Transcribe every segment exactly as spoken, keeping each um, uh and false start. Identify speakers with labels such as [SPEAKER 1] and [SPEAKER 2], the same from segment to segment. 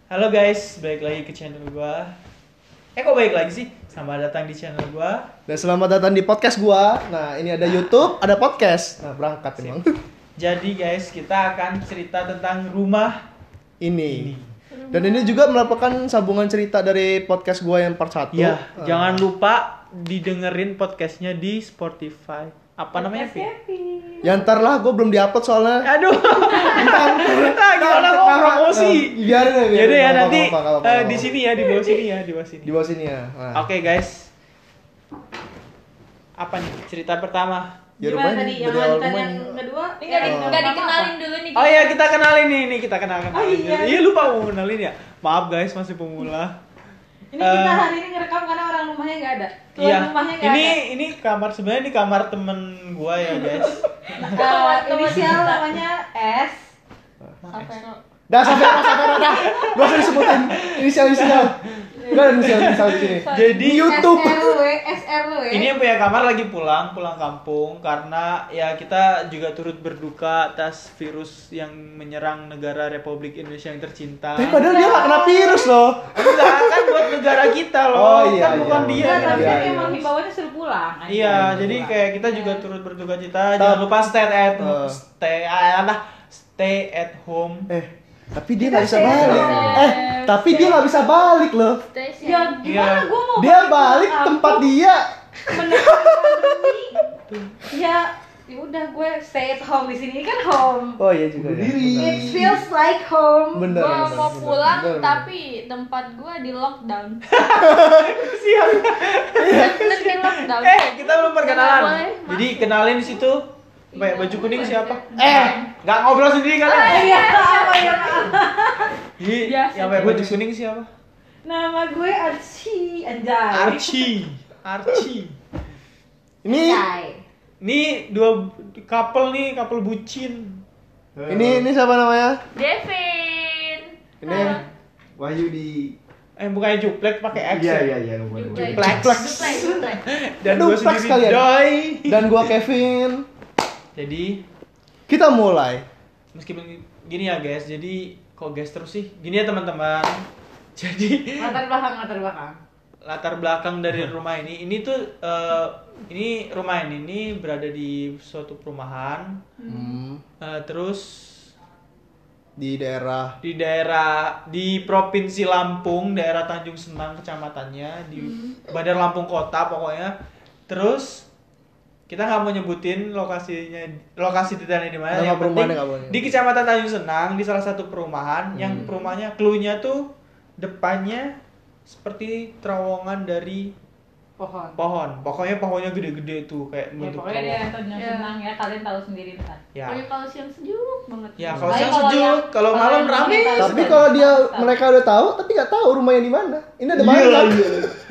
[SPEAKER 1] Halo guys, balik lagi ke channel gua. Eh kok balik lagi sih? Selamat datang di channel gua.
[SPEAKER 2] Dan selamat datang di podcast gua. Nah, ini ada YouTube, ada podcast. Nah, berangkat emang.
[SPEAKER 1] Jadi guys, kita akan cerita tentang rumah
[SPEAKER 2] Ini.
[SPEAKER 1] ini.
[SPEAKER 2] Dan ini juga merupakan sambungan cerita dari podcast gua yang part satu.
[SPEAKER 1] Ya,
[SPEAKER 2] Ah.
[SPEAKER 1] jangan lupa didengerin podcastnya di Spotify. Apa namanya, Vi?
[SPEAKER 2] Ya ntar lah, gua belum diupload soalnya.
[SPEAKER 1] Aduh. Nah, gimana mau promosi?
[SPEAKER 2] Biarin ya, biarin.
[SPEAKER 1] Yaudah ya,
[SPEAKER 2] Nggak
[SPEAKER 1] nanti
[SPEAKER 2] apa-apa, nggak apa-apa,
[SPEAKER 1] eh,
[SPEAKER 2] nggak
[SPEAKER 1] di
[SPEAKER 2] apa-apa.
[SPEAKER 1] sini ya, di bawah sini ya, di bawah sini.
[SPEAKER 2] Di bawah sini ya. Nah.
[SPEAKER 1] Oke guys. Apa nih cerita pertama?
[SPEAKER 2] Ya,
[SPEAKER 3] Gimana
[SPEAKER 2] rumahnya
[SPEAKER 3] tadi?
[SPEAKER 2] dari
[SPEAKER 3] Yang
[SPEAKER 2] awal
[SPEAKER 3] lanjutan
[SPEAKER 2] rumah
[SPEAKER 3] yang
[SPEAKER 2] ini.
[SPEAKER 3] kedua?
[SPEAKER 4] Ini nggak di-
[SPEAKER 2] Oh.
[SPEAKER 4] nggak dikenalin dulu nih.
[SPEAKER 1] Oh iya, kita kenalin nih, nih kita kenal kenalin.
[SPEAKER 3] Oh, iya.
[SPEAKER 1] Iya, lupa mau kenalin ya. Maaf guys, masih pemula.
[SPEAKER 3] Ini kita
[SPEAKER 1] Eh,
[SPEAKER 3] hari ini ngerekam karena orang rumahnya nggak ada. Tuan
[SPEAKER 1] Iya.
[SPEAKER 3] rumahnya nggak
[SPEAKER 1] Ini
[SPEAKER 3] ada.
[SPEAKER 1] ini kamar sebenarnya ini kamar temen gua ya guys.
[SPEAKER 3] Uh, inisial namanya S.
[SPEAKER 4] Sapero.
[SPEAKER 2] Dah sampai sampai dah. Gua usah disebutin inisial-inisial. Enggak ada inisial-inisial di sini.
[SPEAKER 1] Jadi
[SPEAKER 2] YouTube.
[SPEAKER 3] S R W, S R W.
[SPEAKER 1] ini yang punya kamar lagi pulang, pulang kampung karena ya kita juga turut berduka atas virus yang menyerang negara Republik Indonesia yang tercinta.
[SPEAKER 2] Tapi padahal dia nggak kena virus loh.
[SPEAKER 1] Enggak, kan buat negara kita loh.
[SPEAKER 2] Oh, iya,
[SPEAKER 1] kan bukan
[SPEAKER 2] iya.
[SPEAKER 1] dia.
[SPEAKER 3] Enggak,
[SPEAKER 1] kan.
[SPEAKER 3] tapi
[SPEAKER 2] Iya,
[SPEAKER 3] kan
[SPEAKER 2] iya.
[SPEAKER 3] emang himbauannya suruh pulang. aja.
[SPEAKER 1] Iya, jadi kayak kita juga turut berduka cita. Jangan lupa stay at
[SPEAKER 2] Uh.
[SPEAKER 1] stay ah, lah, stay at home.
[SPEAKER 2] Eh, tapi dia
[SPEAKER 3] Kita
[SPEAKER 2] nggak bisa
[SPEAKER 3] share.
[SPEAKER 2] balik. Eh, tapi dia nggak bisa balik loh.
[SPEAKER 4] Stay
[SPEAKER 3] Ya
[SPEAKER 4] safe.
[SPEAKER 3] gimana
[SPEAKER 1] Iya.
[SPEAKER 3] gue mau
[SPEAKER 2] Dia balik tempat dia.
[SPEAKER 3] menekan pandemi. Ya, ya udah gue stay at home di sini kan home.
[SPEAKER 2] Oh iya juga.
[SPEAKER 3] It
[SPEAKER 2] Ya.
[SPEAKER 3] feels like home.
[SPEAKER 2] Bener.
[SPEAKER 4] Gua
[SPEAKER 2] bener,
[SPEAKER 4] mau
[SPEAKER 2] bener,
[SPEAKER 4] pulang
[SPEAKER 2] bener, bener.
[SPEAKER 4] tapi tempat gua di lockdown.
[SPEAKER 1] Siap.
[SPEAKER 4] Bener di lockdown.
[SPEAKER 1] Eh, kita belum
[SPEAKER 4] Nggak
[SPEAKER 1] perkenalan.
[SPEAKER 4] boleh
[SPEAKER 1] Jadi
[SPEAKER 4] masuk.
[SPEAKER 1] kenalin di situ. Pakai
[SPEAKER 4] Iya,
[SPEAKER 1] baju kuning
[SPEAKER 4] boleh.
[SPEAKER 1] siapa? Eh, nggak ngobrol sendiri kalian.
[SPEAKER 3] Iya, apa ya?
[SPEAKER 1] Jadi,
[SPEAKER 4] Biasa.
[SPEAKER 1] yang pakai baju kuning siapa?
[SPEAKER 3] Nama gue Archie Anjay.
[SPEAKER 1] Archie. Archie.
[SPEAKER 2] Ini
[SPEAKER 3] Anjay.
[SPEAKER 1] Ini dua couple nih, couple bucin.
[SPEAKER 2] ini ini siapa namanya?
[SPEAKER 4] Devin.
[SPEAKER 2] Ini
[SPEAKER 5] Wahyu di
[SPEAKER 1] Eh, bukannya juplek pakai X.
[SPEAKER 5] iya
[SPEAKER 1] ya?
[SPEAKER 5] iya iya bukan
[SPEAKER 4] Duplek.
[SPEAKER 1] Duplek.
[SPEAKER 4] Duplek. Duplek.
[SPEAKER 1] Dan
[SPEAKER 2] Aduh,
[SPEAKER 1] gua
[SPEAKER 2] plek
[SPEAKER 1] sendiri
[SPEAKER 2] sekalian.
[SPEAKER 1] Doi.
[SPEAKER 2] Dan gua Kevin.
[SPEAKER 1] Jadi,
[SPEAKER 2] Kita mulai.
[SPEAKER 1] meskipun gini ya guys, jadi kok guys terus sih? Gini ya teman-teman. Jadi
[SPEAKER 3] Latar belakang, latar belakang.
[SPEAKER 1] latar belakang dari rumah ini, ini tuh eh, ini rumah ini, ini berada di suatu perumahan.
[SPEAKER 2] Hmm,
[SPEAKER 1] Eh, terus
[SPEAKER 2] di daerah
[SPEAKER 1] di daerah di provinsi Lampung, daerah Tanjung Senang kecamatannya, di Bandar Lampung Kota pokoknya. Terus kita nggak mau nyebutin lokasinya, lokasi detailnya di mana.
[SPEAKER 2] Nama
[SPEAKER 1] Yang
[SPEAKER 2] perumahannya
[SPEAKER 1] penting
[SPEAKER 2] nggak boleh.
[SPEAKER 1] di kecamatan Tanjung Senang, di salah satu perumahan yang
[SPEAKER 2] Hmm.
[SPEAKER 1] perumahannya cluenya tuh depannya seperti terowongan dari
[SPEAKER 3] Pohon.
[SPEAKER 1] pohon. Pokoknya pohonnya gede-gede tuh kayak
[SPEAKER 3] Ya,
[SPEAKER 1] bentuk
[SPEAKER 3] pokoknya dia
[SPEAKER 1] terowongan.
[SPEAKER 3] Tanjung
[SPEAKER 4] Ya.
[SPEAKER 3] Senang ya, kalian tahu sendiri ntar.
[SPEAKER 1] Ya.
[SPEAKER 4] Pokoknya kalau siang sejuk banget.
[SPEAKER 1] Ya, kalau
[SPEAKER 3] Tapi
[SPEAKER 1] siang
[SPEAKER 3] kalau
[SPEAKER 1] sejuk,
[SPEAKER 3] yang-
[SPEAKER 1] kalau
[SPEAKER 3] kalau
[SPEAKER 1] malam
[SPEAKER 3] yang
[SPEAKER 1] rame.
[SPEAKER 3] kita-
[SPEAKER 2] tapi
[SPEAKER 3] Tahu.
[SPEAKER 2] kalau dia
[SPEAKER 3] Tahu.
[SPEAKER 2] mereka udah tahu tapi nggak tahu rumahnya di mana. Ini ada
[SPEAKER 1] Iya,
[SPEAKER 2] banyak.
[SPEAKER 1] iya.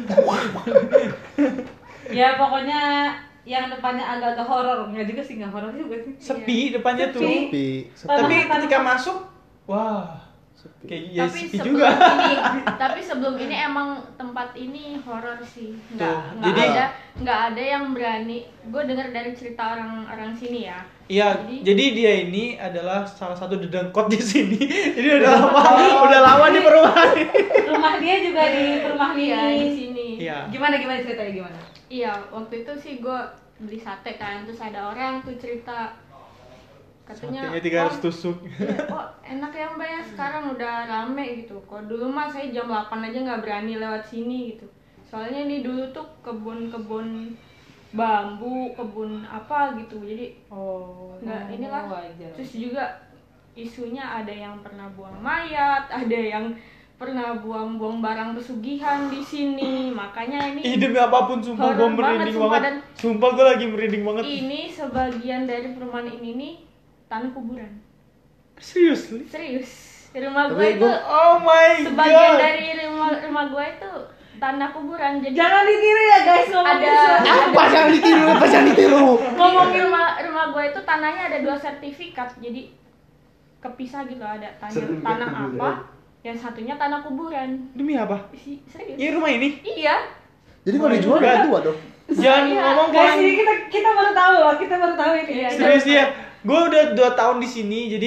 [SPEAKER 3] Ya pokoknya yang depannya agak-agak horor, nggak juga sih, nggak horor juga sih.
[SPEAKER 1] Sepi depannya tuh.
[SPEAKER 2] Sepi. Sepi.
[SPEAKER 1] Tapi
[SPEAKER 3] Tanah-
[SPEAKER 1] ketika
[SPEAKER 3] tanah-
[SPEAKER 1] masuk, wah, kayak ya
[SPEAKER 4] tapi
[SPEAKER 1] sepi
[SPEAKER 4] sebelum
[SPEAKER 1] juga.
[SPEAKER 4] ini, tapi sebelum ini emang tempat ini horor sih. Nggak,
[SPEAKER 1] Tuh,
[SPEAKER 4] nggak
[SPEAKER 1] jadi-
[SPEAKER 4] ada, nggak ada yang berani. Gue dengar dari cerita orang-orang sini ya.
[SPEAKER 1] Iya,
[SPEAKER 4] Jadi-
[SPEAKER 1] jadi dia ini adalah salah satu dedengkot di sini. Jadi udah lama, udah lama di perumahan ini.
[SPEAKER 3] Rumah dia juga di perumahan
[SPEAKER 4] Iya
[SPEAKER 3] ini.
[SPEAKER 4] di sini.
[SPEAKER 1] Iya.
[SPEAKER 3] Gimana gimana ceritanya gimana?
[SPEAKER 4] Iya, waktu itu sih gue beli sate kan, terus ada orang tuh cerita katanya,
[SPEAKER 1] Satenya tiga ratus
[SPEAKER 4] "Oh,
[SPEAKER 1] tusuk.
[SPEAKER 4] iya, oh enak ya mbak ya, sekarang udah rame gitu. Kalau dulu mah saya jam delapan aja nggak berani lewat sini gitu. Soalnya ini dulu tuh kebun-kebun bambu, kebun apa gitu. Jadi
[SPEAKER 3] Oh,
[SPEAKER 4] nggak inilah.
[SPEAKER 3] wajar.
[SPEAKER 4] Terus juga isunya ada yang pernah buang mayat, ada yang pernah buang-buang barang pesugihan di sini. Makanya ini
[SPEAKER 1] Ih, demi apapun sumpah gue
[SPEAKER 4] Horor banget,
[SPEAKER 1] merinding
[SPEAKER 4] sumpah,
[SPEAKER 1] banget.
[SPEAKER 4] dan-
[SPEAKER 1] Sumpah gue lagi merinding banget.
[SPEAKER 4] ini sebagian dari perumahan ini nih tanah kuburan.
[SPEAKER 1] Serius? Li?
[SPEAKER 4] Serius. Rumah
[SPEAKER 2] Tapi
[SPEAKER 4] gue itu
[SPEAKER 2] gua-
[SPEAKER 1] Oh my
[SPEAKER 4] sebagian
[SPEAKER 1] god.
[SPEAKER 4] dari rumah rumah gue itu tanah kuburan. Jadi
[SPEAKER 3] Jangan ditiru ya guys, ngomongin
[SPEAKER 4] Ada-
[SPEAKER 3] sesuatu.
[SPEAKER 2] Apa jangan ditiru? Apa jangan ditiru?
[SPEAKER 4] ngomongin rumah rumah gue itu tanahnya ada dua sertifikat. Jadi kepisah gitu, ada tanah
[SPEAKER 5] Sertifikat
[SPEAKER 4] tanah
[SPEAKER 5] kuburan.
[SPEAKER 4] apa, yang satunya tanah kuburan.
[SPEAKER 1] Demi apa?
[SPEAKER 4] Si- Serius.
[SPEAKER 1] Ini rumah ini?
[SPEAKER 4] Iya.
[SPEAKER 2] Jadi kalau dijual
[SPEAKER 1] God.
[SPEAKER 2] udah tua dong.
[SPEAKER 1] Jangan
[SPEAKER 4] Iya.
[SPEAKER 1] ngomong
[SPEAKER 3] Guys,
[SPEAKER 1] kalau
[SPEAKER 3] ini kita kita baru tahu loh, kita baru tahu ini.
[SPEAKER 4] Iya,
[SPEAKER 1] serius ya. Gue udah dua tahun di sini, jadi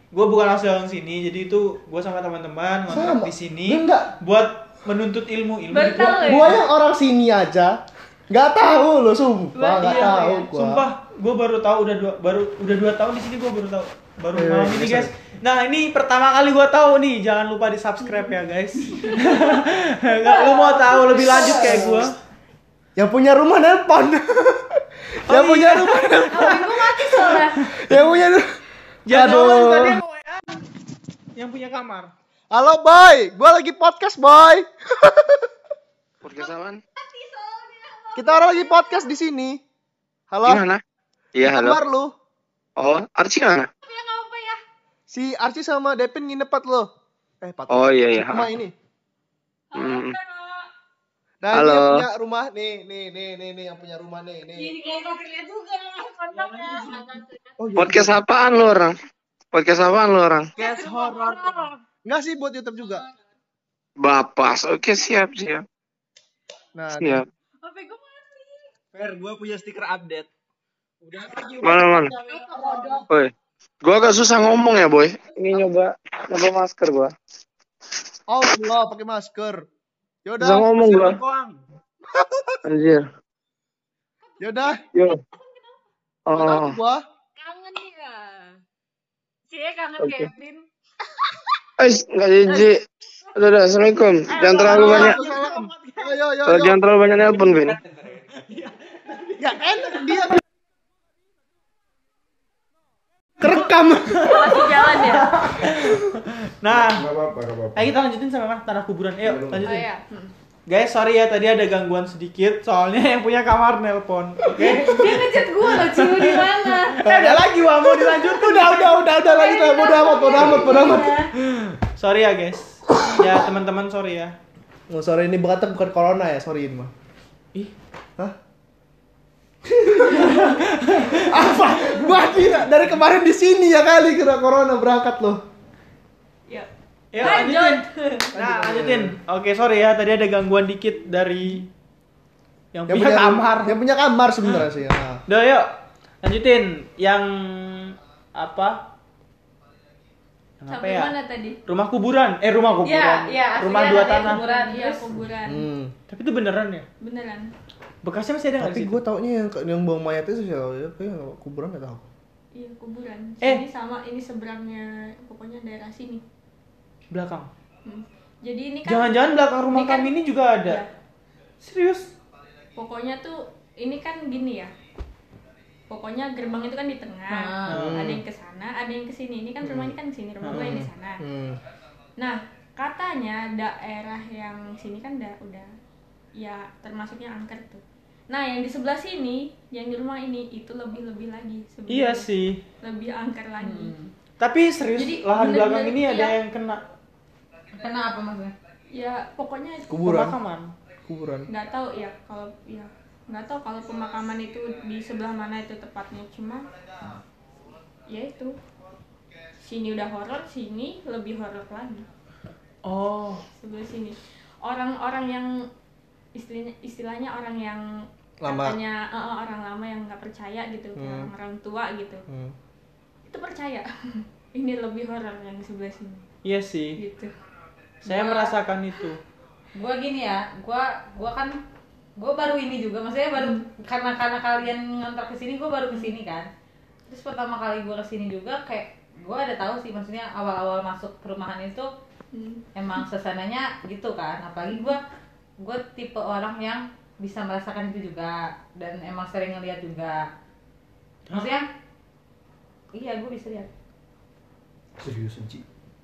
[SPEAKER 1] gue bukan asli orang sini, jadi itu gue sama teman-teman ngontrak
[SPEAKER 2] Sama.
[SPEAKER 1] di sini
[SPEAKER 2] Dia enggak.
[SPEAKER 1] buat menuntut ilmu ilmu
[SPEAKER 3] Baru
[SPEAKER 1] di
[SPEAKER 3] tahu
[SPEAKER 1] gua.
[SPEAKER 3] ya?
[SPEAKER 2] Gua yang orang sini aja nggak tahu loh, sumpah nggak
[SPEAKER 1] Iya,
[SPEAKER 2] tahu
[SPEAKER 1] iya.
[SPEAKER 2] gua.
[SPEAKER 1] Sumpah, gue baru tahu udah dua baru udah dua tahun di sini gue baru tahu baru
[SPEAKER 2] Eh,
[SPEAKER 1] malam ini
[SPEAKER 2] biasa.
[SPEAKER 1] guys. Nah ini pertama kali gue tahu nih, jangan lupa di subscribe ya guys. Nggak, lu mau tahu lebih lanjut kayak gue?
[SPEAKER 2] Yang punya rumah nelpon. Yang
[SPEAKER 1] Oh,
[SPEAKER 2] punya
[SPEAKER 1] iya.
[SPEAKER 2] rumah nelpon.
[SPEAKER 3] H P gua mati soalnya.
[SPEAKER 2] Yang punya
[SPEAKER 1] Jangan
[SPEAKER 2] Aduh.
[SPEAKER 1] ngomong tadi yang W A yang punya kamar.
[SPEAKER 2] Halo boy, gua lagi podcast boy.
[SPEAKER 6] Podcast apaan?
[SPEAKER 2] Kita orang lagi podcast di sini. Halo.
[SPEAKER 6] Gimana? Iya, halo.
[SPEAKER 2] Kabar lu?
[SPEAKER 6] Oh, Archie mana?
[SPEAKER 2] Si Archie sama Devin nginep pat lo. Eh, pat.
[SPEAKER 6] Oh iya iya.
[SPEAKER 2] Rumah ini.
[SPEAKER 6] Hmm.
[SPEAKER 2] Nah,
[SPEAKER 6] Halo.
[SPEAKER 2] ini yang punya rumah nih, nih, nih, nih, nih yang punya rumah nih, nih.
[SPEAKER 3] Ini kayak lihat juga kontaknya.
[SPEAKER 2] Oh, iya.
[SPEAKER 6] Podcast apaan lu orang? Podcast apaan lu orang?
[SPEAKER 2] Podcast horor. Enggak sih buat YouTube juga.
[SPEAKER 6] Bapas. Oke, siap, siap.
[SPEAKER 2] Nah,
[SPEAKER 6] Siap.
[SPEAKER 3] H P gua mati.
[SPEAKER 1] Fer, gue punya stiker update. Udah lagi.
[SPEAKER 6] Mana mana? Woi. Gua agak susah ngomong ya, boy. Ini nyoba nyoba masker gua.
[SPEAKER 2] oh, Allah pakai masker. Yaudah.
[SPEAKER 6] Susah ngomong gua.
[SPEAKER 1] Koang.
[SPEAKER 6] Anjir.
[SPEAKER 2] Yaudah.
[SPEAKER 6] Yo.
[SPEAKER 2] Oh.
[SPEAKER 6] Oh.
[SPEAKER 2] Gua.
[SPEAKER 3] Kangen ya. Cie kangen
[SPEAKER 6] Oke.
[SPEAKER 3] Kevin.
[SPEAKER 6] Eh, enggak jijik. Udah, udah. Assalamualaikum. Jangan terlalu banyak.
[SPEAKER 2] Yo, yo, yo,
[SPEAKER 6] Kalau
[SPEAKER 2] yo.
[SPEAKER 6] jangan terlalu banyak nelpon, Vin.
[SPEAKER 2] Ya enak dia. Kerekam.
[SPEAKER 3] Masih jalan ya?
[SPEAKER 1] Nah,
[SPEAKER 5] Gak apa-apa, gak apa-apa.
[SPEAKER 1] ayo kita lanjutin sampai mana? Tanah kuburan. Ayo,
[SPEAKER 3] Oh
[SPEAKER 1] lanjutin.
[SPEAKER 3] iya. Hmm.
[SPEAKER 1] Guys, sorry ya tadi ada gangguan sedikit soalnya yang punya kamar nelpon. Oke.
[SPEAKER 3] Dia ngechat gua loh, Ciu di mana?
[SPEAKER 1] Eh, ada lagi wah mau dilanjutin.
[SPEAKER 2] Udah, udah, udah, udah lagi lah. Bodo amat, bodo amat, bodo amat.
[SPEAKER 1] Sorry ya, guys. Ya, teman-teman sorry ya.
[SPEAKER 2] Oh, sorry ini bukan bukan corona ya, sorry ini mah.
[SPEAKER 1] Ih,
[SPEAKER 2] Hah? Apa? Gua kira dari kemarin di sini ya kali kira corona berangkat loh.
[SPEAKER 3] Ya.
[SPEAKER 1] Yuk,
[SPEAKER 3] Lanjut.
[SPEAKER 1] lanjutin. Nah, lanjutin. Oke, sorry ya tadi ada gangguan dikit dari yang,
[SPEAKER 2] Yang
[SPEAKER 1] punya
[SPEAKER 2] punya
[SPEAKER 1] kamar.
[SPEAKER 2] Yang punya kamar sebenarnya sih. Nah.
[SPEAKER 1] Udah, yuk. Lanjutin yang apa? Yang apa
[SPEAKER 4] Sampai
[SPEAKER 1] ya?
[SPEAKER 4] mana tadi?
[SPEAKER 1] Rumah kuburan. Eh, rumah kuburan.
[SPEAKER 3] Iya, iya.
[SPEAKER 1] Rumah
[SPEAKER 3] aslinya
[SPEAKER 1] dua
[SPEAKER 3] ada
[SPEAKER 1] tanah.
[SPEAKER 3] Kuburan.
[SPEAKER 4] Iya,
[SPEAKER 3] Terus
[SPEAKER 4] kuburan.
[SPEAKER 2] Hmm.
[SPEAKER 1] Tapi itu beneran ya?
[SPEAKER 4] Beneran.
[SPEAKER 1] Bekasnya masih ada nggak
[SPEAKER 2] Tapi
[SPEAKER 1] di situ?
[SPEAKER 2] gue taunya yang yang buang mayat itu sih ya, kayak kuburan nggak tahu.
[SPEAKER 4] Iya, kuburan.
[SPEAKER 1] Eh.
[SPEAKER 4] Sini sama ini seberangnya, pokoknya daerah sini.
[SPEAKER 1] Belakang.
[SPEAKER 4] Hmm. Jadi ini kan
[SPEAKER 1] Jangan-jangan belakang rumah
[SPEAKER 4] ini kan-
[SPEAKER 1] kami ini juga ada.
[SPEAKER 4] Iya.
[SPEAKER 1] Serius?
[SPEAKER 4] Pokoknya tuh ini kan gini ya. Pokoknya gerbang itu kan di tengah.
[SPEAKER 1] Hmm.
[SPEAKER 4] Ada yang ke sana, ada yang ke sini. Ini kan rumah ini kan di sini, rumah gue yang di sana.
[SPEAKER 2] Hmm.
[SPEAKER 4] Nah, katanya daerah yang sini kan udah udah ya termasuknya angker tuh. Nah, yang di sebelah sini, yang di rumah ini itu lebih-lebih lagi sebenarnya.
[SPEAKER 1] Iya sih.
[SPEAKER 4] Lebih angker lagi.
[SPEAKER 1] Tapi serius
[SPEAKER 4] Jadi,
[SPEAKER 1] lahan
[SPEAKER 4] bener-bener
[SPEAKER 1] belakang ini ada
[SPEAKER 4] iya.
[SPEAKER 1] yang kena
[SPEAKER 3] Kena apa maksudnya?
[SPEAKER 4] Ya, pokoknya
[SPEAKER 2] Kuburan.
[SPEAKER 1] pemakaman.
[SPEAKER 2] Kuburan.
[SPEAKER 4] nggak tahu ya kalau ya nggak tahu kalau pemakaman itu di sebelah mana itu tepatnya, cuma ya itu sini udah horor, sini lebih horor lagi
[SPEAKER 1] Oh.
[SPEAKER 4] sebelah sini. Orang-orang yang istilahnya istilahnya orang yang
[SPEAKER 2] Lama.
[SPEAKER 4] katanya eh, eh, orang lama yang nggak percaya gitu,
[SPEAKER 2] Hmm.
[SPEAKER 4] orang orang tua gitu,
[SPEAKER 2] Hmm.
[SPEAKER 4] itu percaya. Ini lebih horor yang di sebelah sini
[SPEAKER 1] Iya sih.
[SPEAKER 4] gitu.
[SPEAKER 1] Saya merasakan itu.
[SPEAKER 3] Gua gini ya, gua gua kan gua baru ini juga, maksudnya baru karena karena kalian ngontrak ke sini, gua baru ke sini kan. Terus pertama kali gua ke sini juga kayak gua ada tahu sih, maksudnya awal-awal masuk perumahan itu
[SPEAKER 4] Hmm.
[SPEAKER 3] emang suasananya gitu kan. Apalagi gua gua tipe orang yang bisa merasakan itu juga dan emang sering ngeliat juga. Maksudnya iya, gua bisa lihat.
[SPEAKER 5] Serius Ci.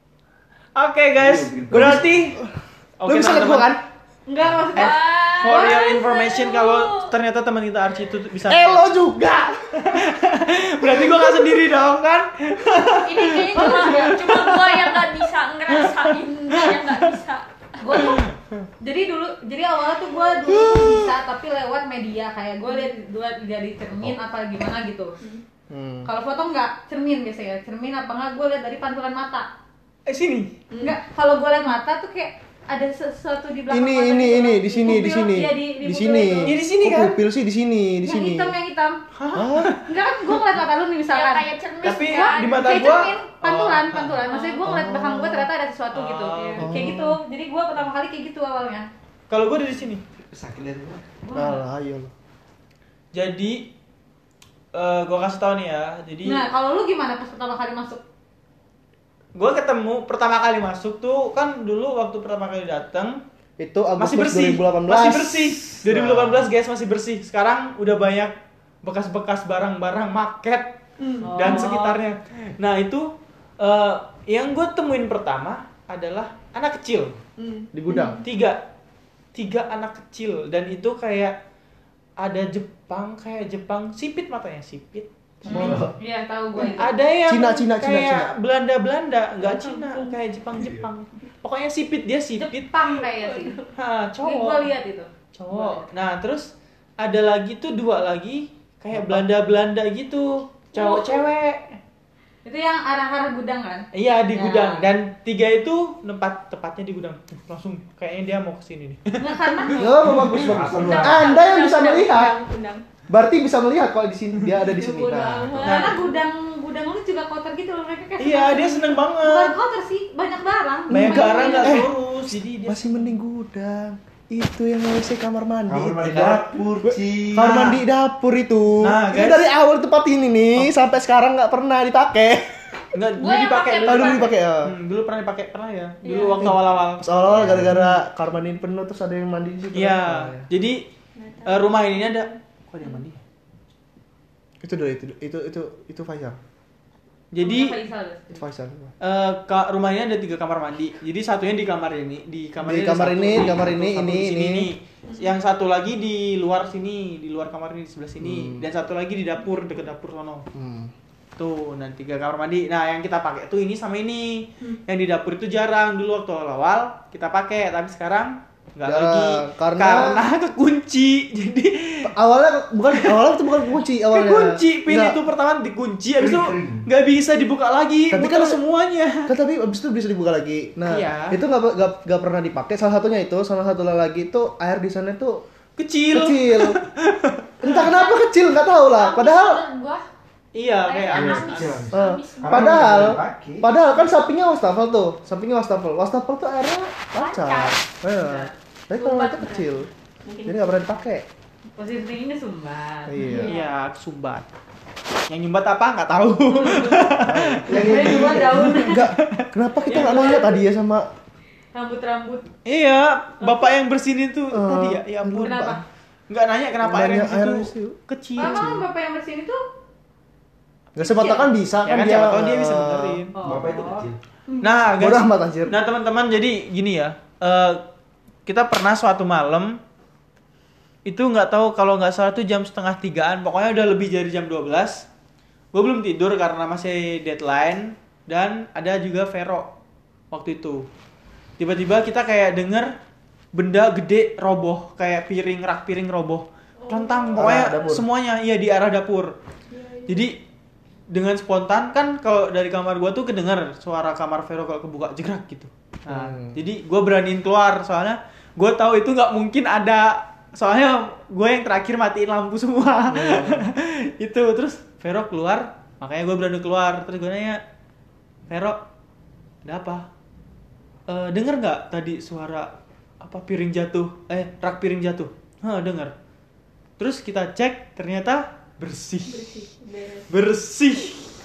[SPEAKER 1] Oke guys, berarti
[SPEAKER 2] Lu bisa lihat gua kan?
[SPEAKER 3] Enggak, maksudnya
[SPEAKER 1] for your information kalau ternyata teman kita Archie itu bisa.
[SPEAKER 2] Eh lo juga.
[SPEAKER 1] Berarti gua nggak sendiri dong kan?
[SPEAKER 4] Ini kayaknya cuma cuma gua yang nggak bisa ngerasain, yang nggak bisa.
[SPEAKER 3] gue tuh jadi dulu jadi awalnya tuh gue dulu tuh bisa tapi lewat media kayak gue lihat dua dari cermin apa gimana gitu.
[SPEAKER 2] Hmm.
[SPEAKER 3] Kalau foto enggak cermin biasanya cermin apa enggak gue lihat dari pantulan mata.
[SPEAKER 1] Eh sini.
[SPEAKER 3] Enggak, kalau gue lihat mata tuh kayak ada sesuatu di belakang
[SPEAKER 2] Ini
[SPEAKER 3] mata
[SPEAKER 2] ini
[SPEAKER 3] gitu
[SPEAKER 2] ini
[SPEAKER 3] loh.
[SPEAKER 2] di sini di
[SPEAKER 3] Pupil,
[SPEAKER 2] sini.
[SPEAKER 3] iya, di,
[SPEAKER 2] Di
[SPEAKER 3] pupil
[SPEAKER 2] sini.
[SPEAKER 3] itu.
[SPEAKER 1] Iya, di sini
[SPEAKER 2] Kok
[SPEAKER 1] kan?
[SPEAKER 2] pupil sih di sini, di
[SPEAKER 3] Yang
[SPEAKER 2] sini.
[SPEAKER 3] hitam yang hitam.
[SPEAKER 2] Hah?
[SPEAKER 3] Enggak kan gue ngeliat mata lu nih
[SPEAKER 4] Ya
[SPEAKER 3] misalkan.
[SPEAKER 4] kayak cermin
[SPEAKER 1] Tapi
[SPEAKER 4] kan.
[SPEAKER 1] di mata
[SPEAKER 3] Kayak
[SPEAKER 1] gua
[SPEAKER 3] cermin, pantulan,
[SPEAKER 1] oh.
[SPEAKER 3] pantulan. Maksudnya gue ngeliat belakang gue ternyata ada sesuatu gitu.
[SPEAKER 1] Oh.
[SPEAKER 3] Kayak gitu. Jadi gue pertama kali kayak gitu awalnya.
[SPEAKER 1] Kalau gue dari sini.
[SPEAKER 5] Sakit lihat gua.
[SPEAKER 2] Alah, ayo lu.
[SPEAKER 1] Jadi eh gue kasih tau nih ya. Jadi
[SPEAKER 3] Nah, kalau lu gimana pas pertama kali masuk?
[SPEAKER 1] gue ketemu pertama kali masuk tuh kan dulu waktu pertama kali datang
[SPEAKER 2] Itu
[SPEAKER 1] masih
[SPEAKER 2] Agustus
[SPEAKER 1] bersih.
[SPEAKER 2] dua ribu delapan belas.
[SPEAKER 1] Masih bersih. dua ribu delapan belas guys masih bersih. Sekarang udah banyak bekas-bekas barang-barang market dan
[SPEAKER 3] Oh.
[SPEAKER 1] sekitarnya. Nah, itu eh, yang gue temuin pertama adalah anak kecil.
[SPEAKER 2] Di gudang.
[SPEAKER 1] Tiga. Tiga anak kecil dan itu kayak ada Jepang, kayak Jepang sipit matanya, sipit.
[SPEAKER 3] Iya, tahu gue itu.
[SPEAKER 1] Ada yang
[SPEAKER 2] Cina, Cina, Cina,
[SPEAKER 1] kayak
[SPEAKER 2] Cina.
[SPEAKER 1] Belanda-Belanda, enggak Cina, kayak Jepang-Jepang. Pokoknya sipit, dia sipit.
[SPEAKER 3] Jepang kayak sih.
[SPEAKER 1] Ha,
[SPEAKER 3] Gue
[SPEAKER 1] cowok.
[SPEAKER 3] lihat itu.
[SPEAKER 1] Cowok. Nah, terus ada lagi tuh dua lagi kayak Belanda-Belanda gitu, cowok cewek.
[SPEAKER 3] Itu yang arah-arah gudang kan?
[SPEAKER 1] Iya, di
[SPEAKER 3] Ya.
[SPEAKER 1] gudang dan tiga itu tempat tepatnya di gudang. Langsung kayaknya dia mau kesini nih.
[SPEAKER 3] Nggak karena
[SPEAKER 2] Ya, bagus bagus.
[SPEAKER 4] Undang,
[SPEAKER 2] Anda yang
[SPEAKER 4] undang,
[SPEAKER 2] bisa
[SPEAKER 4] undang,
[SPEAKER 2] melihat.
[SPEAKER 4] undang, undang.
[SPEAKER 2] Berarti bisa melihat kalau di sini dia ada di sini. Nah.
[SPEAKER 3] karena gudang gudang lu juga kotor gitu loh mereka kayak
[SPEAKER 1] Iya, dia seneng
[SPEAKER 3] bukan
[SPEAKER 1] banget.
[SPEAKER 3] kotor sih, banyak barang.
[SPEAKER 1] Banyak barang nggak
[SPEAKER 2] Eh,
[SPEAKER 1] lurus, jadi dia
[SPEAKER 2] Masih mending gudang. Itu yang W C kamar mandi.
[SPEAKER 5] Kamar mandi
[SPEAKER 2] itu.
[SPEAKER 5] dapur, Ci.
[SPEAKER 2] Kamar mandi dapur itu.
[SPEAKER 1] Nah,
[SPEAKER 2] Ini
[SPEAKER 1] guys.
[SPEAKER 2] dari awal tempat ini nih sampai sekarang nggak pernah dipakai.
[SPEAKER 1] Enggak,
[SPEAKER 4] Gua
[SPEAKER 1] dulu
[SPEAKER 4] yang
[SPEAKER 1] dipakai
[SPEAKER 4] pakai
[SPEAKER 1] dulu.
[SPEAKER 2] Oh, dulu dipakai ya.
[SPEAKER 1] Hmm, dulu pernah dipakai, pernah ya. Dulu
[SPEAKER 4] Iya.
[SPEAKER 1] waktu awal-awal.
[SPEAKER 2] Pas awal-awal gara-gara kamar mandi penuh terus ada yang mandi di situ.
[SPEAKER 1] Iya.
[SPEAKER 2] Oh, iya.
[SPEAKER 1] Jadi eh, rumah ini ada kok ada yang mandi?
[SPEAKER 2] Itu dulu itu itu itu itu Faisal.
[SPEAKER 1] Jadi
[SPEAKER 3] Apa Isal, guys?
[SPEAKER 2] Itu Faisal.
[SPEAKER 1] eh, ka- rumah ini ada tiga kamar mandi. Jadi satunya di kamar ini, di kamar
[SPEAKER 2] Di
[SPEAKER 1] ini. ada
[SPEAKER 2] kamar
[SPEAKER 1] satu,
[SPEAKER 2] ini,
[SPEAKER 1] di
[SPEAKER 2] kamar
[SPEAKER 1] satu,
[SPEAKER 2] ini,
[SPEAKER 1] satu
[SPEAKER 2] ini,
[SPEAKER 1] di sini
[SPEAKER 2] ini.
[SPEAKER 1] nih. Yang satu lagi di luar sini, di luar kamar ini di sebelah sini.
[SPEAKER 2] Hmm.
[SPEAKER 1] Dan satu lagi di dapur, deket dapur sono.
[SPEAKER 2] Hmm.
[SPEAKER 1] Tuh, dan tiga kamar mandi. Nah, yang kita pakai tuh ini sama ini. Yang di dapur itu jarang dulu waktu awal kita pakai, tapi sekarang nggak
[SPEAKER 2] Jarang,
[SPEAKER 1] lagi
[SPEAKER 2] karena-
[SPEAKER 1] kekunci. Jadi
[SPEAKER 2] Awalnya bukan awalnya itu bukan kunci awalnya.
[SPEAKER 1] kekunci pin
[SPEAKER 2] Nggak.
[SPEAKER 1] itu pertama dikunci, habis itu nggak bisa dibuka lagi.
[SPEAKER 2] Tapi
[SPEAKER 1] Buka
[SPEAKER 2] kan-
[SPEAKER 1] semuanya.
[SPEAKER 2] Kan tapi abis itu bisa dibuka lagi. Nah,
[SPEAKER 1] Iya.
[SPEAKER 2] itu nggak nggak nggak pernah dipakai. Salah satunya itu, salah satu lagi itu air di sana tuh
[SPEAKER 1] Kecil.
[SPEAKER 2] kecil. Entah kenapa kecil, nggak tahu lah. Padahal
[SPEAKER 4] Menurut gua
[SPEAKER 1] Iya, kayak
[SPEAKER 4] airnya
[SPEAKER 1] amis.
[SPEAKER 4] amis.
[SPEAKER 2] eh,
[SPEAKER 4] Amis.
[SPEAKER 2] padahal
[SPEAKER 5] Pakai.
[SPEAKER 2] padahal kan sampingnya wastafel tuh, sampingnya wastafel. Wastafel tuh airnya lancar.
[SPEAKER 4] Lancar.
[SPEAKER 2] Iya. Tapi kalau
[SPEAKER 3] Sumbat
[SPEAKER 2] itu
[SPEAKER 3] bener.
[SPEAKER 2] kecil,
[SPEAKER 4] Mungkin.
[SPEAKER 2] jadi nggak pernah dipakai.
[SPEAKER 3] Posisi ini sumbat.
[SPEAKER 2] Iya.
[SPEAKER 1] Iya, sumbat. Yang nyumbat apa nggak tahu.
[SPEAKER 2] Yang
[SPEAKER 3] Gue dua daun.
[SPEAKER 2] Enggak, kenapa kita nggak nanya tadi ya sama
[SPEAKER 3] Rambut-rambut.
[SPEAKER 1] Iya, bapak yang bersihin itu
[SPEAKER 2] Eh,
[SPEAKER 1] tadi ya. Ya ampun.
[SPEAKER 3] Kenapa?
[SPEAKER 1] Nggak nanya kenapa air
[SPEAKER 2] Nanya
[SPEAKER 1] yang
[SPEAKER 2] air
[SPEAKER 1] di
[SPEAKER 2] di
[SPEAKER 1] situ
[SPEAKER 2] situ.
[SPEAKER 1] kecil.
[SPEAKER 3] Emang bapak yang bersihin itu
[SPEAKER 2] nggak semata kan bisa
[SPEAKER 1] Ya
[SPEAKER 2] kan
[SPEAKER 1] kan
[SPEAKER 2] dia.
[SPEAKER 1] siapa tahu dia bisa
[SPEAKER 2] eh,
[SPEAKER 1] benerin.
[SPEAKER 5] Bapak itu kecil.
[SPEAKER 1] Nah, guys.
[SPEAKER 2] Bodoh amat anjir.
[SPEAKER 1] Nah, teman-teman, jadi gini ya. eh, kita pernah suatu malam itu nggak tahu kalau nggak salah tuh jam setengah tigaan, pokoknya udah lebih dari jam dua belas. Gue belum tidur karena masih deadline dan ada juga Vero waktu itu. Tiba-tiba kita kayak denger benda gede roboh, kayak piring rak piring roboh. Tentang pokoknya
[SPEAKER 2] Arah dapur.
[SPEAKER 1] semuanya iya di arah dapur. Jadi dengan spontan kan kalau dari kamar gua tuh kedenger suara kamar Vero kalau kebuka jegrak gitu. Nah,
[SPEAKER 2] Hmm.
[SPEAKER 1] jadi gua beraniin keluar soalnya gua tahu itu nggak mungkin ada. Soalnya gue yang terakhir matiin lampu semua. Itu terus Vero keluar, makanya gue berani keluar. Terus gue nanya, Vero, ada apa? E, denger nggak tadi suara apa piring jatuh? Eh, rak piring jatuh? Hah, denger. Terus kita cek, ternyata bersih.
[SPEAKER 4] bersih, beres.
[SPEAKER 1] Bersih.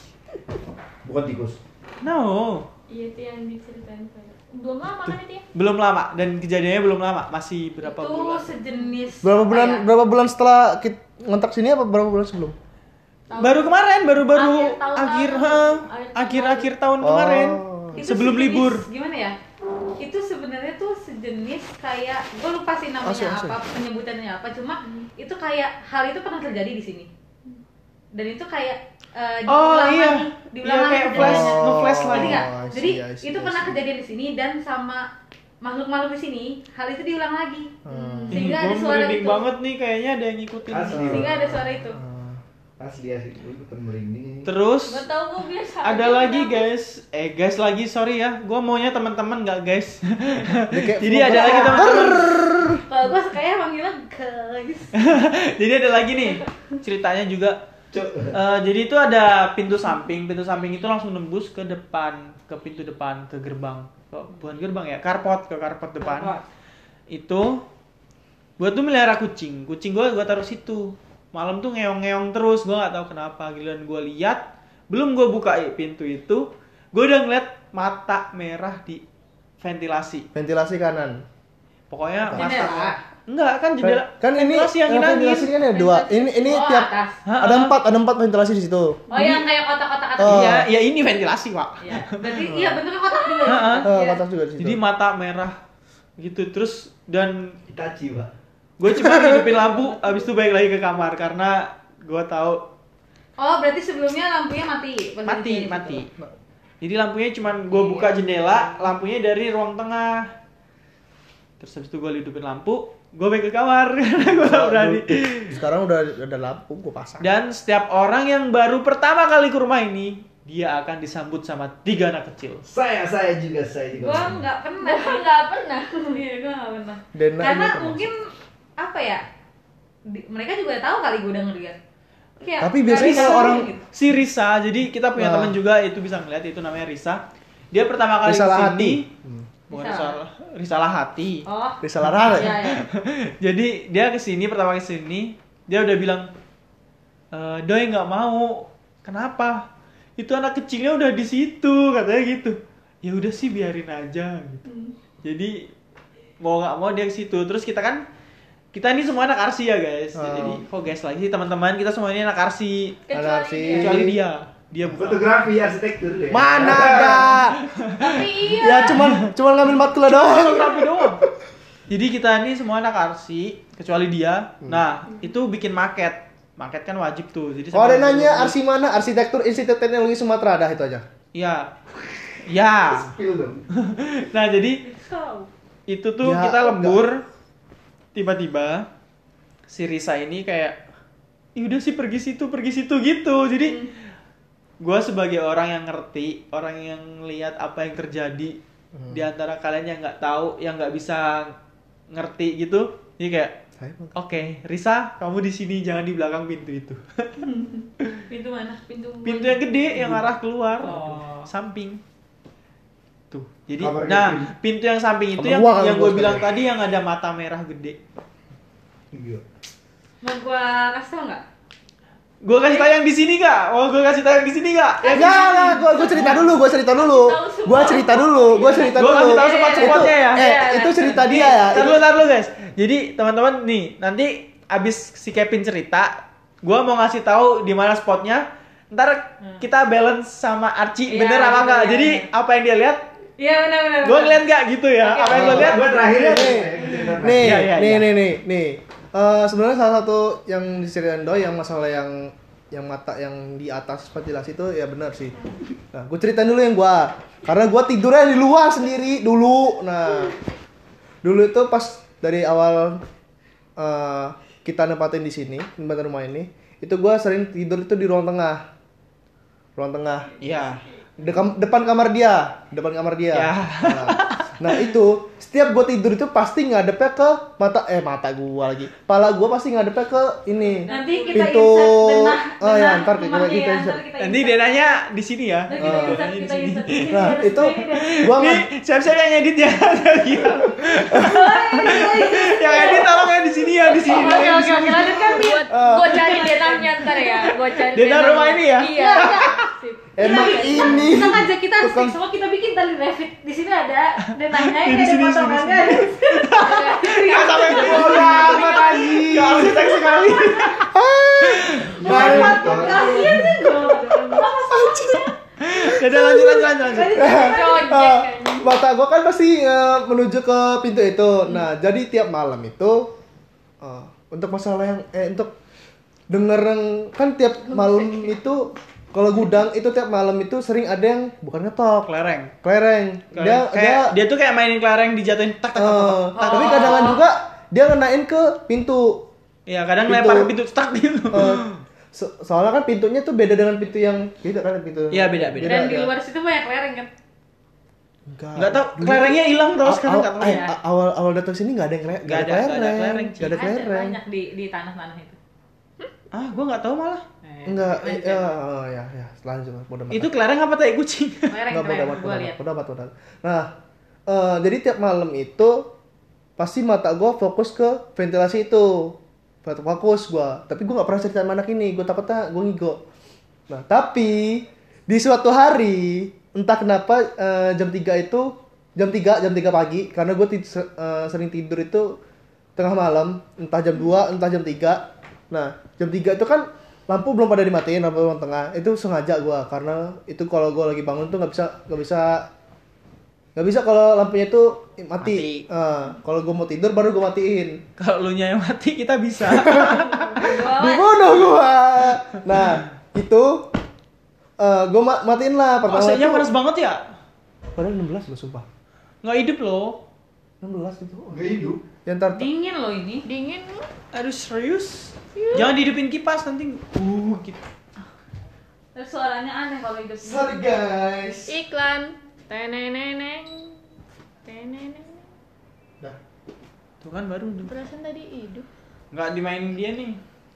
[SPEAKER 5] Bukan tikus.
[SPEAKER 1] No,
[SPEAKER 4] Iya itu yang diceritain saya. Belum lama kan itu ya?
[SPEAKER 1] belum lama dan kejadiannya belum lama, masih berapa
[SPEAKER 3] itu
[SPEAKER 1] bulan?
[SPEAKER 3] sejenis
[SPEAKER 2] Berapa
[SPEAKER 3] apa
[SPEAKER 2] bulan
[SPEAKER 3] ya?
[SPEAKER 2] berapa bulan setelah kita ngontrak sini apa berapa bulan sebelum?
[SPEAKER 4] Tahun-
[SPEAKER 1] Baru kemarin, baru-baru
[SPEAKER 4] Akhir tahun
[SPEAKER 1] akhir
[SPEAKER 4] lalu.
[SPEAKER 1] ha,
[SPEAKER 4] Akhir tahun
[SPEAKER 1] akhir-akhir tahun
[SPEAKER 2] Oh.
[SPEAKER 1] kemarin.
[SPEAKER 3] Itu
[SPEAKER 1] Sebelum
[SPEAKER 3] sejenis-
[SPEAKER 1] libur.
[SPEAKER 3] Gimana ya? Itu sebenarnya tuh sejenis kayak gue lupa sih namanya
[SPEAKER 2] Asli, asli.
[SPEAKER 3] apa, penyebutannya apa, cuma itu kayak hal itu pernah terjadi di sini. Dan itu kayak eh,
[SPEAKER 1] Oh,
[SPEAKER 3] diulang
[SPEAKER 1] iya.
[SPEAKER 3] lagi, diulang
[SPEAKER 1] Iya,
[SPEAKER 3] lagi
[SPEAKER 1] kayak
[SPEAKER 3] kejadiannya.
[SPEAKER 1] flash, nge-flash lagi.
[SPEAKER 3] Ngerti nggak?
[SPEAKER 2] Oh, I see,
[SPEAKER 3] Jadi
[SPEAKER 2] I see,
[SPEAKER 3] itu
[SPEAKER 2] I
[SPEAKER 3] pernah
[SPEAKER 2] see.
[SPEAKER 3] kejadian di sini dan sama makhluk-makhluk di sini, hal itu diulang lagi.
[SPEAKER 2] Hmm.
[SPEAKER 3] Sehingga
[SPEAKER 1] Ih,
[SPEAKER 3] ada
[SPEAKER 1] gua
[SPEAKER 3] suara
[SPEAKER 1] merinding
[SPEAKER 3] itu.
[SPEAKER 1] banget nih, kayaknya ada yang ngikutin.
[SPEAKER 5] Asli.
[SPEAKER 3] Sehingga ada suara itu.
[SPEAKER 2] Ah.
[SPEAKER 5] Asli asli gue ikutan merinding.
[SPEAKER 1] Terus
[SPEAKER 4] Gak tau gue biasa.
[SPEAKER 1] ada
[SPEAKER 4] aja
[SPEAKER 1] lagi
[SPEAKER 4] kenapa.
[SPEAKER 1] guys, eh guys lagi sorry ya, gue maunya teman-teman nggak guys.
[SPEAKER 2] kayak
[SPEAKER 1] Jadi ada lagi teman-teman.
[SPEAKER 3] Kalau gue kayak manggilnya guys.
[SPEAKER 1] Jadi ada lagi nih ceritanya juga. Eh, jadi itu ada pintu samping, pintu samping itu langsung nembus ke depan, ke pintu depan, ke gerbang. Oh, bukan gerbang ya, karpot, ke karpot depan.
[SPEAKER 3] Karpot.
[SPEAKER 1] Itu gue tuh melihara kucing, kucing gue gue taruh situ. Malam tuh ngeong-ngeong terus, gue nggak tahu kenapa. Giliran gue lihat, belum gue buka pintu itu, gue udah ngeliat mata merah di ventilasi.
[SPEAKER 2] Ventilasi kanan.
[SPEAKER 1] Pokoknya
[SPEAKER 3] Jendela.
[SPEAKER 1] mata. Enggak kan jendela.
[SPEAKER 2] Kan ini
[SPEAKER 1] ventilasi yang
[SPEAKER 2] eh,
[SPEAKER 1] angin.
[SPEAKER 2] ventilasi kan ada dua. Ini ini
[SPEAKER 3] Oh,
[SPEAKER 2] tiap
[SPEAKER 3] atas.
[SPEAKER 2] ada empat, ada empat ventilasi di situ.
[SPEAKER 3] Oh yang kayak kotak-kotak atas.
[SPEAKER 2] Oh.
[SPEAKER 1] Iya, ya ini ventilasi, Pak.
[SPEAKER 3] Iya. Berarti iya bentuknya kotak juga.
[SPEAKER 1] Heeh.
[SPEAKER 2] Eh,
[SPEAKER 3] Iya.
[SPEAKER 2] kotak juga di situ.
[SPEAKER 1] Jadi mata merah gitu terus dan
[SPEAKER 5] Itachi, Pak.
[SPEAKER 1] gue cuma hidupin lampu, abis itu balik lagi ke kamar karena gue tahu
[SPEAKER 3] Oh berarti sebelumnya lampunya mati. Pas
[SPEAKER 1] mati
[SPEAKER 3] di situ.
[SPEAKER 1] mati. Jadi lampunya cuma gue buka jendela, lampunya dari ruang tengah. Terus habis itu gue hidupin lampu, gue balik ke kamar karena gue gak berani.
[SPEAKER 2] Sekarang udah ada lampu, gue pasang.
[SPEAKER 1] Dan setiap orang yang baru pertama kali ke rumah ini, dia akan disambut sama tiga anak kecil.
[SPEAKER 5] Saya saya juga saya juga.
[SPEAKER 3] Gue nggak pernah.
[SPEAKER 4] Gue nggak pernah.
[SPEAKER 3] Iya gue nggak pernah.
[SPEAKER 2] Dena
[SPEAKER 3] Karena
[SPEAKER 2] ini termasuk.
[SPEAKER 3] mungkin apa ya? di- mereka juga tahu kali gue udah ngeliat. Kayak,
[SPEAKER 2] Tapi biasanya
[SPEAKER 3] Risa
[SPEAKER 2] kalau orang
[SPEAKER 3] gitu.
[SPEAKER 1] Si Risa, jadi kita punya
[SPEAKER 2] Nah.
[SPEAKER 1] teman juga itu bisa ngeliat, itu namanya Risa. Dia pertama kali
[SPEAKER 2] Risalah
[SPEAKER 1] kesini,
[SPEAKER 2] hati.
[SPEAKER 1] bukan
[SPEAKER 3] Risalah.
[SPEAKER 1] Risalah, Risalah hati.
[SPEAKER 3] Oh.
[SPEAKER 2] Risalah Rara
[SPEAKER 3] Iya
[SPEAKER 2] ya?
[SPEAKER 3] ya.
[SPEAKER 1] Jadi dia kesini pertama kesini, dia udah bilang, e, Doi nggak mau, kenapa? Itu anak kecilnya udah di situ, katanya gitu. Ya udah sih biarin aja. Gitu. Jadi mau nggak mau dia ke situ. Terus kita kan, kita ini semua anak arsi ya guys.
[SPEAKER 2] Oh.
[SPEAKER 1] Jadi kok guys lagi sih teman-teman, kita semua ini anak arsi.
[SPEAKER 2] Ada
[SPEAKER 4] Kecuali
[SPEAKER 2] si-
[SPEAKER 4] dia.
[SPEAKER 1] Kecuali dia, dia bukan.
[SPEAKER 5] Fotografi arsitektur deh.
[SPEAKER 2] Mana ada?
[SPEAKER 4] Tapi iya.
[SPEAKER 2] Ya cuman cuman ngambil matkul doang.
[SPEAKER 1] Fotografi doang. Jadi kita ini semua anak arsi, kecuali dia. Nah, itu bikin maket. Maket kan wajib tuh. Jadi
[SPEAKER 2] Kalau ada
[SPEAKER 1] sebelum-
[SPEAKER 2] nanya arsi mana? Arsitektur Institut Teknologi Sumatera, dah itu aja.
[SPEAKER 1] Iya. Ya.
[SPEAKER 5] Spill dong.
[SPEAKER 1] Nah, jadi
[SPEAKER 3] So.
[SPEAKER 1] itu tuh
[SPEAKER 2] Ya,
[SPEAKER 1] kita lembur. Tiba-tiba si Risa ini kayak, "Ih, udah sih pergi situ, pergi situ gitu." Jadi gua sebagai orang yang ngerti, orang yang lihat apa yang terjadi di antara kalian yang nggak tahu, yang nggak bisa ngerti gitu, jadi kayak, "Oke, Risa, kamu di sini, jangan di belakang pintu itu."
[SPEAKER 3] Pintu mana?
[SPEAKER 4] Pintu.
[SPEAKER 1] Pintu yang gede yang arah keluar,
[SPEAKER 3] Oh.
[SPEAKER 1] samping. Tuh. Jadi
[SPEAKER 5] Kamarnya
[SPEAKER 1] nah,
[SPEAKER 5] gede.
[SPEAKER 1] pintu yang samping itu
[SPEAKER 2] Kamar
[SPEAKER 1] yang
[SPEAKER 2] gua kalau
[SPEAKER 1] yang
[SPEAKER 2] gua
[SPEAKER 1] gue bilang
[SPEAKER 2] sekarang.
[SPEAKER 1] tadi yang ada mata merah gede.
[SPEAKER 5] Iya.
[SPEAKER 3] Mau gue kasih tau nggak?
[SPEAKER 1] Gue kasih tayang di sini gak? Oh, gue kasih tayang di sini gak?
[SPEAKER 2] Ya enggak, enggak, gua gua cerita dulu, gua cerita dulu. Gua cerita dulu, gua cerita
[SPEAKER 1] Gue
[SPEAKER 2] dulu.
[SPEAKER 1] kasih tahu
[SPEAKER 3] Iya,
[SPEAKER 1] spot
[SPEAKER 3] iya,
[SPEAKER 1] spotnya ya.
[SPEAKER 2] Eh, itu cerita dia ya.
[SPEAKER 1] Tar dulu, tar dulu guys. Jadi teman-teman nih, nanti abis si Kevin cerita, gue mau ngasih tahu di mana spotnya. Ntar kita balance sama Archie,
[SPEAKER 3] Iya,
[SPEAKER 1] bener apa
[SPEAKER 3] bener,
[SPEAKER 1] enggak?
[SPEAKER 3] iya,
[SPEAKER 1] Jadi
[SPEAKER 3] iya.
[SPEAKER 1] apa yang dia lihat,
[SPEAKER 3] Iya benar-benar.
[SPEAKER 1] gue ngeliat gak gitu ya?
[SPEAKER 3] Oke,
[SPEAKER 1] Apa yang
[SPEAKER 3] oke.
[SPEAKER 1] lo lihat?
[SPEAKER 5] Gue terakhir ya.
[SPEAKER 2] Nih, nih,
[SPEAKER 1] Iya, iya,
[SPEAKER 2] nih,
[SPEAKER 1] iya.
[SPEAKER 2] nih, nih, nih. Eh, sebenarnya salah satu yang diceritain Doi yang masalah yang yang mata yang di atas ventilasi itu ya benar sih. Nah, gue ceritain dulu yang gua. Karena gua tidurnya di luar sendiri dulu. Nah, dulu itu pas dari awal eh, kita nempatin di sini, nempatin rumah ini, itu gua sering tidur itu di ruang tengah. Ruang tengah.
[SPEAKER 1] Iya.
[SPEAKER 2] Dekam- depan kamar dia, depan kamar dia.
[SPEAKER 1] Ya.
[SPEAKER 2] Nah, nah itu setiap gue tidur itu pasti ngadepnya ke mata eh mata gua lagi, pala gua pasti ngadepnya ke ini.
[SPEAKER 3] Nanti kita
[SPEAKER 2] pintu.
[SPEAKER 3] insert denah,
[SPEAKER 2] Oh ya,
[SPEAKER 3] denah
[SPEAKER 2] ntar kita
[SPEAKER 3] rumahnya
[SPEAKER 2] kita
[SPEAKER 3] ya,
[SPEAKER 2] insert.
[SPEAKER 3] ntar kita
[SPEAKER 1] Nanti
[SPEAKER 3] insert.
[SPEAKER 1] denanya di sini ya.
[SPEAKER 3] Ntar kita
[SPEAKER 2] Oh.
[SPEAKER 3] insert, kita insert.
[SPEAKER 2] Nah
[SPEAKER 3] Biar
[SPEAKER 2] itu
[SPEAKER 3] supaya dia-
[SPEAKER 2] gua
[SPEAKER 1] Nih,
[SPEAKER 2] nggak
[SPEAKER 1] siap-siap yang edit ya. Yang edit tolong ya di sini ya, di sini.
[SPEAKER 3] Oke oke oke lanjut kan Bin.
[SPEAKER 4] Gue cari denahnya ntar ya. Gue cari.
[SPEAKER 1] Denah
[SPEAKER 4] denahnya.
[SPEAKER 1] rumah ini ya?
[SPEAKER 4] Iya. Sip.
[SPEAKER 2] emang
[SPEAKER 3] Kita-
[SPEAKER 2] ini
[SPEAKER 3] kita ngajak kita
[SPEAKER 2] tukang-
[SPEAKER 3] semua kita bikin tadi Revit di sini ada denahnya
[SPEAKER 1] Di
[SPEAKER 3] ini ada
[SPEAKER 1] sini, di sini,
[SPEAKER 3] potongannya.
[SPEAKER 1] Nggak sampai bola amat anjing. Gak arsitek sekali.
[SPEAKER 3] Kasian sih gue.
[SPEAKER 1] Udah lanjut lanjut lanjut. lanjut.
[SPEAKER 4] Project
[SPEAKER 2] Ah,
[SPEAKER 4] kan.
[SPEAKER 2] mata gua kan pasti eh, menuju ke pintu itu. Nah jadi tiap malam itu eh, untuk masalah yang eh untuk denger yang kan tiap malam itu kalau gudang itu tiap malam itu sering ada yang bukan ngetok,
[SPEAKER 1] Kelereng.
[SPEAKER 2] kelereng. Dia
[SPEAKER 1] kayak dia,
[SPEAKER 2] dia
[SPEAKER 1] tuh kayak mainin kelereng dijatuhin tak tak tak.
[SPEAKER 2] eh,
[SPEAKER 1] tak.
[SPEAKER 2] tapi kadang juga dia ngenain ke pintu.
[SPEAKER 1] Iya, kadang
[SPEAKER 2] Pintu.
[SPEAKER 1] lempar ke pintu tak gitu.
[SPEAKER 2] Eh, So- soalnya kan pintunya tuh beda dengan pintu yang beda kan pintu.
[SPEAKER 1] Iya, beda, beda.
[SPEAKER 3] Dan di
[SPEAKER 2] ya.
[SPEAKER 3] luar situ banyak lereng kan.
[SPEAKER 2] Enggak.
[SPEAKER 1] Nggak tahu,
[SPEAKER 2] Dulu
[SPEAKER 1] kelerengnya
[SPEAKER 2] tuh
[SPEAKER 1] hilang terus
[SPEAKER 2] aw-
[SPEAKER 1] sekarang
[SPEAKER 2] aw-
[SPEAKER 1] nggak tahu
[SPEAKER 2] eh,
[SPEAKER 3] ya.
[SPEAKER 2] a- awal awal datang sini nggak ada yang kere-
[SPEAKER 1] Nggak ada, nggak ada kelereng,
[SPEAKER 2] nggak ada
[SPEAKER 3] Ada
[SPEAKER 2] kelereng.
[SPEAKER 3] banyak di di tanah-tanah itu.
[SPEAKER 1] Ah, gua nggak tahu malah.
[SPEAKER 3] Eh,
[SPEAKER 2] Enggak, eh,
[SPEAKER 3] lanjut.
[SPEAKER 2] ya, oh, ya, ya, lanjut, bodo amat.
[SPEAKER 1] Itu kelereng apa tai kucing?
[SPEAKER 3] Lereng,
[SPEAKER 2] Enggak, bodo
[SPEAKER 3] lereng,
[SPEAKER 2] amat, bodo
[SPEAKER 3] gue
[SPEAKER 2] amat,
[SPEAKER 3] lihat.
[SPEAKER 2] bodo amat, bodo amat. Nah, eh, jadi tiap malam itu pasti mata gue fokus ke ventilasi itu, fokus gue. Tapi gue nggak pernah cerita sama anak ini, gue takutnya gue ngigo. Nah, tapi di suatu hari entah kenapa eh, jam tiga itu jam tiga jam tiga pagi karena gue tid- se- eh, sering tidur itu tengah malam, entah jam dua entah jam tiga. Nah, jam tiga itu kan lampu belum pada dimatiin, lampu ruang tengah. Itu sengaja gue karena itu kalau gue lagi bangun tuh nggak bisa nggak bisa nggak bisa kalau lampunya itu mati.
[SPEAKER 1] Mati.
[SPEAKER 2] Eh, kalau gue mau tidur baru gue matiin.
[SPEAKER 1] Kalau lu nya yang mati kita bisa.
[SPEAKER 2] Dibunuh gue. Nah, itu eh gue ma- matiin lah pertama
[SPEAKER 1] Rasanya
[SPEAKER 2] itu.
[SPEAKER 1] panas banget ya?
[SPEAKER 2] Padahal enam belas loh sumpah.
[SPEAKER 1] Nggak hidup loh.
[SPEAKER 2] enam belas itu.
[SPEAKER 5] Nggak hidup.
[SPEAKER 2] Yang ntar
[SPEAKER 3] Dingin loh ini.
[SPEAKER 4] Dingin.
[SPEAKER 1] Aduh serius? Jangan dihidupin kipas nanti. Uh, gitu.
[SPEAKER 3] Terus suaranya aneh kalau hidup.
[SPEAKER 2] sorry guys.
[SPEAKER 4] Iklan. Teneneneng. Teneneneng.
[SPEAKER 2] Dah.
[SPEAKER 1] Tuh kan baru.
[SPEAKER 4] Perasaan tadi hidup.
[SPEAKER 1] Nggak dimainin dia nih.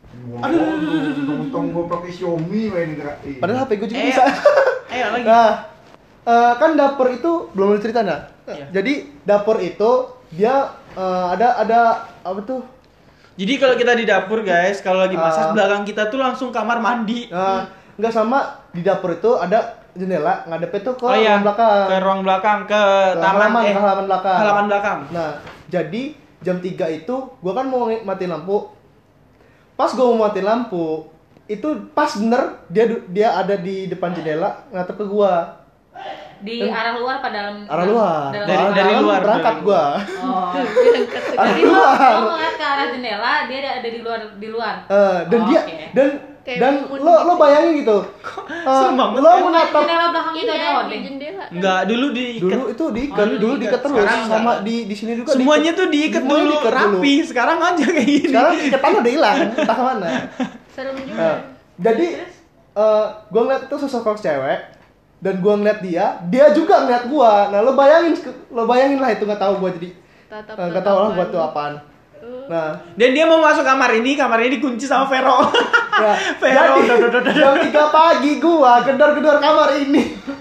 [SPEAKER 5] Aduh, untung gua pakai Xiaomi main gerak.
[SPEAKER 2] Padahal H P gue juga
[SPEAKER 1] Eh,
[SPEAKER 2] bisa.
[SPEAKER 1] Ayo lagi.
[SPEAKER 2] Nah, eh, kan dapur itu belum cerita nah.
[SPEAKER 1] Iya.
[SPEAKER 2] Jadi dapur itu dia eh, ada ada apa tuh?
[SPEAKER 1] Jadi kalau kita di dapur guys, kalau lagi masak
[SPEAKER 2] Ah.
[SPEAKER 1] belakang kita tuh langsung kamar mandi.
[SPEAKER 2] Nah, nggak sama di dapur itu ada jendela ngadepnya tuh ke
[SPEAKER 1] Oh iya,
[SPEAKER 2] ruang belakang.
[SPEAKER 1] ke ruang belakang, ke,
[SPEAKER 2] Ke
[SPEAKER 1] taman
[SPEAKER 2] halaman,
[SPEAKER 1] eh,
[SPEAKER 2] ke halaman belakang.
[SPEAKER 1] halaman belakang.
[SPEAKER 2] Nah, jadi jam tiga itu gua kan mau matiin lampu. Pas gua mau matiin lampu, itu pas bener dia du- dia ada di depan jendela ngadep ke gua.
[SPEAKER 3] Di arah luar pada dalam.
[SPEAKER 2] Arah luar.
[SPEAKER 3] dalam-
[SPEAKER 1] Dari-
[SPEAKER 2] Arah
[SPEAKER 1] dari
[SPEAKER 2] dalam
[SPEAKER 1] luar,
[SPEAKER 2] berangkat
[SPEAKER 1] dari
[SPEAKER 2] gua.
[SPEAKER 3] Oh.
[SPEAKER 2] Arah
[SPEAKER 3] Jadi lo,
[SPEAKER 2] luar.
[SPEAKER 3] lo ngeliat ke arah jendela, dia ada, ada di luar di luar.
[SPEAKER 2] Eh, dan
[SPEAKER 3] Oh,
[SPEAKER 2] dia
[SPEAKER 3] oke.
[SPEAKER 2] dan
[SPEAKER 4] Kayak
[SPEAKER 2] dan
[SPEAKER 4] bangun
[SPEAKER 2] lo lo
[SPEAKER 4] gitu.
[SPEAKER 2] bayangin gitu. Eh,
[SPEAKER 1] serem banget
[SPEAKER 2] lo
[SPEAKER 1] ya.
[SPEAKER 2] menatap
[SPEAKER 3] Jendela belakang itu ada
[SPEAKER 4] Iya, di
[SPEAKER 3] hording.
[SPEAKER 4] jendela.
[SPEAKER 1] Enggak, dulu diikat.
[SPEAKER 2] dulu itu diikat,
[SPEAKER 1] Oh, dulu
[SPEAKER 2] dulu
[SPEAKER 1] diikat.
[SPEAKER 2] diikat terus
[SPEAKER 1] Sekarang
[SPEAKER 2] sama
[SPEAKER 1] enggak.
[SPEAKER 2] di di sini juga
[SPEAKER 1] Semuanya
[SPEAKER 2] diikat.
[SPEAKER 1] tuh diikat
[SPEAKER 2] Semuanya
[SPEAKER 1] dulu
[SPEAKER 2] diikat dulu.
[SPEAKER 1] rapi. Sekarang aja kayak gini.
[SPEAKER 2] Sekarang ikatannya udah hilang, entah kemana.
[SPEAKER 4] Serem juga.
[SPEAKER 2] Nah, jadi eh gue ngeliat itu sosok cewek dan gue ngeliat dia, dia juga ngeliat gue. Nah lo bayangin, lo bayangin lah itu nggak tahu gue jadi
[SPEAKER 4] Tatap-
[SPEAKER 2] eh, nggak tahu lah gue
[SPEAKER 4] tatapan.
[SPEAKER 2] tuh apaan.
[SPEAKER 4] Uh.
[SPEAKER 2] Nah,
[SPEAKER 1] Dan dia mau masuk kamar ini, kamar ini dikunci sama Vero.
[SPEAKER 2] ya,
[SPEAKER 1] Vero,
[SPEAKER 2] jadi
[SPEAKER 1] do, do, do, do, do.
[SPEAKER 2] jam tiga pagi gue gedor-gedor kamar ini.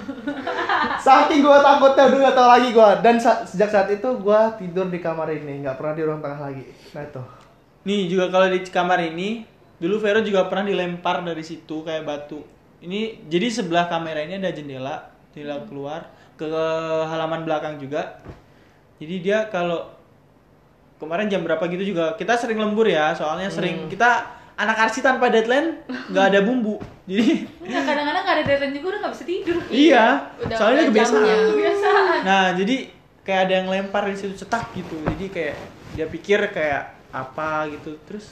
[SPEAKER 2] Saking gue takutnya udah nggak tahu lagi gue. Dan sa- sejak saat itu gue tidur di kamar ini, nggak pernah di ruang tengah lagi. Nah itu.
[SPEAKER 1] Nih juga kalau di kamar ini, dulu Vero juga pernah dilempar dari situ kayak batu. Ini jadi sebelah kamera ini ada jendela, jendela keluar ke halaman belakang juga. Jadi dia kalau kemarin jam berapa gitu juga kita sering lembur ya, soalnya sering kita anak arsi tanpa deadline nggak ada bumbu. Jadi
[SPEAKER 3] Nah, kadang-kadang nggak ada deadline juga udah nggak bisa tidur.
[SPEAKER 1] iya,
[SPEAKER 4] Udah-
[SPEAKER 1] soalnya
[SPEAKER 4] udah
[SPEAKER 1] kebiasaan.
[SPEAKER 4] jamnya.
[SPEAKER 3] Kebiasaan.
[SPEAKER 1] Nah, jadi kayak ada yang lempar di situ cetak gitu. Jadi kayak dia pikir kayak apa gitu. Terus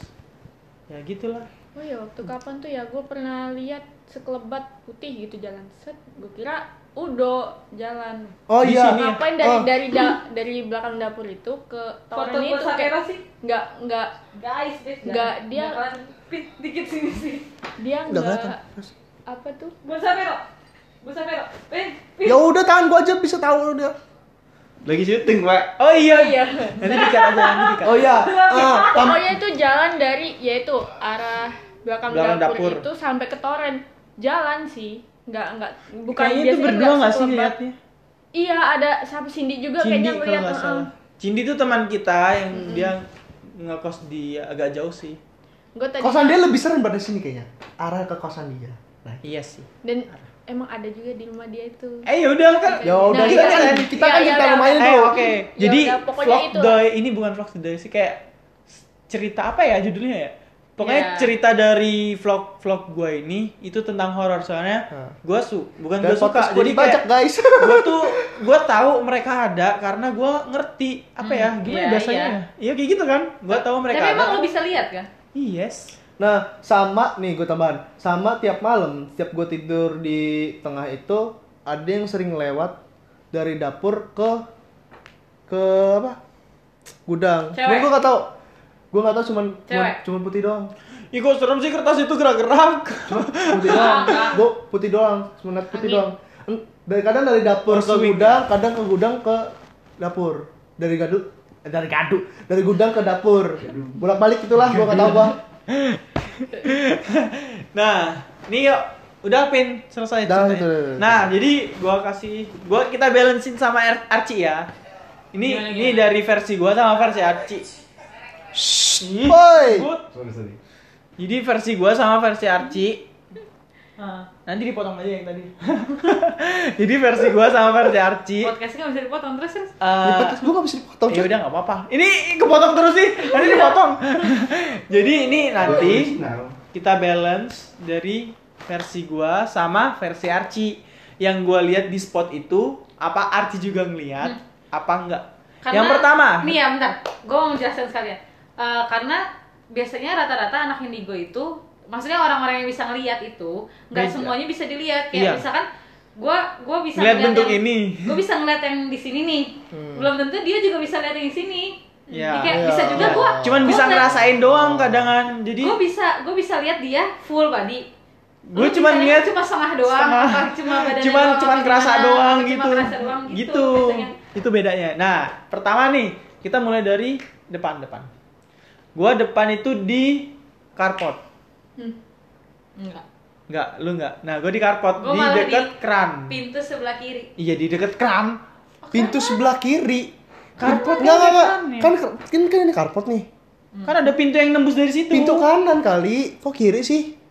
[SPEAKER 1] ya gitulah.
[SPEAKER 4] Oh ya, waktu kapan tuh ya gue pernah lihat sekelebat putih gitu jalan set. Gue kira Udo jalan.
[SPEAKER 2] Oh
[SPEAKER 1] Di
[SPEAKER 2] iya.
[SPEAKER 1] sini ya?
[SPEAKER 4] Ngapain dari
[SPEAKER 2] Oh.
[SPEAKER 4] dari da- dari belakang dapur itu ke
[SPEAKER 3] Foto
[SPEAKER 4] toren
[SPEAKER 3] gue
[SPEAKER 4] itu
[SPEAKER 3] Vero
[SPEAKER 4] kayak
[SPEAKER 3] sih.
[SPEAKER 4] nggak nggak
[SPEAKER 3] Guys, guys,
[SPEAKER 4] Nggak, dia-
[SPEAKER 3] pit dikit sini sih.
[SPEAKER 4] dia
[SPEAKER 2] Nggak
[SPEAKER 4] nggak
[SPEAKER 2] kelihatan. Terus.
[SPEAKER 4] apa tuh
[SPEAKER 3] Bursa Vero. Bursa Vero. Pin, pin.
[SPEAKER 2] Ya udah tangan gue aja bisa tahu dia.
[SPEAKER 1] Lagi syuting, Pak. Oh iya.
[SPEAKER 4] iya
[SPEAKER 1] Nanti dikat aja, nanti dikat.
[SPEAKER 2] Oh iya. Ah, tam-
[SPEAKER 4] pokoknya itu jalan dari yaitu arah belakang,
[SPEAKER 1] Belakang
[SPEAKER 4] dapur,
[SPEAKER 1] dapur.
[SPEAKER 4] itu sampai ke toren jalan sih nggak nggak bukan
[SPEAKER 1] Kayaknya itu
[SPEAKER 4] biasanya
[SPEAKER 1] berdua
[SPEAKER 4] nggak
[SPEAKER 1] nggak sih
[SPEAKER 4] sekelebat.
[SPEAKER 1] liatnya?
[SPEAKER 4] Iya ada sama Cindy juga
[SPEAKER 1] Cindy
[SPEAKER 4] kayaknya
[SPEAKER 1] kalau
[SPEAKER 4] ngeliat
[SPEAKER 1] nggak
[SPEAKER 4] uh-uh.
[SPEAKER 1] salah. Cindy tuh teman kita yang dia ngekos di agak jauh sih.
[SPEAKER 4] Gua tadi
[SPEAKER 2] kosan dia lebih serem pada sini kayaknya. Arah ke kosan dia. Nah,
[SPEAKER 1] Iya sih.
[SPEAKER 4] dan emang ada juga di rumah dia itu
[SPEAKER 1] Eh yaudah kan.
[SPEAKER 2] ya udah
[SPEAKER 4] Nah,
[SPEAKER 2] kita
[SPEAKER 4] iya,
[SPEAKER 2] kan
[SPEAKER 4] iya.
[SPEAKER 2] kita
[SPEAKER 4] Iya,
[SPEAKER 2] kan
[SPEAKER 4] iya,
[SPEAKER 2] cerita
[SPEAKER 4] iya.
[SPEAKER 2] rumahnya
[SPEAKER 1] Eh
[SPEAKER 2] dulu.
[SPEAKER 1] oke.
[SPEAKER 4] Ya
[SPEAKER 1] Jadi
[SPEAKER 4] udah, pokoknya
[SPEAKER 1] vlog
[SPEAKER 4] itu.
[SPEAKER 1] Doy ini bukan vlog Doy sih kayak cerita apa ya judulnya ya? Pokoknya
[SPEAKER 3] Ya.
[SPEAKER 1] cerita dari vlog-vlog gue ini itu tentang horor soalnya
[SPEAKER 2] Nah.
[SPEAKER 1] gue su bukan
[SPEAKER 2] Dan
[SPEAKER 1] gue suka
[SPEAKER 2] podcast gue
[SPEAKER 1] jadi
[SPEAKER 2] dibajak
[SPEAKER 1] kayak
[SPEAKER 2] guys.
[SPEAKER 1] gue tuh gue tahu mereka ada karena gue ngerti apa ya
[SPEAKER 3] Hmm,
[SPEAKER 1] gimana
[SPEAKER 3] iya,
[SPEAKER 1] bahasanya
[SPEAKER 3] iya.
[SPEAKER 1] iya kayak gitu kan gue tahu mereka
[SPEAKER 3] Tapi
[SPEAKER 1] ada
[SPEAKER 3] emang lo bisa lihat kan?
[SPEAKER 1] yes
[SPEAKER 2] Nah, sama nih gue tambahan. Sama tiap malam, setiap gue tidur di tengah itu ada yang sering lewat dari dapur ke ke apa? Gudang.
[SPEAKER 3] Cewek.
[SPEAKER 2] Cuman gue nggak tahu. Gue nggak tahu cuman cuman,
[SPEAKER 3] Cewek.
[SPEAKER 2] cuman putih doang.
[SPEAKER 1] Ih kok serem sih kertas itu gerak-gerak.
[SPEAKER 2] Putih doang. Gua putih doang, semenit putih
[SPEAKER 3] Amin.
[SPEAKER 2] doang. En- Dari kadang dari dapur
[SPEAKER 1] Harus
[SPEAKER 2] ke
[SPEAKER 1] lebih.
[SPEAKER 2] gudang, kadang ke gudang ke dapur. Dari gadu eh, dari gadu, dari gudang ke dapur. Bolak-balik itulah gua enggak tahu gua.
[SPEAKER 1] Nah, ini yuk udah Pin selesai
[SPEAKER 2] Dah,
[SPEAKER 1] ceritanya.
[SPEAKER 2] itu, itu, itu.
[SPEAKER 1] Nah, jadi gua kasih gua kita balancein sama Ar- Archie ya. Ini
[SPEAKER 3] Gimana,
[SPEAKER 1] ini
[SPEAKER 3] gimana?
[SPEAKER 1] dari versi gua sama versi Archie. Ih,
[SPEAKER 2] Woi.
[SPEAKER 1] good.
[SPEAKER 5] Sorry, sorry.
[SPEAKER 1] Jadi versi gua sama versi Archie.
[SPEAKER 3] Ah.
[SPEAKER 1] Nanti dipotong aja yang tadi. Jadi versi gua sama versi Archie.
[SPEAKER 3] Podcastnya nggak bisa dipotong terus terus.
[SPEAKER 1] Eh,
[SPEAKER 2] Di podcast gua enggak bisa dipotong.
[SPEAKER 1] ya
[SPEAKER 2] Coy.
[SPEAKER 1] udah nggak apa-apa. Ini kepotong terus sih. Nanti dipotong. Jadi ini nanti
[SPEAKER 5] Original.
[SPEAKER 1] kita balance dari versi gua sama versi Archie. Yang gua lihat di spot itu apa Archie juga ngelihat apa enggak? Yang pertama,
[SPEAKER 3] nih ya bentar, gue mau menjelaskan sekalian. Eh, karena biasanya rata-rata anak indigo itu, maksudnya orang-orang yang bisa ngelihat itu, nggak
[SPEAKER 1] Beda.
[SPEAKER 3] semuanya bisa dilihat. Kayak
[SPEAKER 1] Iya.
[SPEAKER 3] misalkan, gue gue bisa
[SPEAKER 1] Ngeliat
[SPEAKER 3] ngeliat
[SPEAKER 1] bentuk
[SPEAKER 3] yang,
[SPEAKER 1] ini.
[SPEAKER 3] gue bisa ngeliat yang di sini nih,
[SPEAKER 2] Hmm.
[SPEAKER 3] belum tentu dia juga bisa lihat yang di sini.
[SPEAKER 1] Iya.
[SPEAKER 3] Jadi kayak
[SPEAKER 2] Iya.
[SPEAKER 3] bisa juga
[SPEAKER 2] Iya.
[SPEAKER 3] gue,
[SPEAKER 1] cuman bisa ngerasain doang kadangan. Jadi
[SPEAKER 3] gue bisa gue bisa lihat dia full body.
[SPEAKER 1] Gua
[SPEAKER 3] Lu
[SPEAKER 1] cuman
[SPEAKER 3] bisa
[SPEAKER 1] lihat
[SPEAKER 3] cuma setengah doang,
[SPEAKER 1] setengah.
[SPEAKER 3] apa cuma badannya
[SPEAKER 1] cuman
[SPEAKER 3] doang,
[SPEAKER 1] cuman
[SPEAKER 3] apa
[SPEAKER 1] kerasa
[SPEAKER 3] gimana,
[SPEAKER 1] doang
[SPEAKER 3] cuma
[SPEAKER 1] gitu.
[SPEAKER 3] kerasa doang gitu,
[SPEAKER 1] Gitu.
[SPEAKER 3] biasanya.
[SPEAKER 1] Itu bedanya. Nah, pertama nih, kita mulai dari depan-depan. Gua depan itu di carport.
[SPEAKER 3] Hmm. Enggak.
[SPEAKER 1] Enggak, lu enggak. Nah, gua di carport
[SPEAKER 3] Gua
[SPEAKER 1] di
[SPEAKER 3] malah
[SPEAKER 1] dekat
[SPEAKER 3] di-
[SPEAKER 1] keran.
[SPEAKER 3] Pintu sebelah kiri.
[SPEAKER 1] Iya, di dekat keran.
[SPEAKER 2] Pintu sebelah kiri.
[SPEAKER 1] Karpot
[SPEAKER 2] Enggak, enggak, enggak.
[SPEAKER 1] kan ya?
[SPEAKER 2] Kan kan kan ini karpot nih.
[SPEAKER 1] Kan ada pintu yang nembus dari situ.
[SPEAKER 2] Pintu kanan kali. Kok kiri sih?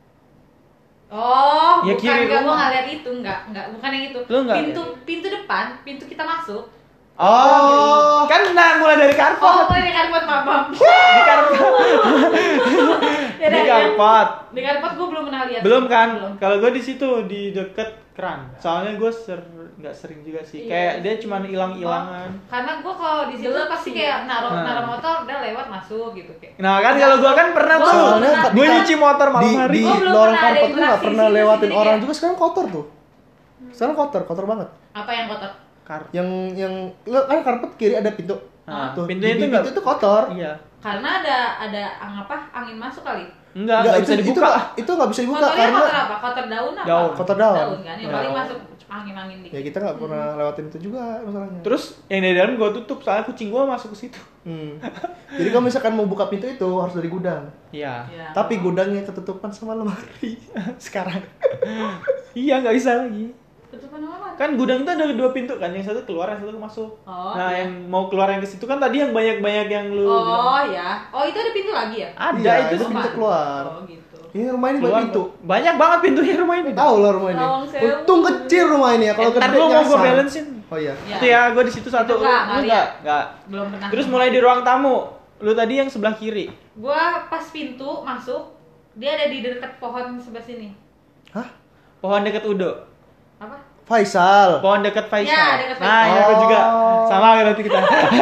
[SPEAKER 3] Oh,
[SPEAKER 1] Ya,
[SPEAKER 3] bukan
[SPEAKER 1] kiri
[SPEAKER 3] enggak, gua
[SPEAKER 1] rumah.
[SPEAKER 3] nggak lihat itu, enggak, enggak, bukan yang itu.
[SPEAKER 1] Lu nggak
[SPEAKER 3] pintu pintu depan, pintu kita masuk.
[SPEAKER 1] Oh, kan nah mulai dari karpot.
[SPEAKER 3] Oh, mulai di karpot, maaf, maaf.
[SPEAKER 1] Di karpot.
[SPEAKER 3] Ya,
[SPEAKER 1] Di
[SPEAKER 3] dan
[SPEAKER 1] karpot.
[SPEAKER 3] yang- Di karpot gua belum pernah lihat.
[SPEAKER 1] Belum
[SPEAKER 3] sih.
[SPEAKER 1] kan?
[SPEAKER 3] Belum.
[SPEAKER 1] Kalau gue di situ di deket keran. Soalnya gue ser nggak sering juga sih.
[SPEAKER 3] Iya.
[SPEAKER 1] Kayak dia cuma hilang-hilangan.
[SPEAKER 3] Oh, karena gua kalau di situ
[SPEAKER 4] Gelap
[SPEAKER 3] pasti
[SPEAKER 4] sih.
[SPEAKER 3] kayak naruh
[SPEAKER 1] Nah.
[SPEAKER 3] naruh motor udah lewat masuk gitu kayak.
[SPEAKER 1] Nah kan kalau gue kan pernah
[SPEAKER 3] Gua
[SPEAKER 1] tuh.
[SPEAKER 3] belum pernah-
[SPEAKER 1] Gue nyuci motor malam
[SPEAKER 2] di,
[SPEAKER 1] hari.
[SPEAKER 2] di
[SPEAKER 3] Gua belum
[SPEAKER 2] lorong
[SPEAKER 3] pernah ada
[SPEAKER 2] karpot tuh nggak
[SPEAKER 3] interaksi
[SPEAKER 2] pernah
[SPEAKER 3] sih,
[SPEAKER 2] lewatin
[SPEAKER 3] jadi
[SPEAKER 2] orang
[SPEAKER 3] kayak-
[SPEAKER 2] juga. Sekarang kotor tuh. Sekarang kotor, kotor banget.
[SPEAKER 3] Apa yang kotor?
[SPEAKER 1] Kar-
[SPEAKER 2] Yang yang lo kan karpet kiri ada pintu.
[SPEAKER 1] Nah,
[SPEAKER 2] Tuh,
[SPEAKER 1] pintunya
[SPEAKER 2] di-
[SPEAKER 1] itu
[SPEAKER 2] di
[SPEAKER 1] nggak-
[SPEAKER 2] pintu itu kotor.
[SPEAKER 1] Iya.
[SPEAKER 3] Karena ada ada ang- apa? Angin masuk kali.
[SPEAKER 1] Enggak,
[SPEAKER 2] Nggak,
[SPEAKER 1] enggak
[SPEAKER 2] itu,
[SPEAKER 1] bisa
[SPEAKER 2] itu
[SPEAKER 1] dibuka.
[SPEAKER 2] nggak- Itu nggak bisa dibuka
[SPEAKER 3] Kotornya
[SPEAKER 2] karena
[SPEAKER 3] kotor apa? Kotor daun apa?
[SPEAKER 1] Daun.
[SPEAKER 2] Kotor daun.
[SPEAKER 3] Daun kan, yang paling
[SPEAKER 1] Daun.
[SPEAKER 3] masuk angin-angin dikit.
[SPEAKER 2] ya kita nggak pernah lewatin itu juga masalahnya.
[SPEAKER 1] Terus yang dari dalam gue tutup soalnya kucing gue masuk ke situ.
[SPEAKER 2] Hmm. Jadi kalau misalkan mau buka pintu itu harus dari gudang.
[SPEAKER 1] Iya.
[SPEAKER 3] Ya.
[SPEAKER 2] Tapi gudangnya ketutupan sama lemari.
[SPEAKER 1] Sekarang. Iya nggak bisa lagi.
[SPEAKER 3] Tutupan apa?
[SPEAKER 1] Kan gudang itu ada dua pintu kan, yang satu keluar, yang satu masuk.
[SPEAKER 3] Oh,
[SPEAKER 1] nah,
[SPEAKER 3] iya.
[SPEAKER 1] yang mau keluar yang ke situ kan tadi yang banyak-banyak yang lu
[SPEAKER 3] Oh
[SPEAKER 1] bilang.
[SPEAKER 3] ya. Oh itu ada pintu lagi ya?
[SPEAKER 1] Ada
[SPEAKER 2] Iya,
[SPEAKER 1] itu
[SPEAKER 2] itu
[SPEAKER 1] semua.
[SPEAKER 2] pintu keluar.
[SPEAKER 3] Oh gitu.
[SPEAKER 2] Ini rumah ini
[SPEAKER 1] Keluar
[SPEAKER 2] buat pintu.
[SPEAKER 1] banyak banget pintunya rumah ini.
[SPEAKER 2] Tahu lah rumah ini.
[SPEAKER 4] Lawang sewu.
[SPEAKER 2] Untung kecil rumah ini ya. Kalau
[SPEAKER 1] Eh, ntar
[SPEAKER 2] gede
[SPEAKER 1] dulu mau gue
[SPEAKER 2] nyasar.
[SPEAKER 1] balancein.
[SPEAKER 2] Oh iya.
[SPEAKER 3] Ya.
[SPEAKER 1] Itu ya, gue di situ satu.
[SPEAKER 3] Itu nggak,
[SPEAKER 1] Lu
[SPEAKER 3] nggak
[SPEAKER 1] enggak? Enggak.
[SPEAKER 3] Belum pernah.
[SPEAKER 1] Terus mulai di ruang tamu. Lu tadi yang sebelah kiri.
[SPEAKER 3] Gua pas pintu masuk, dia ada di dekat pohon sebelah sini.
[SPEAKER 2] Hah?
[SPEAKER 1] Pohon dekat Udo.
[SPEAKER 3] Apa?
[SPEAKER 2] Faisal.
[SPEAKER 1] Pohon dekat Faisal.
[SPEAKER 3] Ya, dekat
[SPEAKER 1] Nah,
[SPEAKER 3] Faisal.
[SPEAKER 1] ya aku juga.
[SPEAKER 2] Oh.
[SPEAKER 1] Sama berarti kita.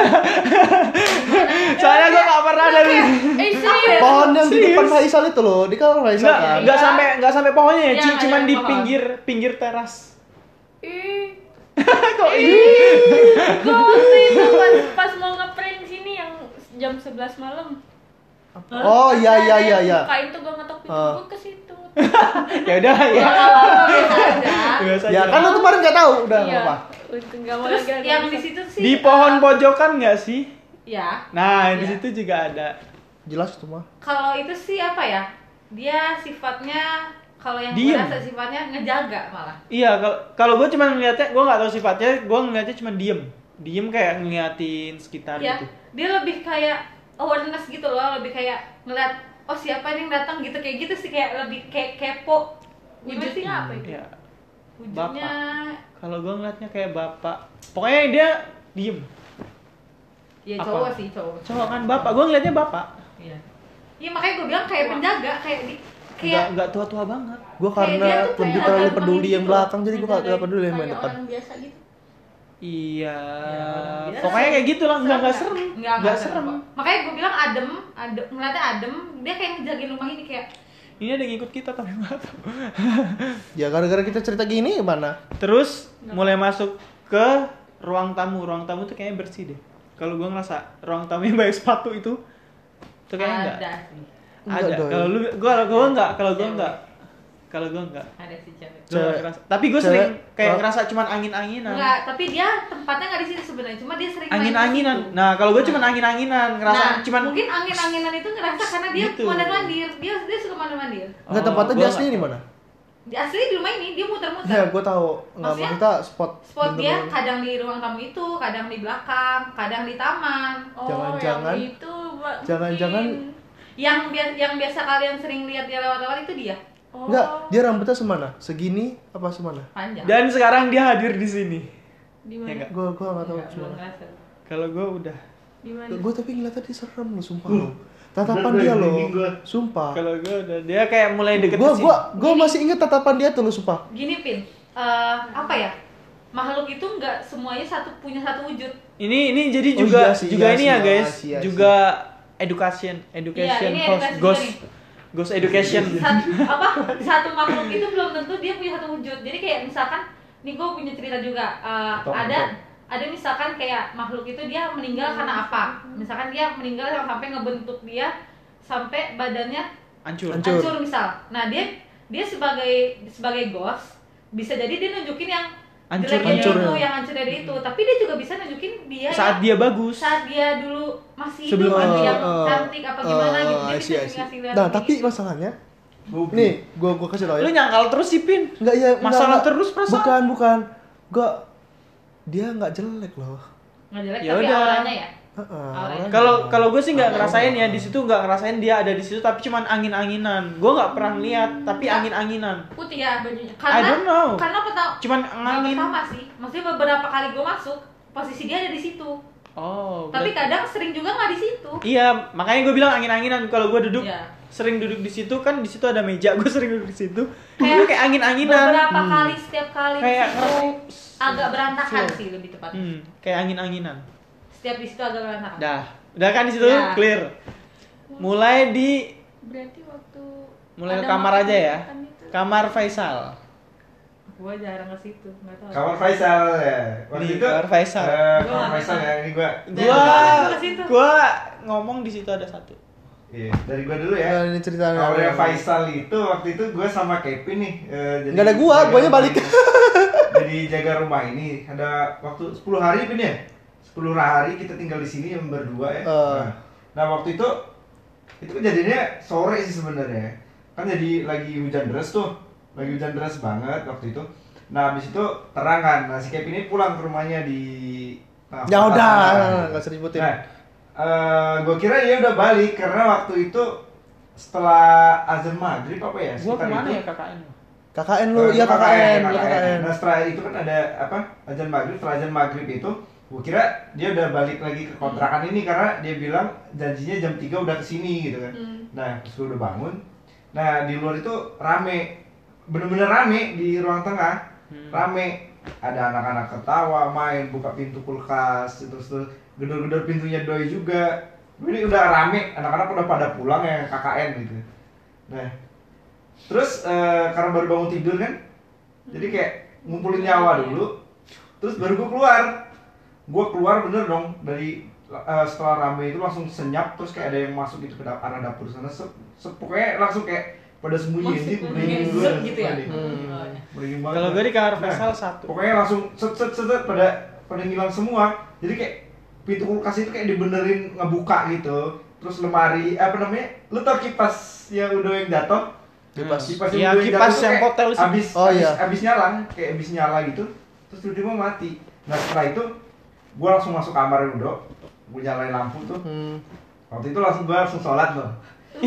[SPEAKER 1] Soalnya gue gak pernah dari
[SPEAKER 4] Eh serius?
[SPEAKER 2] Pohon yang di
[SPEAKER 1] Serius?
[SPEAKER 2] depan Faisal itu loh. Di kan Faisal
[SPEAKER 1] Enggak,
[SPEAKER 2] kan.
[SPEAKER 1] enggak sampai enggak sampai pohonnya ya,
[SPEAKER 3] Iya,
[SPEAKER 1] Ci.
[SPEAKER 3] nggak
[SPEAKER 1] Cuman
[SPEAKER 3] sampai
[SPEAKER 1] di
[SPEAKER 3] pohon.
[SPEAKER 1] pinggir pinggir teras.
[SPEAKER 4] Ih,
[SPEAKER 1] Kok ini?
[SPEAKER 4] gua waktu itu pas pas mau ngeprank sini yang jam sebelas malam.
[SPEAKER 2] Oh iya iya iya iya.
[SPEAKER 4] Bukain tuh gua ngetok pintu,
[SPEAKER 2] Ah.
[SPEAKER 4] gua ke situ.
[SPEAKER 1] Ya udah ya.
[SPEAKER 3] Lama-lama biasa aja.
[SPEAKER 1] Biasa
[SPEAKER 2] Ya
[SPEAKER 1] aja.
[SPEAKER 2] kan lu kemarin nggak tahu. Udah
[SPEAKER 4] Iya.
[SPEAKER 2] nggak apa.
[SPEAKER 4] Untung nggak mau
[SPEAKER 3] Terus
[SPEAKER 4] lagi ada
[SPEAKER 3] yang
[SPEAKER 4] urusan.
[SPEAKER 3] di situ sih
[SPEAKER 1] Di pohon pojokan nggak sih?
[SPEAKER 3] ya.
[SPEAKER 1] Nah, di
[SPEAKER 3] Iya.
[SPEAKER 1] situ juga ada.
[SPEAKER 2] Jelas itu mah.
[SPEAKER 3] Kalau itu sih apa ya? Dia sifatnya kalau yang
[SPEAKER 1] Diem.
[SPEAKER 3] gue rasa sifatnya ngejaga malah.
[SPEAKER 1] Iya, kalau kalau gue cuma ngeliatnya, gue nggak tahu sifatnya, gue ngeliatnya cuma diem, diem kayak ngeliatin sekitar
[SPEAKER 3] Iya.
[SPEAKER 1] gitu.
[SPEAKER 3] Dia lebih kayak awareness gitu loh, lebih kayak ngeliat oh siapa nih yang datang gitu kayak gitu sih kayak lebih kayak kepo.
[SPEAKER 4] Wujudnya apa itu?
[SPEAKER 1] Iya.
[SPEAKER 3] Wujudnya
[SPEAKER 1] Kalau gue ngeliatnya kayak bapak, pokoknya dia diem.
[SPEAKER 3] ya
[SPEAKER 1] Apa?
[SPEAKER 3] cowok sih cowok.
[SPEAKER 1] Cowok kan bapak, gue ngeliatnya bapak.
[SPEAKER 3] Iya. Iya makanya gue bilang kayak penjaga kayak di
[SPEAKER 1] Nggak
[SPEAKER 3] kayak
[SPEAKER 1] nggak tua-tua banget.
[SPEAKER 2] Gue
[SPEAKER 3] Kayak dia
[SPEAKER 2] karena
[SPEAKER 3] tuh
[SPEAKER 2] lebih
[SPEAKER 3] kayak
[SPEAKER 2] terlalu
[SPEAKER 3] orang
[SPEAKER 2] peduli
[SPEAKER 3] gitu
[SPEAKER 2] yang
[SPEAKER 3] loh.
[SPEAKER 2] belakang jadi gue
[SPEAKER 4] Ngejaga
[SPEAKER 2] gak peduli yang main
[SPEAKER 4] kayak
[SPEAKER 2] depan.
[SPEAKER 4] orang biasa gitu.
[SPEAKER 1] Iya.
[SPEAKER 3] Ya, biasa.
[SPEAKER 1] Pokoknya kayak gitu lah, nggak nggak serem,
[SPEAKER 3] Nggak,
[SPEAKER 1] nggak serem.
[SPEAKER 3] kok. Makanya gue bilang adem, adem, ngeliatnya adem, dia kayak ngejagain rumah ini kayak
[SPEAKER 1] Ini ada yang ikut kita tapi nggak tahu.
[SPEAKER 2] Ya gara-gara kita cerita gini gimana?
[SPEAKER 1] Terus mulai masuk ke ruang tamu. Ruang tamu tuh kayaknya bersih deh. Kalau gue ngerasa ruang tamu yang banyak sepatu itu, tuh kayaknya enggak.
[SPEAKER 3] ada sih.
[SPEAKER 2] Enggak,
[SPEAKER 1] Ada.
[SPEAKER 2] Doi.
[SPEAKER 1] Kalau lu gua gua enggak, kalau gua
[SPEAKER 3] Cewek.
[SPEAKER 1] enggak. Kalau gua enggak.
[SPEAKER 3] Ada sih cewek.
[SPEAKER 1] Gua nggak
[SPEAKER 2] Cewek.
[SPEAKER 1] ngerasa. Tapi gua
[SPEAKER 2] Cewek.
[SPEAKER 1] sering kayak
[SPEAKER 2] Oh.
[SPEAKER 1] ngerasa cuman angin-anginan.
[SPEAKER 3] Enggak, tapi dia tempatnya nggak di situ sebenarnya. Cuma dia sering main di
[SPEAKER 1] Angin-anginan.
[SPEAKER 3] situ.
[SPEAKER 1] Nah, kalau gua
[SPEAKER 3] Nah.
[SPEAKER 1] cuman angin-anginan, ngerasa
[SPEAKER 3] Nah,
[SPEAKER 1] cuman
[SPEAKER 3] mungkin angin-anginan itu ngerasa karena dia
[SPEAKER 1] Gitu.
[SPEAKER 3] mondar-mandir. Dia dia suka mondar-mandir.
[SPEAKER 2] Enggak,
[SPEAKER 1] Oh,
[SPEAKER 2] tempatnya
[SPEAKER 1] gua
[SPEAKER 2] di asli
[SPEAKER 1] nggak
[SPEAKER 2] di
[SPEAKER 1] tahu.
[SPEAKER 2] mana?
[SPEAKER 3] Di asli di rumah ini dia muter-muter.
[SPEAKER 2] Ya, gue tahu. Enggak,
[SPEAKER 3] Maksudnya,
[SPEAKER 2] maksudnya spot
[SPEAKER 3] Spot dia
[SPEAKER 2] bener-bener.
[SPEAKER 3] kadang di ruang tamu itu, kadang di belakang, kadang di taman.
[SPEAKER 4] Oh,
[SPEAKER 2] Jangan-jangan-
[SPEAKER 4] yang itu Mbak,
[SPEAKER 2] jangan-jangan-
[SPEAKER 4] mungkin.
[SPEAKER 3] Yang biasa yang biasa kalian sering lihat dia lewat-lewat itu dia.
[SPEAKER 4] Oh.
[SPEAKER 2] Enggak, dia rambutnya semana? Segini apa semana?
[SPEAKER 3] Panjang.
[SPEAKER 1] dan sekarang dia hadir di sini.
[SPEAKER 4] Di
[SPEAKER 1] Ya
[SPEAKER 4] mana?
[SPEAKER 1] enggak?
[SPEAKER 2] Gue gue enggak tahu
[SPEAKER 3] Enggak, belum
[SPEAKER 2] semana.
[SPEAKER 3] ngerasa.
[SPEAKER 1] Kalau gua udah.
[SPEAKER 4] Di mana?
[SPEAKER 2] Gue tapi ngeliatnya dia serem loh, sumpah
[SPEAKER 5] Uh,
[SPEAKER 2] lo. Tatapan
[SPEAKER 5] bener,
[SPEAKER 2] dia
[SPEAKER 5] bener,
[SPEAKER 2] loh,
[SPEAKER 5] merinding gua.
[SPEAKER 2] sumpah.
[SPEAKER 1] Kalau gua udah dia kayak mulai deket
[SPEAKER 2] Gue
[SPEAKER 1] ke sini.
[SPEAKER 2] gue gue masih inget tatapan dia tuh lo, sumpah.
[SPEAKER 3] Gini Pin, eh, apa ya? Makhluk itu nggak semuanya satu punya satu wujud.
[SPEAKER 1] Ini ini jadi
[SPEAKER 2] Oh,
[SPEAKER 1] juga
[SPEAKER 2] iya sih,
[SPEAKER 1] juga
[SPEAKER 2] iya
[SPEAKER 1] ini
[SPEAKER 2] sih,
[SPEAKER 1] ya
[SPEAKER 2] iya
[SPEAKER 1] guys,
[SPEAKER 2] sih, iya
[SPEAKER 1] juga education, education
[SPEAKER 3] Iya, ini
[SPEAKER 1] host
[SPEAKER 3] edukasi
[SPEAKER 1] ghost
[SPEAKER 3] juga
[SPEAKER 1] ghost education.
[SPEAKER 3] Satu, apa? Satu makhluk itu belum tentu dia punya satu wujud. Jadi kayak misalkan, nih gue punya cerita juga. eh,
[SPEAKER 5] Betul,
[SPEAKER 3] ada
[SPEAKER 5] betul.
[SPEAKER 3] ada misalkan kayak makhluk itu dia meninggal karena apa? Misalkan dia meninggal sampai ngebentuk dia sampai badannya
[SPEAKER 1] Hancur.
[SPEAKER 2] Hancur.
[SPEAKER 3] hancur misal. Nah dia dia sebagai sebagai ghost bisa jadi dia nunjukin yang
[SPEAKER 1] Hancur.
[SPEAKER 3] jeleknya
[SPEAKER 2] Hancur,
[SPEAKER 3] itu,
[SPEAKER 2] ya.
[SPEAKER 3] yang hancur dari itu. Tapi dia juga bisa nunjukin dia
[SPEAKER 1] Saat
[SPEAKER 3] yang-
[SPEAKER 1] dia bagus.
[SPEAKER 3] saat dia dulu masih
[SPEAKER 2] Sebelum
[SPEAKER 3] hidup atau yang
[SPEAKER 2] eh,
[SPEAKER 3] cantik apa gimana
[SPEAKER 2] eh,
[SPEAKER 3] gitu. Dia
[SPEAKER 2] I
[SPEAKER 3] bisa
[SPEAKER 2] see, I see.
[SPEAKER 3] ngasih lihat
[SPEAKER 2] Nah,
[SPEAKER 3] kayak
[SPEAKER 2] tapi
[SPEAKER 3] gitu.
[SPEAKER 2] masalahnya
[SPEAKER 5] Goblok.
[SPEAKER 2] nih, gue gue kasih tau
[SPEAKER 1] Lu
[SPEAKER 2] ya.
[SPEAKER 1] nyangkal terus sih Pin.
[SPEAKER 2] Enggak ya,
[SPEAKER 1] Masalah terus perasaan.
[SPEAKER 2] Bukan, bukan. Gue dia nggak jelek loh.
[SPEAKER 3] nggak jelek
[SPEAKER 1] Ya
[SPEAKER 3] tapi
[SPEAKER 1] udah.
[SPEAKER 3] auranya ya.
[SPEAKER 2] Heeh,
[SPEAKER 3] Auranya.
[SPEAKER 2] orangnya.
[SPEAKER 1] Kalau kalau gue sih nggak
[SPEAKER 2] Auranya.
[SPEAKER 1] ngerasain ya di situ nggak ngerasain dia ada di situ tapi cuman angin-anginan. Gue nggak pernah lihat tapi angin-anginan.
[SPEAKER 3] Putih ya bajunya.
[SPEAKER 1] I
[SPEAKER 3] Karena
[SPEAKER 1] don't know.
[SPEAKER 3] karena pertama
[SPEAKER 1] Cuman
[SPEAKER 3] nggak
[SPEAKER 1] angin.
[SPEAKER 3] pertama sih. Maksudnya beberapa kali gue masuk posisi dia ada di situ.
[SPEAKER 1] Oh.
[SPEAKER 3] Tapi
[SPEAKER 1] berarti-
[SPEAKER 3] kadang sering juga nggak di situ.
[SPEAKER 1] Iya, makanya gue bilang angin-anginan. Kalau gue duduk
[SPEAKER 3] Iya.
[SPEAKER 1] sering duduk di situ kan di situ ada meja, gue sering duduk di situ.
[SPEAKER 3] Kayak
[SPEAKER 1] Gue kayak angin-anginan.
[SPEAKER 3] Beberapa kali setiap kali di
[SPEAKER 1] Kayak
[SPEAKER 3] situ
[SPEAKER 1] ngerti-
[SPEAKER 3] agak berantakan
[SPEAKER 1] Slow.
[SPEAKER 3] sih lebih tepat.
[SPEAKER 1] Hmm, kayak angin-anginan.
[SPEAKER 3] Setiap di situ agak berantakan.
[SPEAKER 1] Dah, udah kan di situ
[SPEAKER 3] Ya.
[SPEAKER 1] clear. Mulai di
[SPEAKER 4] Berarti waktu
[SPEAKER 1] mulai ke
[SPEAKER 4] ada
[SPEAKER 1] kamar
[SPEAKER 4] makhluk
[SPEAKER 1] aja ya.
[SPEAKER 4] kan itu.
[SPEAKER 1] Kamar Faisal.
[SPEAKER 3] Gue jarang ke situ, nggak tahu.
[SPEAKER 5] Kamar Faisal ya. Waktu
[SPEAKER 1] Nih,
[SPEAKER 5] itu
[SPEAKER 1] kamar Faisal.
[SPEAKER 5] eh,
[SPEAKER 3] Gua
[SPEAKER 5] kamar
[SPEAKER 3] nggak
[SPEAKER 5] Faisal
[SPEAKER 3] tahu.
[SPEAKER 5] ya, ini gua.
[SPEAKER 1] Gua
[SPEAKER 3] Jangan ke situ.
[SPEAKER 1] gua ngomong di situ ada satu.
[SPEAKER 5] Iya, dari gua dulu ya.
[SPEAKER 2] Nah, ini ceritanya.
[SPEAKER 5] Kamarnya Faisal itu waktu itu gua sama Kevin nih. eh, jadi
[SPEAKER 2] Nggak ada gua,
[SPEAKER 5] jaga
[SPEAKER 2] guanya
[SPEAKER 5] rumah
[SPEAKER 2] balik.
[SPEAKER 5] ini. Jadi jaga rumah ini ada waktu sepuluh hari Pin ya. sepuluh hari kita tinggal di sini yang berdua ya.
[SPEAKER 2] Eh.
[SPEAKER 5] Nah, nah, waktu itu itu kejadiannya sore sih sebenarnya. Kan jadi lagi hujan deras tuh. Lagi hujan deras banget waktu itu. Nah, habis itu terang kan. Nah, si Kevin ini pulang ke rumahnya di nah,
[SPEAKER 2] Ya
[SPEAKER 5] kota
[SPEAKER 2] udah,
[SPEAKER 5] sana.
[SPEAKER 2] nggak usah disebutin.
[SPEAKER 5] Nah, eh gue kira dia udah balik karena waktu itu setelah azan maghrib apa ya?
[SPEAKER 1] Gua
[SPEAKER 5] sekitar
[SPEAKER 1] kemana
[SPEAKER 5] itu.
[SPEAKER 1] ya K K N?
[SPEAKER 2] K K N lu,
[SPEAKER 5] Eh,
[SPEAKER 2] iya
[SPEAKER 5] K
[SPEAKER 2] K K N, lu K K N.
[SPEAKER 5] Nah, setelah itu kan ada apa? Azan maghrib, setelah azan maghrib itu gue kira dia udah balik lagi ke kontrakan ini karena dia bilang janjinya jam tiga udah kesini gitu kan.
[SPEAKER 4] Hmm.
[SPEAKER 5] Nah, terus gue udah bangun. Nah, di luar itu rame. Bener-bener rame di ruang tengah.
[SPEAKER 1] Hmm.
[SPEAKER 5] Rame. Ada anak-anak ketawa, main, buka pintu kulkas, terus terus gedor-gedor pintunya doi juga. Ini udah rame, anak-anak udah pada pulang ya K K N gitu. Nah, terus eh, karena baru bangun tidur kan, jadi kayak ngumpulin nyawa dulu. Terus baru gue keluar. Gue keluar bener dong dari eh, setelah rame itu langsung senyap, terus kayak ada yang masuk gitu ke dap- arah dapur sana. Sep, sep, pokoknya langsung kayak pada sembunyi
[SPEAKER 3] Masuk,
[SPEAKER 5] ini
[SPEAKER 3] kayak
[SPEAKER 5] merinding gue
[SPEAKER 3] zep gitu ya?
[SPEAKER 2] Hmm.
[SPEAKER 5] merinding banget.
[SPEAKER 1] Kalau gue di kamar
[SPEAKER 5] Nah,
[SPEAKER 1] Faisal satu.
[SPEAKER 5] pokoknya langsung set set set set, pada pada ngilang semua. Jadi kayak pintu kulkas itu kayak dibenerin ngebuka gitu. Terus lemari apa namanya? Lu tau kipas yang udah yang jatuh?
[SPEAKER 2] Kipas.
[SPEAKER 5] Kipas
[SPEAKER 1] Iya,
[SPEAKER 5] udah
[SPEAKER 1] kipas
[SPEAKER 5] tuh
[SPEAKER 1] yang
[SPEAKER 5] kayak
[SPEAKER 1] hotel sih.
[SPEAKER 5] Abis,
[SPEAKER 2] Oh,
[SPEAKER 5] abis,
[SPEAKER 2] iya.
[SPEAKER 5] abis nyala, kayak abis nyala gitu. Terus tiba-tiba mati. Nah setelah itu gue langsung masuk kamar Udo, gue nyalain lampu tuh.
[SPEAKER 2] Hmm.
[SPEAKER 5] Waktu itu langsung gue langsung sholat loh.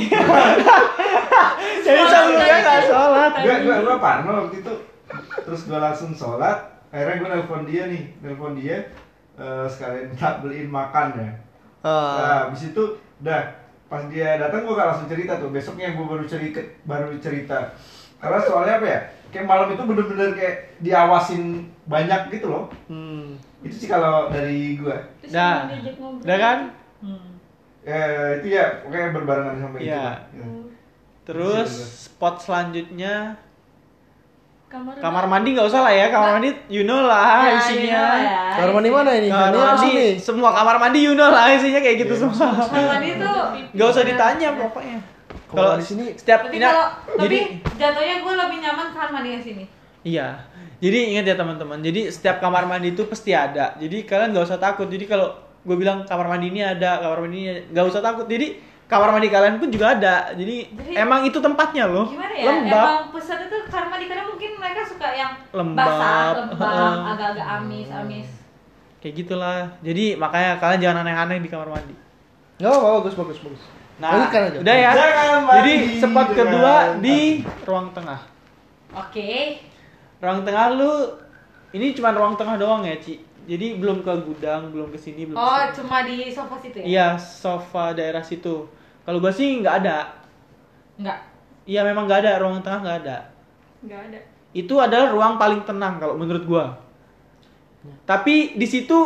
[SPEAKER 1] Jadi sebelumnya nggak sholat.
[SPEAKER 5] Gue gue gue parno waktu itu. Terus gue langsung sholat. Akhirnya gue nelpon dia nih, nelpon dia eh, sekalian minta beliin makan ya.
[SPEAKER 2] Ah.
[SPEAKER 5] Nah, habis itu udah pas dia datang gue gak langsung cerita tuh. Besoknya gue baru cerita, baru cerita. Karena soalnya apa ya? Kayak malam itu bener-bener kayak diawasin banyak gitu loh.
[SPEAKER 2] Hmm.
[SPEAKER 5] Itu sih kalau dari gue.
[SPEAKER 4] Terus
[SPEAKER 1] Dah.
[SPEAKER 4] sama diajak ngobrol.
[SPEAKER 1] Udah kan?
[SPEAKER 3] Hmm.
[SPEAKER 5] Ya itu ya pokoknya berbarengan sampai itu.
[SPEAKER 1] Iya.
[SPEAKER 5] lah. Ya.
[SPEAKER 1] Terus spot selanjutnya
[SPEAKER 4] Kamar,
[SPEAKER 1] kamar mandi nggak usah lah ya, kamar mandi you know lah
[SPEAKER 3] Ya,
[SPEAKER 1] isinya.
[SPEAKER 3] you know lah ya.
[SPEAKER 2] Kamar mandi mana ini?
[SPEAKER 1] Kamar
[SPEAKER 2] Ini langsung
[SPEAKER 1] mandi,
[SPEAKER 2] nih.
[SPEAKER 1] semua kamar mandi you know lah isinya kayak gitu
[SPEAKER 5] Iya,
[SPEAKER 1] semua.
[SPEAKER 3] Kamar mandi tuh
[SPEAKER 1] Nggak usah ditanya pokoknya. Kalau
[SPEAKER 2] di sini
[SPEAKER 1] setiap
[SPEAKER 3] Tapi
[SPEAKER 1] nah,
[SPEAKER 3] kalau
[SPEAKER 1] jadi
[SPEAKER 3] tapi jatuhnya gue lebih nyaman kamar mandi yang sini.
[SPEAKER 1] iya. Jadi ingat ya teman-teman. Jadi setiap kamar mandi itu pasti ada. Jadi kalian nggak usah takut. Jadi kalau gue bilang kamar mandi ini ada, kamar mandi ini nggak usah takut. Jadi kamar mandi kalian pun juga ada. Jadi,
[SPEAKER 3] Jadi
[SPEAKER 1] emang itu tempatnya loh.
[SPEAKER 3] Gimana ya?
[SPEAKER 1] Lembab.
[SPEAKER 3] Emang pusat itu kamar mandi karena mungkin mereka suka yang
[SPEAKER 1] Lembab,
[SPEAKER 3] basah, lembab,
[SPEAKER 1] heeh.
[SPEAKER 3] agak-agak amis, amis.
[SPEAKER 1] Kayak gitulah. Jadi makanya kalian jangan aneh-aneh di kamar mandi.
[SPEAKER 2] nggak apa bagus bagus bagus.
[SPEAKER 1] Nah,
[SPEAKER 2] Lanjutkan aja.
[SPEAKER 1] udah ya.
[SPEAKER 5] Jangan mandi,
[SPEAKER 1] Jadi spot
[SPEAKER 5] jangan.
[SPEAKER 1] kedua di ruang tengah.
[SPEAKER 3] Oke.
[SPEAKER 1] Ruang tengah lu ini cuma ruang tengah doang ya, Ci. Jadi belum ke gudang, belum ke sini, belum ke
[SPEAKER 3] Oh,
[SPEAKER 1] sini.
[SPEAKER 3] cuma di sofa situ ya?
[SPEAKER 1] Iya, sofa daerah situ. Kalau gua sih nggak ada.
[SPEAKER 3] Enggak.
[SPEAKER 1] Iya, memang nggak ada, ruang tengah nggak ada.
[SPEAKER 4] Nggak ada.
[SPEAKER 1] Itu adalah ruang paling tenang kalau menurut gua. Tapi di situ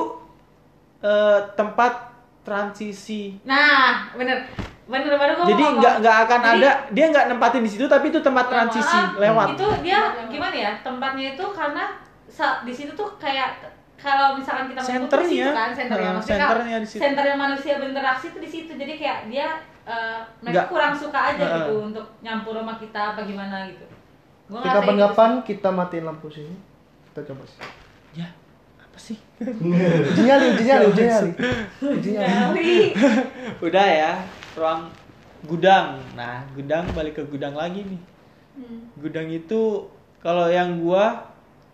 [SPEAKER 1] eh, tempat transisi.
[SPEAKER 3] Nah, bener. Bener baru gua
[SPEAKER 1] Jadi
[SPEAKER 3] mau
[SPEAKER 1] nggak
[SPEAKER 3] ngomong.
[SPEAKER 1] nggak akan
[SPEAKER 3] Jadi,
[SPEAKER 1] ada, dia nggak nempatin di situ, tapi itu tempat transisi
[SPEAKER 3] lama-lama
[SPEAKER 1] lewat.
[SPEAKER 3] Itu dia gimana ya? Tempatnya itu karena sa- di situ tuh kayak kalau misalkan kita mau
[SPEAKER 1] Senternya.
[SPEAKER 3] di situ kan, senternya
[SPEAKER 1] Heeh,
[SPEAKER 3] maksudnya
[SPEAKER 1] senternya
[SPEAKER 3] kalau
[SPEAKER 1] di situ.
[SPEAKER 3] senternya manusia berinteraksi itu di situ. Jadi kayak dia eh, mereka
[SPEAKER 1] Nggak.
[SPEAKER 3] kurang suka aja
[SPEAKER 1] Heeh.
[SPEAKER 3] gitu untuk nyampur sama kita apa gimana gitu. Gua
[SPEAKER 2] Kita
[SPEAKER 3] ngerasain
[SPEAKER 2] kapan
[SPEAKER 3] gitu
[SPEAKER 2] kita matiin lampu sini. Kita coba sih.
[SPEAKER 1] Ya, apa sih?
[SPEAKER 2] Uji nyali, uji nyali, uji nyali. Uji
[SPEAKER 3] sih.
[SPEAKER 2] nyali.
[SPEAKER 3] Nyali.
[SPEAKER 1] Udah ya, ruang gudang. Nah, gudang balik ke gudang lagi nih.
[SPEAKER 4] Hmm.
[SPEAKER 1] Gudang itu kalau yang gua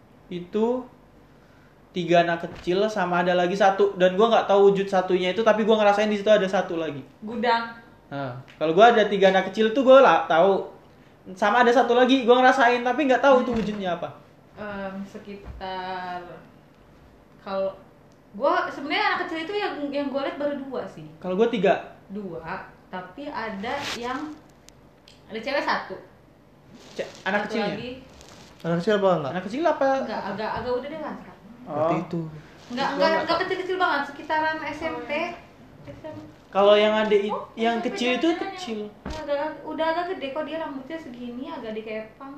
[SPEAKER 1] itu tiga anak kecil sama ada lagi satu, dan gua nggak tahu wujud satunya itu, tapi gua ngerasain di situ ada satu lagi.
[SPEAKER 3] Gudang.
[SPEAKER 1] Nah, kalau gua ada tiga anak kecil tuh gua lah tahu, sama ada satu lagi gua ngerasain tapi nggak tahu itu wujudnya apa.
[SPEAKER 3] Em, sekitar kalau gua sebenarnya anak kecil itu yang yang gue lihat baru dua sih.
[SPEAKER 1] Kalau gua tiga,
[SPEAKER 3] Dua, tapi ada yang ada cewek satu.
[SPEAKER 1] C- anak
[SPEAKER 3] Satu
[SPEAKER 1] kecilnya.
[SPEAKER 3] lagi
[SPEAKER 2] Anak kecil apa enggak?
[SPEAKER 1] Anak kecil apa?
[SPEAKER 3] enggak agak agak udah dewasa.
[SPEAKER 2] Berarti
[SPEAKER 1] Oh.
[SPEAKER 2] itu.
[SPEAKER 3] Enggak
[SPEAKER 1] Gua
[SPEAKER 3] enggak
[SPEAKER 1] nggak
[SPEAKER 3] enggak
[SPEAKER 1] tahu.
[SPEAKER 3] kecil-kecil banget, sekitaran S M P. S M P.
[SPEAKER 1] Kalau yang ada it-
[SPEAKER 3] Oh,
[SPEAKER 1] yang
[SPEAKER 3] S M P
[SPEAKER 1] kecil itu
[SPEAKER 3] jangan-jangan
[SPEAKER 1] kecil.
[SPEAKER 3] yang- agak udah agak gede kok, dia rambutnya segini agak dikepang.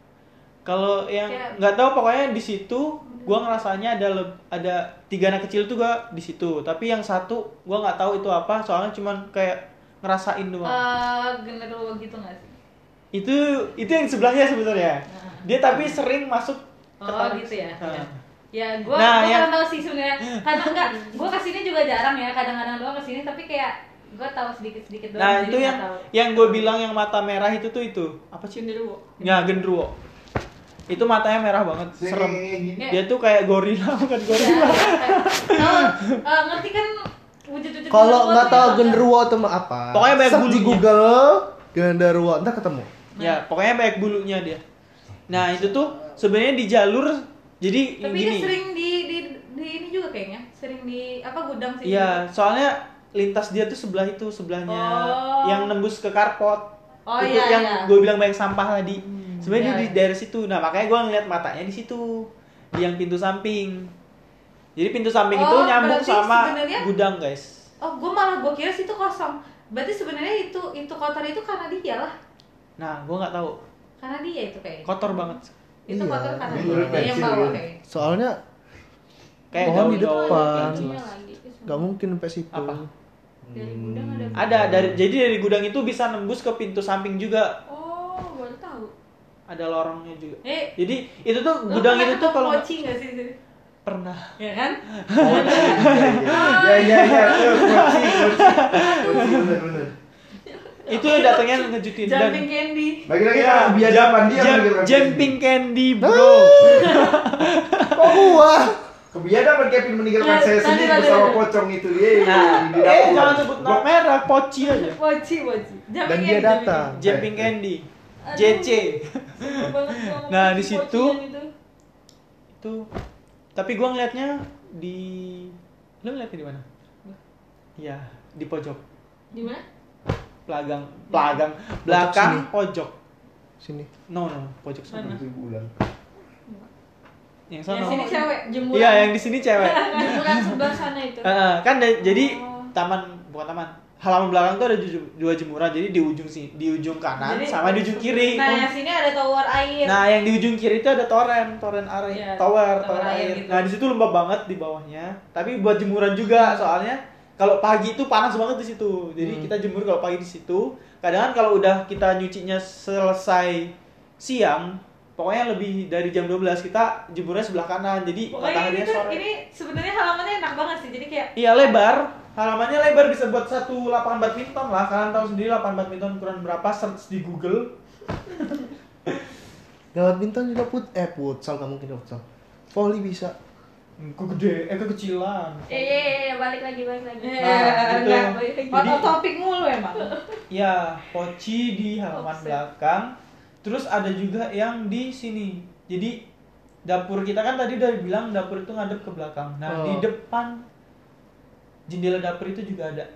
[SPEAKER 1] Kalau yang
[SPEAKER 3] Kayak-
[SPEAKER 1] nggak tahu pokoknya di situ gua ngerasanya ada leb- ada tiga anak kecil tuh gua di situ. Tapi yang satu gua nggak tahu itu apa, soalnya cuman kayak ngerasain doang.
[SPEAKER 3] Eh, genderuwo gitu enggak sih?
[SPEAKER 1] Itu itu yang sebelahnya sebenarnya. Dia tapi sering masuk ke
[SPEAKER 3] Oh,
[SPEAKER 1] tanah.
[SPEAKER 3] gitu ya.
[SPEAKER 1] Nah.
[SPEAKER 3] Ya, gua
[SPEAKER 1] Nah,
[SPEAKER 3] gua
[SPEAKER 1] yang-
[SPEAKER 3] kurang tahu sih sebenarnya. Karena enggak, gua kesini juga jarang ya, kadang-kadang doang kesini, tapi kayak gua tahu sedikit-sedikit doang.
[SPEAKER 1] Nah,
[SPEAKER 3] jadi
[SPEAKER 1] itu
[SPEAKER 3] nggak
[SPEAKER 1] yang
[SPEAKER 3] tahu.
[SPEAKER 1] yang gue bilang yang mata merah itu tuh itu apa sih?
[SPEAKER 3] Genderuwo.
[SPEAKER 1] Ya, gendruwo. Itu matanya merah banget, serem.
[SPEAKER 3] Ya.
[SPEAKER 1] Dia tuh kayak gorila bukan
[SPEAKER 3] Ya,
[SPEAKER 1] gorila.
[SPEAKER 3] ya, kayak- tahu, eh, ngerti kan wujud-wujud
[SPEAKER 2] Kalau
[SPEAKER 3] genderuwo
[SPEAKER 2] nggak
[SPEAKER 3] tuh
[SPEAKER 2] tahu
[SPEAKER 3] yang-
[SPEAKER 2] genderuwo itu mah apa?
[SPEAKER 1] Pokoknya banyak
[SPEAKER 2] search di
[SPEAKER 1] bulunya.
[SPEAKER 2] Google genderuwo, ntar ketemu.
[SPEAKER 1] Ya, pokoknya banyak bulunya dia. Nah, itu tuh sebenarnya di jalur jadi
[SPEAKER 3] Tapi
[SPEAKER 1] gini.
[SPEAKER 3] dia sering di, di di ini juga kayaknya, sering di apa gudang sih.
[SPEAKER 1] Iya, soalnya lintas dia tuh sebelah itu, sebelahnya
[SPEAKER 3] Oh.
[SPEAKER 1] yang nembus ke karpot.
[SPEAKER 3] Oh,
[SPEAKER 1] itu
[SPEAKER 3] iya,
[SPEAKER 1] yang
[SPEAKER 3] iya.
[SPEAKER 1] gue bilang banyak sampah tadi. Sebenarnya
[SPEAKER 3] Iya,
[SPEAKER 1] dia di
[SPEAKER 3] iya.
[SPEAKER 1] daerah situ. Nah, makanya gue ngeliat matanya di situ. Di yang pintu samping. Jadi pintu samping itu
[SPEAKER 3] Oh,
[SPEAKER 1] nyambung
[SPEAKER 3] berarti
[SPEAKER 1] sama
[SPEAKER 3] sebenarnya-
[SPEAKER 1] gudang, guys.
[SPEAKER 3] Oh, gue malah gue kira situ kosong. Berarti sebenarnya itu itu kotor itu karena dia lah.
[SPEAKER 1] Nah, gue nggak tahu.
[SPEAKER 3] Karena dia itu kayaknya.
[SPEAKER 1] Kotor banget.
[SPEAKER 3] Itu
[SPEAKER 2] Iya.
[SPEAKER 3] kotor karena
[SPEAKER 5] Iya,
[SPEAKER 3] dia, dia yang
[SPEAKER 5] pensil
[SPEAKER 3] bawa
[SPEAKER 5] gitu.
[SPEAKER 3] kayaknya.
[SPEAKER 2] Soalnya
[SPEAKER 1] Kayak
[SPEAKER 2] Pohon di
[SPEAKER 1] daun-daun
[SPEAKER 2] depan.
[SPEAKER 1] nggak
[SPEAKER 4] Ininya
[SPEAKER 1] jelas.
[SPEAKER 4] lagi.
[SPEAKER 2] nggak mungkin sampai situ.
[SPEAKER 1] Apa?
[SPEAKER 4] Dari gudang ada.
[SPEAKER 1] Ada dari jadi dari gudang itu bisa nembus ke pintu samping juga.
[SPEAKER 4] Oh, baru tahu.
[SPEAKER 1] Ada lorongnya juga.
[SPEAKER 3] Eh,
[SPEAKER 1] Jadi itu tuh
[SPEAKER 3] lu
[SPEAKER 1] gudang
[SPEAKER 3] pernah
[SPEAKER 1] itu tuh
[SPEAKER 3] ketemu
[SPEAKER 1] kalau
[SPEAKER 3] poci nggak sih? Sir?
[SPEAKER 1] pernah.
[SPEAKER 3] Ya kan?
[SPEAKER 5] Ya ya ya, tuh, kunci, kunci. Kunci, bener bener.
[SPEAKER 1] Itu datangnya ngejutin dan
[SPEAKER 3] Jumping candy.
[SPEAKER 5] Lagi-lagi
[SPEAKER 1] Ya,
[SPEAKER 5] kalau kebiadaban dia
[SPEAKER 1] jam-
[SPEAKER 5] mikir kayak
[SPEAKER 1] jumping
[SPEAKER 5] gini.
[SPEAKER 1] candy, bro.
[SPEAKER 2] Kok gua?
[SPEAKER 5] Kebiadaban Kevin meninggalkan
[SPEAKER 3] Nah,
[SPEAKER 5] saya
[SPEAKER 3] tadi,
[SPEAKER 5] sendiri
[SPEAKER 3] tadi,
[SPEAKER 5] bersama
[SPEAKER 3] tadi.
[SPEAKER 5] pocong itu dia.
[SPEAKER 1] Nah,
[SPEAKER 5] di
[SPEAKER 1] eh
[SPEAKER 5] dapur.
[SPEAKER 1] jangan sebut nama merah, poci aja.
[SPEAKER 3] Poci, poci. Jumping
[SPEAKER 2] Dan dia
[SPEAKER 3] candy,
[SPEAKER 2] datang.
[SPEAKER 1] Jumping candy.
[SPEAKER 3] Aduh.
[SPEAKER 1] J C.
[SPEAKER 3] Sebel banget gua sama
[SPEAKER 1] Nah, di
[SPEAKER 3] poci-pocian
[SPEAKER 1] situ
[SPEAKER 3] itu.
[SPEAKER 1] Itu tapi gua ngeliatnya di lu ngeliatnya di mana? Iya, di pojok.
[SPEAKER 3] Di mana?
[SPEAKER 1] Pelagang, pelagang, belakang
[SPEAKER 2] sini.
[SPEAKER 1] pojok.
[SPEAKER 2] Sini.
[SPEAKER 1] No, no, pojok sana.
[SPEAKER 3] Mana?
[SPEAKER 5] Itu bulan.
[SPEAKER 1] Yang
[SPEAKER 3] Yang
[SPEAKER 1] sana.
[SPEAKER 3] sini cewek, jemuran.
[SPEAKER 1] Iya, yang di sini cewek.
[SPEAKER 4] Jemuran sebelah sana itu.
[SPEAKER 1] Heeh, kan da- jadi
[SPEAKER 3] Oh.
[SPEAKER 1] taman bukan taman. Halaman belakang tuh ada ju- dua jemuran. Jadi di ujung sini, di ujung kanan
[SPEAKER 3] Jadi-
[SPEAKER 1] sama di ujung kiri.
[SPEAKER 3] Nah, yang sini ada tower air.
[SPEAKER 1] Nah, yang di ujung kiri itu ada toren, toren air,
[SPEAKER 3] Iya,
[SPEAKER 1] tower,
[SPEAKER 3] tower
[SPEAKER 1] tower
[SPEAKER 3] air
[SPEAKER 1] air.
[SPEAKER 3] gitu.
[SPEAKER 1] Nah, di situ lembab banget di bawahnya. Tapi buat jemuran juga, soalnya kalau pagi itu panas banget di situ. Jadi
[SPEAKER 2] Hmm.
[SPEAKER 1] kita jemur kalau pagi di situ. Kadang kan kalau udah kita nyucinya selesai siang, pokoknya lebih dari jam dua belas kita jemurnya sebelah kanan. Jadi
[SPEAKER 3] Pokoknya ini
[SPEAKER 1] mataharinya
[SPEAKER 3] tuh
[SPEAKER 1] sore.
[SPEAKER 3] ini sebenarnya halamannya enak banget sih. Jadi kayak
[SPEAKER 1] Iya, lebar. Halamannya lebar, bisa buat satu lapangan badminton lah. Kalian tahu sendiri lapangan badminton ukuran berapa, search di Google.
[SPEAKER 2] Gawat badminton juga put eh futsal nggak mungkin futsal. Volley bisa.
[SPEAKER 1] Kegede, eh kekecilan.
[SPEAKER 4] Eh, eh, eh, balik lagi, balik lagi.
[SPEAKER 3] eh,
[SPEAKER 1] Nah, gitu.
[SPEAKER 3] enggak.
[SPEAKER 1] Jadi-
[SPEAKER 3] Out of topic mulu emang.
[SPEAKER 1] Ya, poci di halaman
[SPEAKER 4] Offset.
[SPEAKER 1] belakang. Terus ada juga yang di sini. Jadi dapur kita kan tadi udah bilang dapur itu ngadep ke belakang. Nah,
[SPEAKER 2] Oh.
[SPEAKER 1] di depan jendela dapur itu juga ada.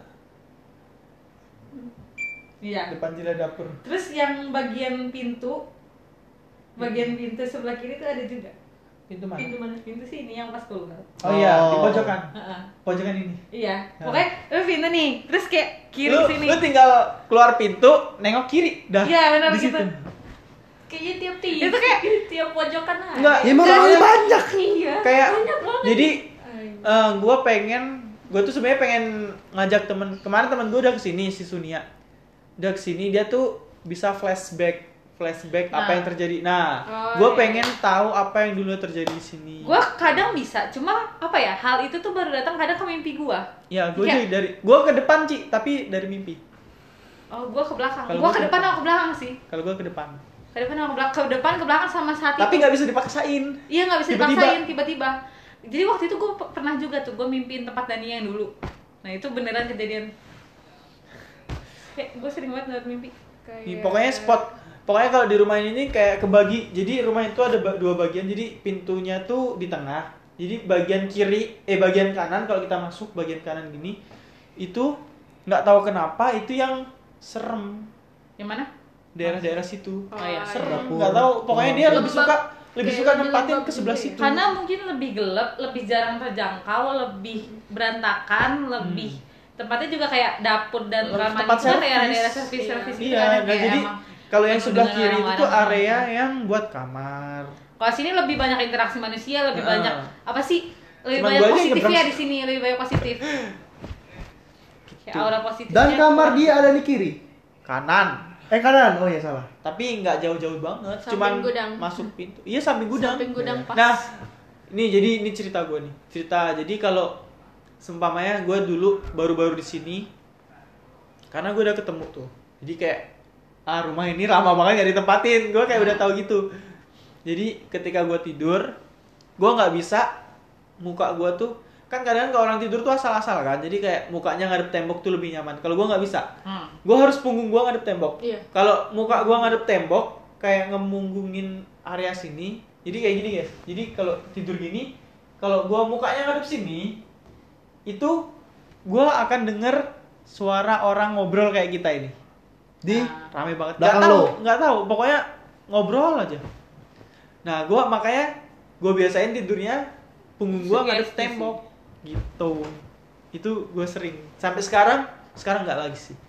[SPEAKER 3] Iya.
[SPEAKER 1] Depan jendela dapur.
[SPEAKER 3] Terus yang bagian pintu, bagian pintu sebelah kiri tuh ada juga.
[SPEAKER 1] Pintu mana?
[SPEAKER 3] Pintu mana? Pintu sini yang pas keluar.
[SPEAKER 1] Oh, iya, di
[SPEAKER 2] Oh.
[SPEAKER 1] pojokan.
[SPEAKER 3] Heeh.
[SPEAKER 1] Pojokan ini.
[SPEAKER 3] Iya.
[SPEAKER 1] Nah.
[SPEAKER 3] Pokoknya lu pintu nih, terus kayak kiri
[SPEAKER 1] lu,
[SPEAKER 3] sini.
[SPEAKER 1] lu tinggal keluar pintu, nengok kiri, dah.
[SPEAKER 3] Iya, benar
[SPEAKER 1] di
[SPEAKER 3] gitu.
[SPEAKER 1] situ.
[SPEAKER 4] Kayaknya tiap tiap
[SPEAKER 3] Itu kayak
[SPEAKER 4] tiap pojokan ada.
[SPEAKER 1] Enggak,
[SPEAKER 2] Ya emang orangnya banyak.
[SPEAKER 4] Iya.
[SPEAKER 1] kayak
[SPEAKER 4] banyak banget.
[SPEAKER 1] jadi
[SPEAKER 4] Ay.
[SPEAKER 1] eh gue pengen gue tuh sebenarnya pengen ngajak temen kemarin temen gue udah kesini si Sunia udah kesini dia tuh bisa flashback flashback apa
[SPEAKER 3] Nah.
[SPEAKER 1] yang terjadi nah
[SPEAKER 4] Oh,
[SPEAKER 1] gue
[SPEAKER 4] iya.
[SPEAKER 1] pengen tahu apa yang dulu terjadi di sini
[SPEAKER 3] Gua kadang bisa, cuma apa ya? Hal itu tuh baru datang kadang ke mimpi gua.
[SPEAKER 1] ya gue
[SPEAKER 3] Kayak-
[SPEAKER 1] dari gue ke depan Ci tapi dari mimpi
[SPEAKER 3] Oh, gua ke belakang.
[SPEAKER 1] Kalau
[SPEAKER 3] Gua
[SPEAKER 1] gua
[SPEAKER 3] ke
[SPEAKER 1] ke
[SPEAKER 3] depan
[SPEAKER 1] depan.
[SPEAKER 3] atau ke belakang sih?
[SPEAKER 1] kalau gue ke depan
[SPEAKER 3] Ke depan atau ke belakang? Ke depan, ke belakang sama saat
[SPEAKER 1] tapi
[SPEAKER 3] itu.
[SPEAKER 1] nggak bisa dipaksain
[SPEAKER 3] Iya, nggak bisa
[SPEAKER 1] Tiba-tiba.
[SPEAKER 3] dipaksain tiba-tiba. Jadi waktu itu gue pernah juga tuh, gue mimpiin tempat Dani yang dulu. Nah itu beneran kejadian. Kayak gue sering banget ngeliat mimpi.
[SPEAKER 1] Di-
[SPEAKER 4] Kayak-
[SPEAKER 1] pokoknya spot pokoknya kalau di rumah ini kayak kebagi jadi rumah itu ada ba- dua bagian jadi pintunya tuh di tengah jadi bagian kiri eh bagian kanan kalau kita masuk bagian kanan gini itu nggak tahu kenapa itu yang serem
[SPEAKER 3] Yang mana?
[SPEAKER 1] daerah-daerah situ
[SPEAKER 3] Oh iya,
[SPEAKER 1] serem
[SPEAKER 2] Dapur.
[SPEAKER 1] nggak tahu pokoknya dia lebih
[SPEAKER 4] Lembab.
[SPEAKER 1] suka lebih
[SPEAKER 4] Kayak
[SPEAKER 1] suka
[SPEAKER 4] lebih
[SPEAKER 1] nempatin
[SPEAKER 4] lembab
[SPEAKER 1] ke sebelah
[SPEAKER 4] gitu ya.
[SPEAKER 1] situ
[SPEAKER 3] Karena mungkin lebih gelap, lebih jarang terjangkau, lebih berantakan, lebih tempatnya juga kayak dapur dan
[SPEAKER 1] Tempat
[SPEAKER 3] kamar itu kan
[SPEAKER 1] servis.
[SPEAKER 3] daerah-daerah servis-servis gitu
[SPEAKER 1] iya
[SPEAKER 3] kan,
[SPEAKER 1] nah
[SPEAKER 3] kayak
[SPEAKER 1] jadi
[SPEAKER 3] emang
[SPEAKER 1] kalau yang sebelah
[SPEAKER 3] bener-bener
[SPEAKER 1] kiri itu tuh
[SPEAKER 3] orang-orang
[SPEAKER 1] area
[SPEAKER 3] orang.
[SPEAKER 1] yang buat kamar
[SPEAKER 3] Kalau sini lebih banyak interaksi manusia, lebih
[SPEAKER 1] Heeh.
[SPEAKER 3] banyak apa sih? Lebih
[SPEAKER 1] Cuman
[SPEAKER 3] banyak
[SPEAKER 1] gua aja yang
[SPEAKER 3] positif ya
[SPEAKER 1] nyebrang-
[SPEAKER 3] di sini, lebih banyak positif. Kayak aura positifnya.
[SPEAKER 2] Dan kamar dia ada di kiri.
[SPEAKER 1] kanan
[SPEAKER 2] Eh kanan. Oh iya salah.
[SPEAKER 1] tapi nggak jauh-jauh banget
[SPEAKER 4] Samping
[SPEAKER 1] cuman
[SPEAKER 4] gudang.
[SPEAKER 1] masuk pintu iya samping gudang
[SPEAKER 4] Samping gudang pas.
[SPEAKER 1] nah ini jadi ini cerita gue nih cerita jadi kalau seumpamanya gue dulu baru-baru di sini karena gue udah ketemu tuh jadi kayak ah rumah ini lama banget gak ditempatin gue kayak udah tahu gitu jadi ketika gue tidur gue nggak bisa muka gue tuh kan kadang kalau orang tidur tuh asal-asal kan jadi kayak mukanya ngadep tembok tuh lebih nyaman kalau gue nggak bisa
[SPEAKER 3] Hmm.
[SPEAKER 1] gue harus punggung gue ngadep tembok
[SPEAKER 4] Iya.
[SPEAKER 1] kalau muka gue ngadep tembok kayak ngemunggungin area sini jadi kayak gini guys jadi kalau tidur gini kalau gue mukanya ngadep sini itu gue akan denger suara orang ngobrol kayak kita ini
[SPEAKER 2] Di
[SPEAKER 1] rame banget nggak
[SPEAKER 2] Belakang
[SPEAKER 1] tahu
[SPEAKER 2] lo?
[SPEAKER 1] nggak tahu pokoknya ngobrol aja nah gue makanya gue biasain tidurnya punggung gue ngadep
[SPEAKER 3] Sugesti.
[SPEAKER 1] tembok gitu itu gue sering sampai sekarang sekarang nggak lagi sih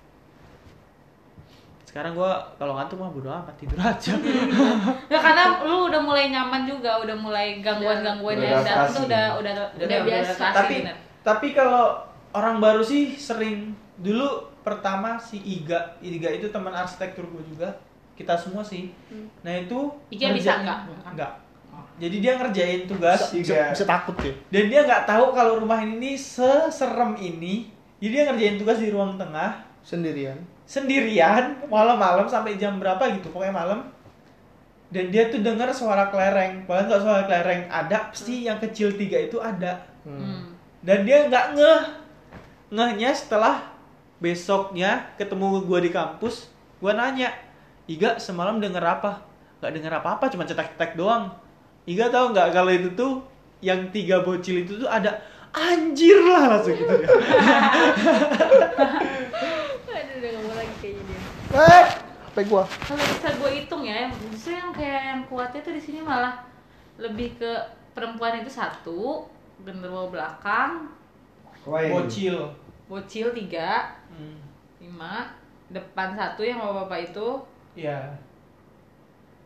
[SPEAKER 1] sekarang gue kalau ngantuk mah bodo amat tidur aja
[SPEAKER 3] Ya karena lu udah mulai nyaman juga, udah mulai gangguan-gangguan
[SPEAKER 5] Udah
[SPEAKER 3] yang datang
[SPEAKER 5] adaptasi.
[SPEAKER 3] tuh udah udah udah,
[SPEAKER 4] Udah biasa.
[SPEAKER 3] beradaptasi,
[SPEAKER 1] tapi
[SPEAKER 3] bener.
[SPEAKER 1] tapi kalau orang baru sih sering dulu pertama si Iga Iga itu teman arsitektur gue juga kita semua sih
[SPEAKER 4] Hmm.
[SPEAKER 1] nah itu
[SPEAKER 3] Iga bisa
[SPEAKER 1] ngerjain-
[SPEAKER 3] nggak?
[SPEAKER 1] nggak jadi dia ngerjain tugas
[SPEAKER 2] bisa,
[SPEAKER 5] Tiga.
[SPEAKER 2] bisa takut ya.
[SPEAKER 1] dan dia nggak tahu kalau rumah ini seserem ini jadi dia ngerjain tugas di ruang tengah
[SPEAKER 2] Sendirian.
[SPEAKER 1] sendirian malam-malam sampai jam berapa gitu pokoknya malam dan dia tuh dengar suara kelereng padahal nggak suara kelereng ada pasti yang kecil tiga itu ada
[SPEAKER 2] Hmm.
[SPEAKER 3] Hmm.
[SPEAKER 1] dan dia nggak ngeh ngehnya setelah besoknya ketemu gue di kampus gue nanya Iga semalam denger apa nggak denger apa-apa cuma cetak-cetak doang Iga tahu nggak kalau itu tuh yang tiga bocil itu tuh ada anjir lah langsung gitu dia.
[SPEAKER 4] Aduh, udah ngomong lagi kayaknya dia.
[SPEAKER 2] Eh, H P gua.
[SPEAKER 3] Kalau bisa gue hitung ya, justru yang kayak yang kuatnya tuh di sini malah lebih ke perempuan itu satu, genderuwo belakang,
[SPEAKER 5] Kawaii.
[SPEAKER 1] bocil
[SPEAKER 3] bocil tiga,
[SPEAKER 1] hmm.
[SPEAKER 3] lima, depan satu yang bapak-bapak itu,
[SPEAKER 1] ya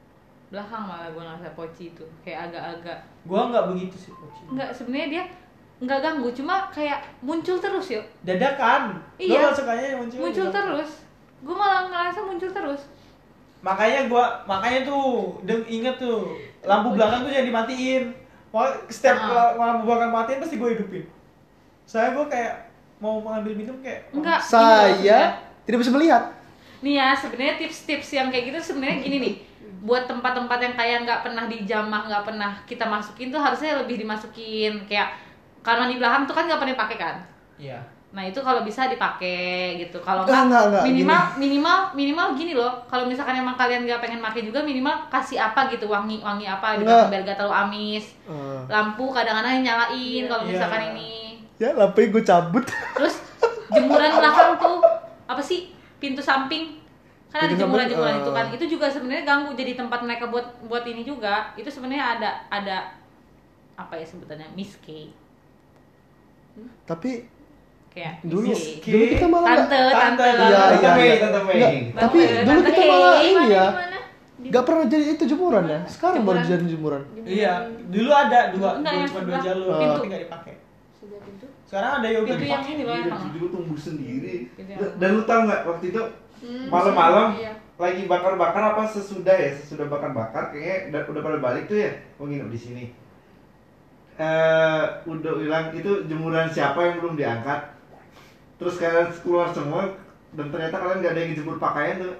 [SPEAKER 3] belakang malah gue ngerasa poci itu kayak agak-agak
[SPEAKER 1] gue nggak begitu sih bocil
[SPEAKER 3] enggak sebenarnya dia nggak ganggu, cuma kayak muncul terus yuk.
[SPEAKER 1] Dadakan.
[SPEAKER 3] Iya.
[SPEAKER 1] Gue sukanya yang muncul.
[SPEAKER 3] Muncul
[SPEAKER 1] dadakan.
[SPEAKER 3] terus. Gue malah ngerasa muncul terus.
[SPEAKER 1] Makanya gua makanya tuh deng inget tuh lampu belakang tuh jangan dimatiin. Wah, setiap
[SPEAKER 3] Ah.
[SPEAKER 1] lampu belakang matiin pasti gue hidupin. Saya gue kayak mau mengambil minum kayak
[SPEAKER 3] Enggak. gini loh
[SPEAKER 2] Saya
[SPEAKER 3] maksudnya.
[SPEAKER 2] tidak bisa melihat.
[SPEAKER 3] Nih ya, sebenarnya tips-tips yang kayak gitu sebenarnya gini nih. Buat tempat-tempat yang kayak nggak pernah dijamah, nggak pernah kita masukin tuh harusnya lebih dimasukin. Kayak kamar mandi belakang tuh kan nggak pernah dipakai kan.
[SPEAKER 1] Iya.
[SPEAKER 3] Nah itu kalau bisa dipakai gitu. Kalau
[SPEAKER 2] Enggak, enggak, enggak,
[SPEAKER 3] minimal minimal minimal gini loh. Kalau misalkan emang kalian nggak pengen pakai juga, minimal kasih apa gitu, wangi wangi apa di
[SPEAKER 2] Enggak.
[SPEAKER 3] biar gak terlalu amis.
[SPEAKER 2] Eh,
[SPEAKER 3] Lampu kadang-kadang nyalain kalau
[SPEAKER 1] Iya.
[SPEAKER 3] misalkan ini.
[SPEAKER 2] ya lampunya gue cabut.
[SPEAKER 3] Terus jemuran belakang tuh apa sih? Pintu samping. Kan ada
[SPEAKER 2] Pintu samping,
[SPEAKER 3] jemuran-jemuran
[SPEAKER 2] eh.
[SPEAKER 3] itu kan. Itu juga sebenarnya ganggu jadi tempat mereka buat buat ini juga. Itu sebenarnya ada ada apa ya sebutannya? Miscake.
[SPEAKER 2] Tapi
[SPEAKER 3] Kayak
[SPEAKER 2] dulu
[SPEAKER 3] miscake.
[SPEAKER 2] dulu kita malah
[SPEAKER 3] Tante,
[SPEAKER 2] nggak-
[SPEAKER 3] tante.
[SPEAKER 2] Iya, iya,
[SPEAKER 5] Tante Mei,
[SPEAKER 2] iya.
[SPEAKER 5] Tante Mei.
[SPEAKER 2] Nggak, tapi
[SPEAKER 3] Tante,
[SPEAKER 2] dulu
[SPEAKER 3] Tante
[SPEAKER 2] kita malah
[SPEAKER 3] Hei,
[SPEAKER 2] ini ya.
[SPEAKER 4] Mana?
[SPEAKER 2] Gak pernah jadi itu jemuran ya. Sekarang baru
[SPEAKER 3] Jemuran.
[SPEAKER 2] jadi jemuran.
[SPEAKER 1] Iya, dulu ada dua,
[SPEAKER 3] Enggak,
[SPEAKER 1] dua,
[SPEAKER 3] yang
[SPEAKER 1] cuma dua
[SPEAKER 3] sebelah
[SPEAKER 1] jalur,
[SPEAKER 2] pintu.
[SPEAKER 1] tapi nggak dipakai.
[SPEAKER 4] Sebelah pintu.
[SPEAKER 1] Sekarang ada yoga
[SPEAKER 3] Pintu yang
[SPEAKER 1] dipakai.
[SPEAKER 3] ini loh
[SPEAKER 5] Iya,
[SPEAKER 3] yang
[SPEAKER 5] dulu tumbuh sendiri.
[SPEAKER 3] Gitu ya.
[SPEAKER 5] Dan, dan lu tau nggak waktu itu
[SPEAKER 4] Hmm,
[SPEAKER 5] malam-malam
[SPEAKER 4] iya.
[SPEAKER 5] lagi bakar-bakar apa sesudah ya sesudah bakar-bakar kayaknya udah, udah pada balik tuh ya mau nginep di sini. Eh udah bilang itu jemuran siapa yang belum diangkat. Terus kalian keluar semua dan ternyata kalian nggak ada yang jemur pakaian tuh.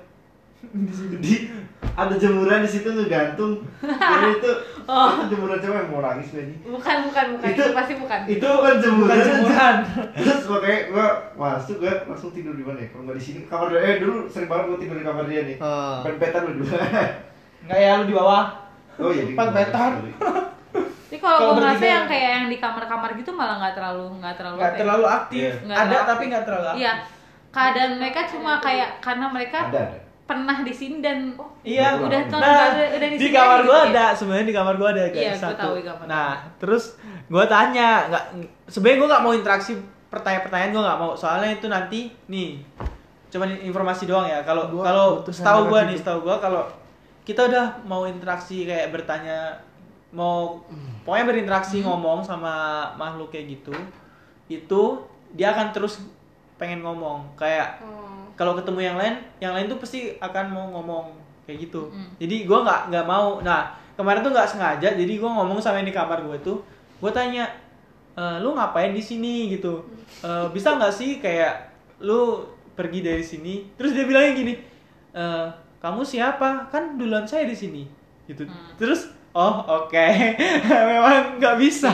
[SPEAKER 5] Di ada jemuran di situ ngegantung. Jadi itu
[SPEAKER 3] Oh.
[SPEAKER 5] itu jemuran siapa yang mau nangis lagi.
[SPEAKER 3] Bukan, bukan, bukan. Itu,
[SPEAKER 5] Itu-
[SPEAKER 3] pasti bukan.
[SPEAKER 5] Itu kan jemuran.
[SPEAKER 1] Bukan jemuran.
[SPEAKER 5] Terus makanya gua masuk gua langsung tidur di mana ya? Kalau nggak di sini kamar dia. Eh dulu sering banget gua tidur di kamar dia nih.
[SPEAKER 2] Ah.
[SPEAKER 5] Pet-petan lu dulu.
[SPEAKER 1] Nggak ya, lu di bawah.
[SPEAKER 5] Oh iya. di
[SPEAKER 1] Empat
[SPEAKER 5] kamar.
[SPEAKER 1] petan.
[SPEAKER 3] Jadi kalau
[SPEAKER 1] Kalau
[SPEAKER 3] gue ngerasa
[SPEAKER 1] bertiga-
[SPEAKER 3] yang kayak yang di kamar-kamar gitu malah nggak terlalu nggak terlalu
[SPEAKER 1] Nggak
[SPEAKER 3] apa ya?
[SPEAKER 1] terlalu aktif.
[SPEAKER 5] Iya.
[SPEAKER 3] Nggak
[SPEAKER 1] Ada
[SPEAKER 3] terlalu
[SPEAKER 1] tapi nggak terlalu aktif.
[SPEAKER 3] Iya. Keadaan mereka cuma kayak karena mereka
[SPEAKER 5] Ada ada.
[SPEAKER 3] pernah di sini dan
[SPEAKER 1] Iya,
[SPEAKER 3] udah
[SPEAKER 5] Nah,
[SPEAKER 3] tuh
[SPEAKER 1] nah,
[SPEAKER 3] udah, udah di
[SPEAKER 1] di
[SPEAKER 3] sini
[SPEAKER 1] kamar
[SPEAKER 3] aja
[SPEAKER 1] gua
[SPEAKER 3] gitu ya.
[SPEAKER 1] ada, sebenarnya di kamar gua ada guys
[SPEAKER 3] Iya, gua
[SPEAKER 1] satu.
[SPEAKER 3] tahu di kamar.
[SPEAKER 1] Nah, terus gua tanya, nggak, sebenarnya gua nggak mau interaksi pertanyaan-pertanyaan gua nggak mau, soalnya itu nanti nih, cuman informasi doang ya. Kalau
[SPEAKER 2] Gua
[SPEAKER 1] kalau
[SPEAKER 2] butuh
[SPEAKER 1] setahu gua
[SPEAKER 2] sandaran
[SPEAKER 1] nih,
[SPEAKER 2] situ.
[SPEAKER 1] setahu gua kalau kita udah mau interaksi kayak bertanya, mau pokoknya berinteraksi
[SPEAKER 3] Hmm.
[SPEAKER 1] ngomong sama makhluk kayak gitu, itu dia akan terus pengen ngomong kayak
[SPEAKER 4] Oh.
[SPEAKER 1] kalau ketemu yang lain, yang lain tuh pasti akan mau ngomong kayak gitu.
[SPEAKER 3] Mm.
[SPEAKER 1] Jadi gue nggak nggak mau. Nah kemarin tuh nggak sengaja. Jadi gue ngomong sama yang di kamar gue tuh, gue tanya, e, lu ngapain di sini gitu? E, bisa nggak sih kayak lu pergi dari sini? Terus dia bilangnya gini, e, kamu siapa? Kan duluan saya di sini, gitu.
[SPEAKER 3] Mm.
[SPEAKER 1] Terus oh oke, memang nggak bisa.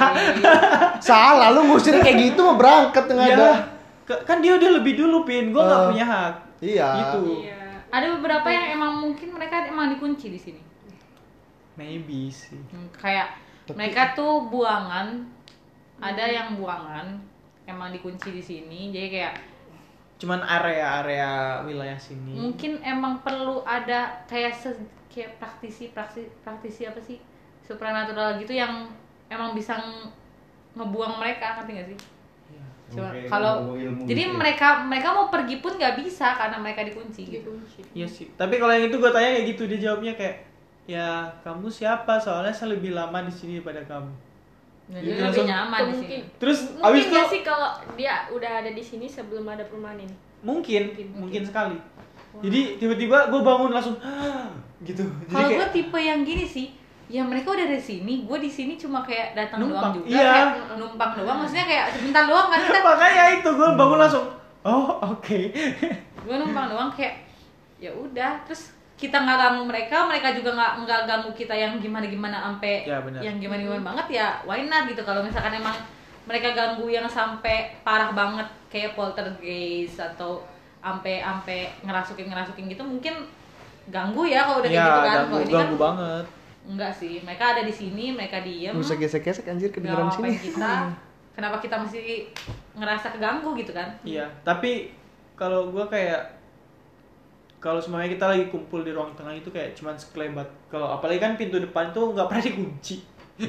[SPEAKER 2] Salah lu ngusir kayak gitu mau berangkat tengah ada.
[SPEAKER 1] Ya, ke- kan dia udah lebih dulu pin, gue nggak
[SPEAKER 2] Eh,
[SPEAKER 1] punya hak.
[SPEAKER 2] Iya.
[SPEAKER 1] Gitu.
[SPEAKER 4] Iya.
[SPEAKER 3] Ada beberapa yang emang mungkin mereka emang dikunci di sini.
[SPEAKER 1] Maybe sih.
[SPEAKER 3] Hmm, kayak mereka tuh buangan, ada yang buangan emang dikunci di sini. Jadi kayak
[SPEAKER 1] Cuman area-area wilayah sini.
[SPEAKER 3] mungkin emang perlu ada kayak se kayak praktisi praktisi praktisi apa sih supranatural gitu yang emang bisa ng- ngebuang mereka, ngerti gak sih? Cuma
[SPEAKER 5] Oke,
[SPEAKER 3] kalau
[SPEAKER 5] ngomong ilmu
[SPEAKER 3] jadi
[SPEAKER 5] gitu ya.
[SPEAKER 3] mereka mereka mau pergi pun nggak bisa karena mereka dikunci gitu.
[SPEAKER 4] Dikunci.
[SPEAKER 1] Iya sih. Tapi kalau yang itu gue tanya kayak gitu, dia jawabnya kayak, ya kamu siapa? Soalnya saya lebih lama di sini daripada kamu.
[SPEAKER 3] Nah,
[SPEAKER 1] Jadi
[SPEAKER 3] dia lebih
[SPEAKER 1] langsung-
[SPEAKER 3] nyaman di
[SPEAKER 4] Mungkin.
[SPEAKER 3] sini.
[SPEAKER 1] Terus
[SPEAKER 4] Mungkin
[SPEAKER 1] abis itu
[SPEAKER 4] nggak sih kalau dia udah ada di sini sebelum ada perumahan ini?
[SPEAKER 1] mungkin,
[SPEAKER 4] Mungkin,
[SPEAKER 1] mungkin sekali. Jadi tiba-tiba gue bangun langsung gitu. Jadi
[SPEAKER 3] Kalau gue
[SPEAKER 1] kayak
[SPEAKER 3] tipe yang gini sih, ya mereka udah dari sini, gue di sini cuma kayak datang
[SPEAKER 1] Numpang.
[SPEAKER 3] doang juga,
[SPEAKER 1] Iya.
[SPEAKER 3] kayak numpang doang, maksudnya kayak sebentar doang kan kita,
[SPEAKER 1] makanya itu gue bangun langsung, oh oke.
[SPEAKER 3] gue numpang doang kayak, ya udah, terus kita nggak ganggu mereka, mereka juga nggak nggak ganggu kita yang gimana gimana sampai
[SPEAKER 1] Ya, benar.
[SPEAKER 3] yang gimana gimana banget ya, why not gitu. Kalau misalkan emang mereka ganggu yang sampai parah banget kayak poltergeist atau sampai sampai ngerasukin ngerasukin gitu, mungkin ganggu ya kalau udah kayak
[SPEAKER 1] Ya
[SPEAKER 3] gitu kan.
[SPEAKER 1] ganggu,
[SPEAKER 3] Kalau ini kan
[SPEAKER 1] ganggu banget.
[SPEAKER 3] enggak sih, mereka ada di sini, mereka diem,
[SPEAKER 2] Nggak usah gesek-gesek anjir
[SPEAKER 3] nggak
[SPEAKER 2] kedengeran
[SPEAKER 3] ngapain
[SPEAKER 2] sini.
[SPEAKER 3] kita, kenapa kita mesti ngerasa keganggu gitu kan?
[SPEAKER 1] Iya, tapi kalau gue kayak kalau semuanya kita lagi kumpul di ruang tengah itu kayak cuman sekelebat. Kalau apalagi kan pintu depan tuh nggak pernah dikunci.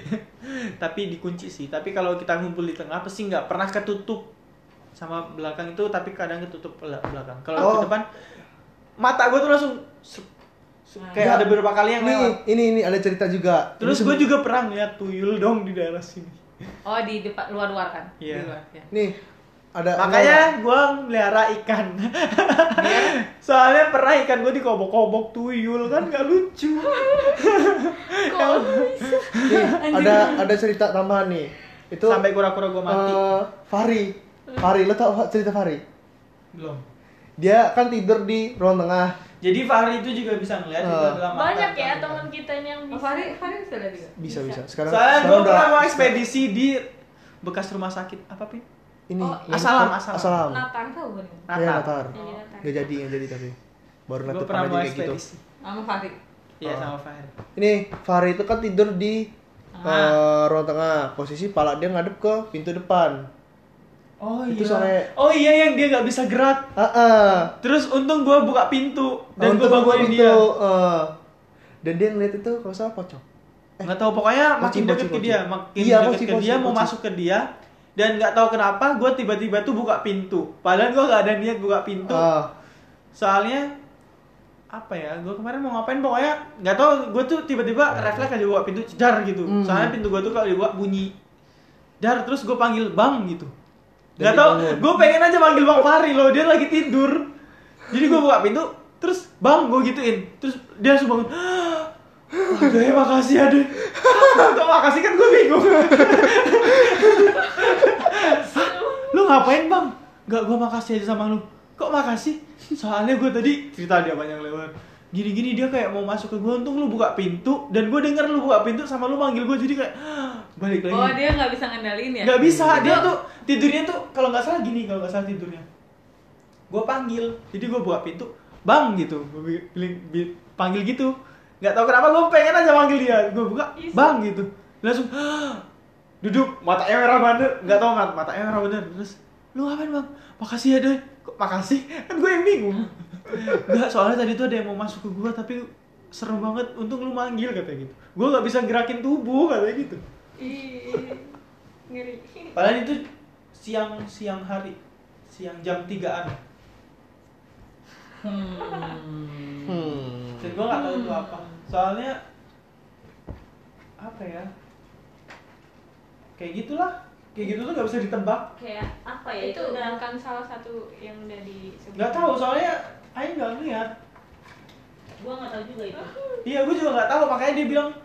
[SPEAKER 1] Tapi dikunci sih. Tapi kalau kita ngumpul di tengah pasti nggak pernah ketutup sama belakang itu, tapi kadang ketutup bela- belakang. Kalau
[SPEAKER 2] Oh.
[SPEAKER 1] ke depan mata gue tuh langsung se- se- kayak ada beberapa kali yang
[SPEAKER 2] Nih,
[SPEAKER 1] lewat.
[SPEAKER 2] ini ini ada cerita juga.
[SPEAKER 1] Terus
[SPEAKER 2] Ini
[SPEAKER 1] gue
[SPEAKER 2] sebe-
[SPEAKER 1] juga pernah ngeliat tuyul dong di daerah sini.
[SPEAKER 3] Oh, di depan luar-luar kan?
[SPEAKER 1] Iya.
[SPEAKER 3] Di luar, ya.
[SPEAKER 2] Nih, ada
[SPEAKER 1] Makanya gue melihara ikan. Soalnya pernah ikan gue dikobok-kobok tuyul kan gak lucu.
[SPEAKER 4] Kok bisa?
[SPEAKER 2] nih, ada ada cerita tambahan nih. Itu
[SPEAKER 1] Sampai kura-kura gue mati.
[SPEAKER 2] eh, Fahri. Fahri, lo tau cerita Fahri?
[SPEAKER 1] Belum.
[SPEAKER 2] Dia kan tidur di ruang tengah.
[SPEAKER 1] Jadi Fahri itu juga bisa ngeliat itu
[SPEAKER 2] Ah.
[SPEAKER 1] adalah mata
[SPEAKER 4] Banyak ya
[SPEAKER 1] kan.
[SPEAKER 4] teman kita yang
[SPEAKER 3] Oh,
[SPEAKER 4] bisa.
[SPEAKER 3] Fahri, Fahri bisa lihat juga?
[SPEAKER 2] Bisa bisa. Sekarang
[SPEAKER 1] Soalnya
[SPEAKER 2] sekarang
[SPEAKER 1] gue
[SPEAKER 2] udah-
[SPEAKER 1] pernah mau ekspedisi di bekas rumah sakit apa Pin?
[SPEAKER 2] Ini
[SPEAKER 3] Oh,
[SPEAKER 2] yang-
[SPEAKER 1] Asalam, Asalam.
[SPEAKER 2] Asalam.
[SPEAKER 4] Natar.
[SPEAKER 3] Tahu gue nih.
[SPEAKER 2] Iya, Natar.
[SPEAKER 4] Jadi Natar.
[SPEAKER 2] Nggak jadi, nggak jadi tapi baru
[SPEAKER 1] Gue
[SPEAKER 2] nanti
[SPEAKER 1] pernah mau
[SPEAKER 2] kayak gitu.
[SPEAKER 1] ekspedisi.
[SPEAKER 3] Sama Fahri.
[SPEAKER 1] Iya
[SPEAKER 2] Oh.
[SPEAKER 1] sama Fahri.
[SPEAKER 2] Ini Fahri itu kan tidur di
[SPEAKER 3] Ah.
[SPEAKER 2] eh, ruang tengah. Posisi pala dia ngadep ke pintu depan.
[SPEAKER 1] Oh
[SPEAKER 2] Itu
[SPEAKER 1] iya.
[SPEAKER 2] sore.
[SPEAKER 1] Oh iya yang dia nggak bisa gerak.
[SPEAKER 2] Ah, ah.
[SPEAKER 1] Terus untung gue buka pintu dan gue
[SPEAKER 2] Untung gua
[SPEAKER 1] bangunin
[SPEAKER 2] pintu,
[SPEAKER 1] dia.
[SPEAKER 2] eh. Dan dia ngeliat itu kalau salah pocong.
[SPEAKER 1] Nggak tahu pokoknya makin
[SPEAKER 2] Poci,
[SPEAKER 1] deket
[SPEAKER 2] poci,
[SPEAKER 1] ke
[SPEAKER 2] poci.
[SPEAKER 1] dia, makin
[SPEAKER 2] Iya,
[SPEAKER 1] deket
[SPEAKER 2] poci,
[SPEAKER 1] ke
[SPEAKER 2] poci,
[SPEAKER 1] dia mau
[SPEAKER 2] poci.
[SPEAKER 1] masuk ke dia dan nggak tahu kenapa gue tiba-tiba tuh buka pintu. Padahal gue nggak ada niat buka pintu.
[SPEAKER 2] Ah.
[SPEAKER 1] Soalnya apa ya? Gue kemarin mau ngapain pokoknya nggak tahu. Gue tuh tiba-tiba refleks aja buka pintu, dar gitu.
[SPEAKER 2] Hmm.
[SPEAKER 1] Soalnya pintu gue tuh kalau dibuka bunyi, dar terus gue panggil bang gitu.
[SPEAKER 2] Dan
[SPEAKER 1] Nggak tahu.
[SPEAKER 2] dibangun.
[SPEAKER 1] Gue pengen aja manggil bang Fahri loh. Dia lagi tidur. Jadi gue buka pintu, terus bang gue gituin. Terus dia langsung bangun. Aduh ya makasih ya deh. Kok makasih kan gue bingung. Lu ngapain bang? Gak, gue makasih aja sama lu. Kok makasih? Soalnya gue tadi cerita dia banyak lewat. Gini-gini dia kayak mau masuk ke gue, untung lu buka pintu dan gue denger lu buka pintu sama lu manggil gue jadi kayak balik lagi.
[SPEAKER 3] Oh, dia nggak bisa ngendaliin ya?
[SPEAKER 1] Gak bisa,
[SPEAKER 3] Itu-
[SPEAKER 1] dia tuh tidurnya tuh kalau nggak salah gini, kalau nggak salah tidurnya. Gue panggil, jadi gue buka pintu, bang gitu, gue bilang bi- panggil gitu. Nggak tahu kenapa gue pengen aja manggil dia, gue buka, bang gitu, dia langsung duduk, matanya merah bener, nggak tahu mat matanya merah bener, terus lu ngapain bang? Makasih ya deh, kok makasih? Kan gue yang bingung. Nggak, soalnya tadi tuh ada yang mau masuk ke gue tapi serem banget, untung lu manggil katanya gitu. Gue nggak bisa gerakin tubuh katanya gitu.
[SPEAKER 4] Ih, ngeri.
[SPEAKER 1] Padahal itu siang siang hari, siang jam tigaan.
[SPEAKER 3] Hmm.
[SPEAKER 2] Hmm.
[SPEAKER 1] Dan gue nggak tahu itu apa. Soalnya apa ya? Kayak gitulah. Kayak gitu tuh nggak bisa ditebak.
[SPEAKER 4] Kayak apa ya? Itu bukan salah satu yang udah disebut.
[SPEAKER 1] Nggak tahu soalnya Aing nggak lihat.
[SPEAKER 3] Gua nggak tahu juga itu.
[SPEAKER 1] Iya, gue juga nggak tahu. Makanya dia bilang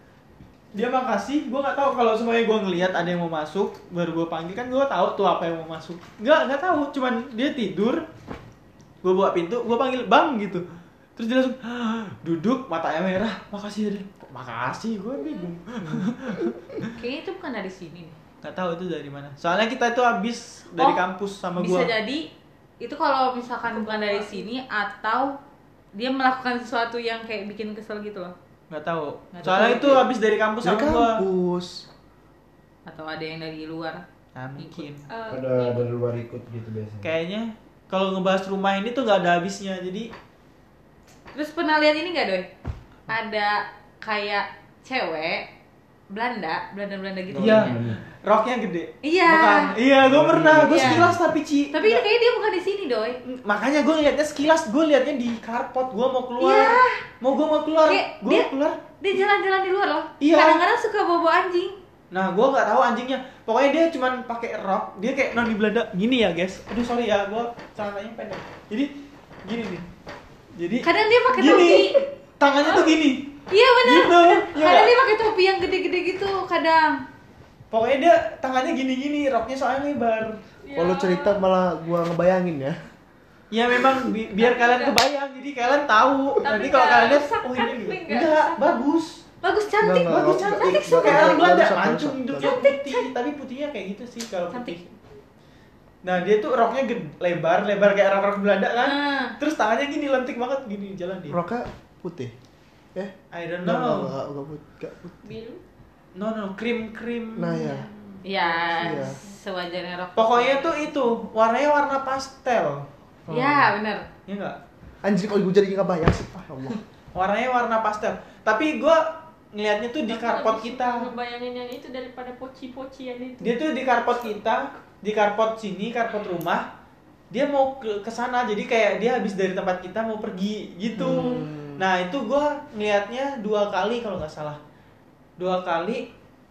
[SPEAKER 1] dia makasih. Gue nggak tahu kalau semuanya gue ngelihat ada yang mau masuk, baru gue panggil kan gue tahu tuh apa yang mau masuk. Nggak nggak tahu. Cuman dia tidur. Gue buka pintu, gue panggil bang gitu. Terus dia langsung duduk, matanya merah. Makasih ya deh. Kok makasih? Gue bingung.
[SPEAKER 3] Kayaknya itu bukan dari sini nih.
[SPEAKER 1] Nggak tahu itu dari mana. Soalnya kita itu habis dari
[SPEAKER 3] Oh,
[SPEAKER 1] kampus sama gue.
[SPEAKER 3] Bisa jadi itu kalau misalkan bukan dari sini atau dia melakukan sesuatu yang kayak bikin kesel gitu loh.
[SPEAKER 1] Nggak tahu.
[SPEAKER 3] Nggak
[SPEAKER 1] Soalnya
[SPEAKER 3] tahu.
[SPEAKER 1] itu habis dari kampus
[SPEAKER 2] Dari
[SPEAKER 1] sama gue.
[SPEAKER 2] kampus.
[SPEAKER 3] Atau ada yang dari luar.
[SPEAKER 1] Nah, mungkin.
[SPEAKER 4] Eh,
[SPEAKER 5] Ada dari luar ikut gitu biasanya.
[SPEAKER 1] Kayaknya kalau ngebahas rumah ini tuh nggak ada habisnya. Jadi
[SPEAKER 3] Terus pernah lihat ini nggak Doi? Ada kayak cewek Belanda, Belanda-Belanda gitu.
[SPEAKER 1] iya,
[SPEAKER 3] kayaknya.
[SPEAKER 1] roknya gede.
[SPEAKER 3] Iya.
[SPEAKER 1] Bukan. Iya, gue pernah. Gue
[SPEAKER 3] Iya.
[SPEAKER 1] sekilas tapi Ci.
[SPEAKER 3] Tapi kayaknya dia bukan di sini Doi.
[SPEAKER 1] Makanya gue ngeliatnya sekilas. Gue liatnya di carport. Gue mau keluar.
[SPEAKER 3] Iya.
[SPEAKER 1] Mau gue mau keluar.
[SPEAKER 3] Kayak
[SPEAKER 1] Gue
[SPEAKER 3] dia-
[SPEAKER 1] keluar.
[SPEAKER 3] Dia jalan-jalan di luar loh.
[SPEAKER 1] Iya.
[SPEAKER 3] Kadang-kadang suka bobo anjing.
[SPEAKER 1] Nah, gue nggak tahu anjingnya. Pokoknya dia cuman pakai rok. Dia kayak non di Belanda. Gini ya, guys. Aduh, sorry ya. Gue celananya pendek. Jadi gini nih. Jadi
[SPEAKER 3] Kadang dia pakai
[SPEAKER 1] gini.
[SPEAKER 3] topi.
[SPEAKER 1] Tangannya tuh gini.
[SPEAKER 3] Iya benar.
[SPEAKER 1] Gitu. Iya
[SPEAKER 3] Kadang
[SPEAKER 1] nggak?
[SPEAKER 3] dia pakai topi yang gede-gede gitu kadang.
[SPEAKER 1] Pokoknya dia tangannya gini-gini. Roknya soalnya lebar.
[SPEAKER 2] Kalau cerita malah gua ngebayangin ya.
[SPEAKER 1] Ya memang bi- biar kalian kebayang. Jadi kalian tahu.
[SPEAKER 4] Tapi
[SPEAKER 1] Nanti kalau
[SPEAKER 4] nggak
[SPEAKER 1] kalian lihat,
[SPEAKER 4] rusak
[SPEAKER 1] oh
[SPEAKER 4] kan?
[SPEAKER 1] ini
[SPEAKER 4] Tapi
[SPEAKER 1] gitu.
[SPEAKER 4] nggak
[SPEAKER 1] Enggak,
[SPEAKER 4] rusak.
[SPEAKER 1] bagus.
[SPEAKER 3] Bagus cantik.
[SPEAKER 2] Nggak,
[SPEAKER 1] Bagus
[SPEAKER 2] nggak,
[SPEAKER 1] cantik.
[SPEAKER 2] nggak,
[SPEAKER 1] Suka
[SPEAKER 2] nggak,
[SPEAKER 1] kayak orang
[SPEAKER 2] nggak
[SPEAKER 1] Belanda.
[SPEAKER 2] rusak, nggak
[SPEAKER 1] Mancung
[SPEAKER 2] rusak,
[SPEAKER 1] hidungnya
[SPEAKER 2] nggak
[SPEAKER 1] putih. Tapi putihnya kayak gitu sih kalau
[SPEAKER 3] Cantik.
[SPEAKER 1] putih. Nah dia tuh roknya gede, lebar, lebar kayak rok-rok Belanda kan.
[SPEAKER 3] Ah.
[SPEAKER 1] Terus tangannya gini lentik banget gini jalan dia.
[SPEAKER 2] Roknya putih. Eh,
[SPEAKER 1] I don't
[SPEAKER 2] nggak, nggak,
[SPEAKER 1] know.
[SPEAKER 2] nggak, nggak putih, nggak putih.
[SPEAKER 4] biru.
[SPEAKER 1] No no krim krim.
[SPEAKER 2] Nah ya.
[SPEAKER 3] Ya,
[SPEAKER 2] Iya.
[SPEAKER 3] sewajarnya rok.
[SPEAKER 1] Pokoknya tuh itu warnanya warna pastel.
[SPEAKER 3] Ya, benar.
[SPEAKER 1] Ya enggak?
[SPEAKER 2] Anjir kok gue jadi nggak bayang sih. Ah, ya Allah.
[SPEAKER 1] Warnanya warna pastel. Tapi gua ngelihatnya tuh di
[SPEAKER 4] Aku
[SPEAKER 1] karpot
[SPEAKER 4] lebih
[SPEAKER 1] kita.
[SPEAKER 4] suka ngebayangin yang itu daripada poci-pocian itu.
[SPEAKER 1] Dia tuh di karpot kita, di karpot sini, karpot rumah. Dia mau ke ke sana, jadi kayak dia habis dari tempat kita mau pergi gitu.
[SPEAKER 2] Hmm.
[SPEAKER 1] Nah itu gue ngelihatnya dua kali kalau nggak salah, dua kali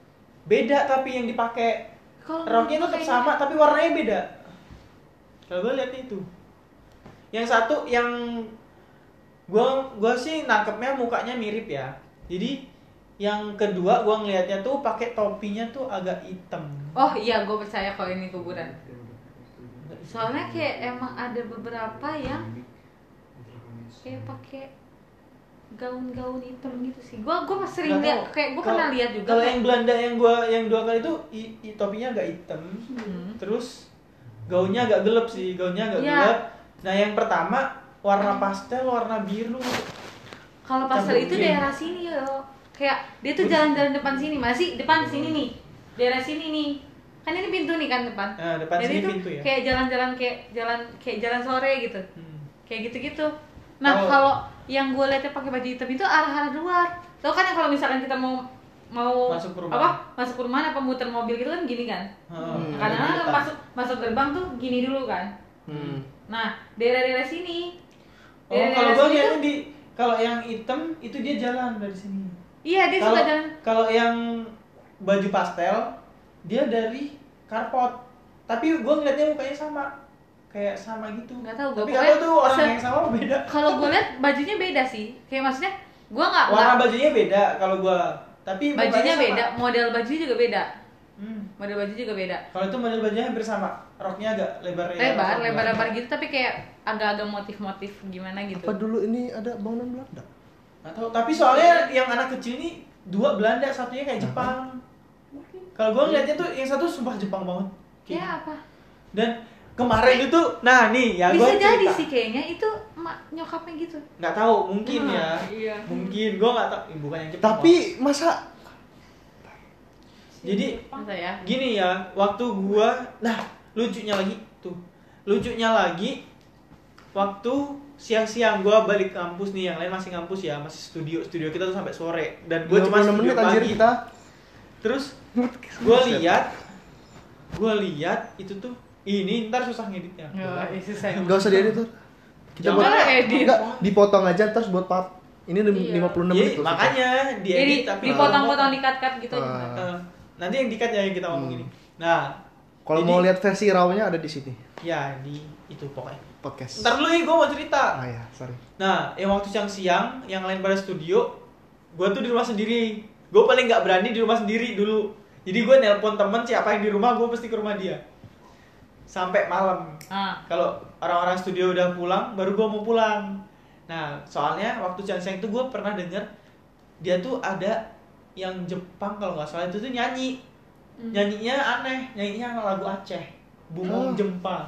[SPEAKER 1] beda tapi yang dipakai
[SPEAKER 3] Kalau
[SPEAKER 1] roknya tetap
[SPEAKER 3] kayak-
[SPEAKER 1] sama tapi warnanya beda. Kalau gue liatnya itu. Yang satu yang gua gua sih nangkepnya mukanya mirip ya. Jadi yang kedua gua ngelihatnya tuh pakai topinya tuh agak hitam.
[SPEAKER 3] Oh iya, gue percaya kalau ini kuburan. Soalnya kayak emang ada beberapa yang kayak pakai gaun-gaun hitam gitu sih. Gua gua sering
[SPEAKER 1] Nggak
[SPEAKER 3] lihat,
[SPEAKER 1] tahu.
[SPEAKER 3] kayak gua
[SPEAKER 1] Kalau-
[SPEAKER 3] pernah lihat juga.
[SPEAKER 1] Kalau
[SPEAKER 3] kayak-
[SPEAKER 1] yang Belanda yang gua yang dua kali itu i- i- topinya agak hitam.
[SPEAKER 3] Hmm.
[SPEAKER 1] Terus gaunnya agak gelap sih, gaunnya agak
[SPEAKER 3] Iya.
[SPEAKER 1] gelap. Nah, yang pertama warna pastel, warna biru.
[SPEAKER 3] Kalau pastel itu
[SPEAKER 1] Campur
[SPEAKER 3] daerah sini loh. Kayak dia tuh jalan-jalan depan sini, masih depan sini nih. Daerah sini nih. Kan ini pintu nih kan depan.
[SPEAKER 1] Nah, depan
[SPEAKER 3] Jadi
[SPEAKER 1] sini
[SPEAKER 3] itu
[SPEAKER 1] pintu ya.
[SPEAKER 3] kayak jalan-jalan kayak jalan kayak jalan sore gitu.
[SPEAKER 1] Hmm.
[SPEAKER 3] Kayak gitu-gitu. Nah,
[SPEAKER 1] Kalau-
[SPEAKER 3] kalau yang gue liatnya pakai baju hitam itu arah-arah luar. Tahu kan yang kalau misalkan kita mau mau
[SPEAKER 1] Masuk ke rumah.
[SPEAKER 3] apa? Masuk ke rumah apa muter mobil gitu kan gini kan.
[SPEAKER 1] Hmm.
[SPEAKER 3] Karena
[SPEAKER 1] Ada
[SPEAKER 3] kan
[SPEAKER 1] geletar.
[SPEAKER 3] masuk masuk gerbang tuh gini dulu kan.
[SPEAKER 2] Hmm.
[SPEAKER 3] Nah, daerah-daerah sini.
[SPEAKER 1] Oh, kalau
[SPEAKER 3] daerah-daerah
[SPEAKER 1] gua
[SPEAKER 3] sini
[SPEAKER 1] lihatnya
[SPEAKER 3] tuh-
[SPEAKER 1] di kalau yang hitam itu dia jalan dari sini.
[SPEAKER 3] Iya, dia
[SPEAKER 1] Kalau
[SPEAKER 3] suka jalan.
[SPEAKER 1] kalau yang baju pastel dia dari karpot. Tapi gue ngeliatnya mukanya sama, kayak sama gitu.
[SPEAKER 3] Nggak tahu, gua
[SPEAKER 1] Tapi nggak
[SPEAKER 3] pokoknya
[SPEAKER 1] tahu tuh orang
[SPEAKER 3] se-
[SPEAKER 1] yang sama apa beda.
[SPEAKER 3] Kalau gue lihat bajunya beda sih. Kayak maksudnya gue nggak
[SPEAKER 1] Warna
[SPEAKER 3] nggak-
[SPEAKER 1] bajunya beda kalau gue. Tapi
[SPEAKER 3] bajunya
[SPEAKER 1] mukanya sama.
[SPEAKER 3] beda, model bajunya juga beda.
[SPEAKER 1] Hmm.
[SPEAKER 3] Model baju juga beda.
[SPEAKER 1] Kalau itu model bajunya hampir sama, roknya agak lebar ya.
[SPEAKER 3] Lebar, lebar-lebar gitu tapi kayak agak-agak motif-motif gimana gitu.
[SPEAKER 2] Apa dulu ini ada bangunan Belanda?
[SPEAKER 1] Nggak tahu. Tapi soalnya yang anak kecil ini dua Belanda, satunya kayak Jepang. Kalau gue ngeliatnya tuh yang satu sumpah Jepang banget.
[SPEAKER 3] Ya apa?
[SPEAKER 1] Dan kemarin itu, nah nih ya gue
[SPEAKER 3] Bisa jadi
[SPEAKER 1] cerita.
[SPEAKER 3] sih kayaknya itu mak nyokapnya gitu.
[SPEAKER 1] Nggak tahu, mungkin
[SPEAKER 3] Hmm,
[SPEAKER 1] ya.
[SPEAKER 4] iya.
[SPEAKER 1] Mungkin gue nggak tahu. Eh, bukan yang Jepang.
[SPEAKER 2] Tapi masa
[SPEAKER 1] Jadi
[SPEAKER 3] Masa ya?
[SPEAKER 1] gini ya, waktu gua, nah lucunya lagi tuh, lucunya lagi, waktu siang-siang gua balik kampus nih, yang lain masih kampus ya, masih studio, studio kita tuh sampai sore, dan gua cuma
[SPEAKER 2] dua puluh enam
[SPEAKER 1] studio
[SPEAKER 2] menit anjir
[SPEAKER 1] pagi.
[SPEAKER 2] kita.
[SPEAKER 1] Terus gua lihat, gua lihat itu tuh, ini ntar susah ngeditnya.
[SPEAKER 3] Enggak, itu saya.
[SPEAKER 2] Enggak usah diedit tuh. Kita
[SPEAKER 1] Jangan
[SPEAKER 2] buat
[SPEAKER 3] lah edit.
[SPEAKER 2] enggak dipotong aja terus buat part. Ini
[SPEAKER 4] Iya.
[SPEAKER 2] lima puluh enam
[SPEAKER 1] Iya,
[SPEAKER 2] menit loh.
[SPEAKER 1] makanya
[SPEAKER 3] Jadi
[SPEAKER 1] diedit tapi
[SPEAKER 3] dipotong-potong, di-cut-cut gitu aja.
[SPEAKER 2] Ah.
[SPEAKER 1] Eh, nanti yang dikat ya yang kita ngomong
[SPEAKER 2] Hmm.
[SPEAKER 1] ini. Nah,
[SPEAKER 2] Kalau
[SPEAKER 1] jadi-
[SPEAKER 2] mau lihat versi raw-nya ada di sini
[SPEAKER 1] ya di itu pokoknya.
[SPEAKER 2] podcast.
[SPEAKER 1] Ntar dulu nih gua mau cerita.
[SPEAKER 2] Ah ya, sorry.
[SPEAKER 1] Nah, yang waktu siang-siang, yang lain pada studio, gue tuh di rumah sendiri. Gue paling nggak berani di rumah sendiri dulu. Jadi gue nelpon temen siapa yang di rumah, gue pasti ke rumah dia. Sampai malam.
[SPEAKER 3] Ah.
[SPEAKER 1] Kalau orang-orang studio udah pulang, baru gue mau pulang. Nah, soalnya waktu siang-siang itu gue pernah denger dia tuh ada yang Jepang kalau nggak salah itu tuh nyanyi. Nyanyinya aneh, nyanyinya lagu Aceh, Bungong
[SPEAKER 2] Oh.
[SPEAKER 1] Jempa.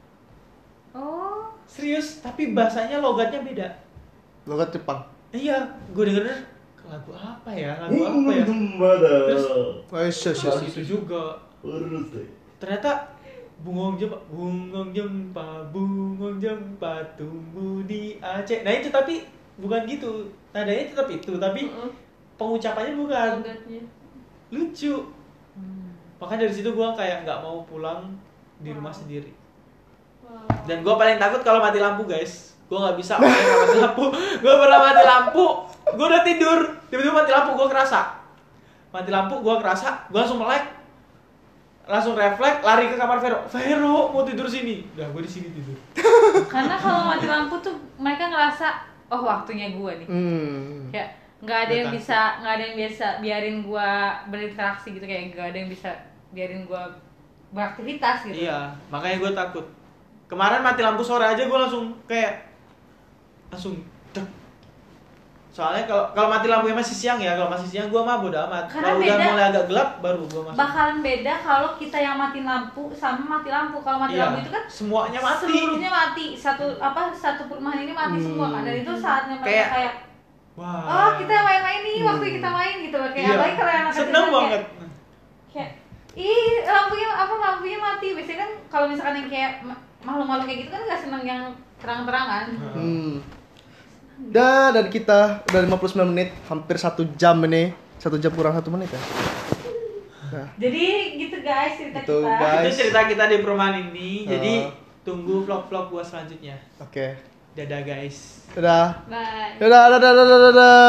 [SPEAKER 3] Oh.
[SPEAKER 1] Serius, tapi bahasanya logatnya beda.
[SPEAKER 2] Logat Jepang.
[SPEAKER 1] Iya, gue denger lagu apa ya, lagu apa ya. Terus
[SPEAKER 2] Oh, iya, iya,
[SPEAKER 1] Terus
[SPEAKER 2] iya.
[SPEAKER 1] gitu juga. Ternyata bungong jempa, bungong jempa, bungong jempa tumbuh di Aceh. Nah itu tapi bukan gitu, nadanya tetap itu, tapi
[SPEAKER 4] Heeh.
[SPEAKER 1] pengucapannya bukan.
[SPEAKER 4] Logatnya.
[SPEAKER 1] Lucu. Makanya dari situ gue kayak nggak mau pulang di rumah sendiri.
[SPEAKER 4] Wow.
[SPEAKER 1] Dan gue paling takut kalau mati lampu guys. Gue nggak bisa kalau mati lampu. Gue pernah mati lampu, gue udah tidur, tiba-tiba mati lampu, gue kerasa. Mati lampu, gue kerasa, gue langsung melek, langsung refleks, lari ke kamar Vero. Vero mau tidur sini, udah gue di sini tidur.
[SPEAKER 3] Karena kalau mati lampu tuh mereka ngerasa oh waktunya gua nih.
[SPEAKER 2] Hmm.
[SPEAKER 3] Kayak nggak ada yang
[SPEAKER 1] Betul.
[SPEAKER 3] bisa nggak ada yang biasa biarin gua berinteraksi gitu, kayak nggak ada yang bisa biarin gua beraktivitas gitu.
[SPEAKER 1] Iya, makanya gue takut. Kemarin mati lampu sore aja gue langsung kayak langsung dek. Soalnya kalau kalau mati lampunya masih siang ya, kalau masih siang gue mah bodo amat.
[SPEAKER 3] Karena
[SPEAKER 1] Kalau udah
[SPEAKER 3] beda.
[SPEAKER 1] mulai agak gelap baru gue masuk.
[SPEAKER 3] Bakalan beda kalau kita yang mati lampu sama mati lampu. Kalau mati
[SPEAKER 1] Iya,
[SPEAKER 3] lampu itu kan
[SPEAKER 1] semuanya mati.
[SPEAKER 3] seluruhnya mati, satu apa satu perumahan ini mati semua kan. Dan itu saatnya mereka
[SPEAKER 1] Kayak-
[SPEAKER 3] kayak,
[SPEAKER 1] Wah.
[SPEAKER 3] oh kita main-main nih, waktu kita main gitu loh. Kayak
[SPEAKER 1] Iya.
[SPEAKER 3] apalagi kalau anak kecil
[SPEAKER 1] Seneng
[SPEAKER 3] kan
[SPEAKER 1] banget.
[SPEAKER 3] kayak, kayak ih lampunya apa lampunya mati. Biasanya kan kalau misalkan yang kayak ma- makhluk-makhluk kayak gitu kan nggak seneng yang terang-terangan.
[SPEAKER 2] Hmm. Dah, dari kita udah lima puluh sembilan menit, hampir satu jam ini. Satu jam kurang satu menit ya. Nah,
[SPEAKER 3] Jadi gitu guys cerita
[SPEAKER 2] Gitu,
[SPEAKER 3] kita.
[SPEAKER 2] guys.
[SPEAKER 1] Itu cerita kita di perumahan ini. Jadi
[SPEAKER 2] Uh.
[SPEAKER 1] tunggu vlog-vlog gua selanjutnya.
[SPEAKER 2] oke.
[SPEAKER 1] Dadah guys.
[SPEAKER 2] Dadah.
[SPEAKER 4] Bye.
[SPEAKER 2] Dadah, dadah, dadah, dadah.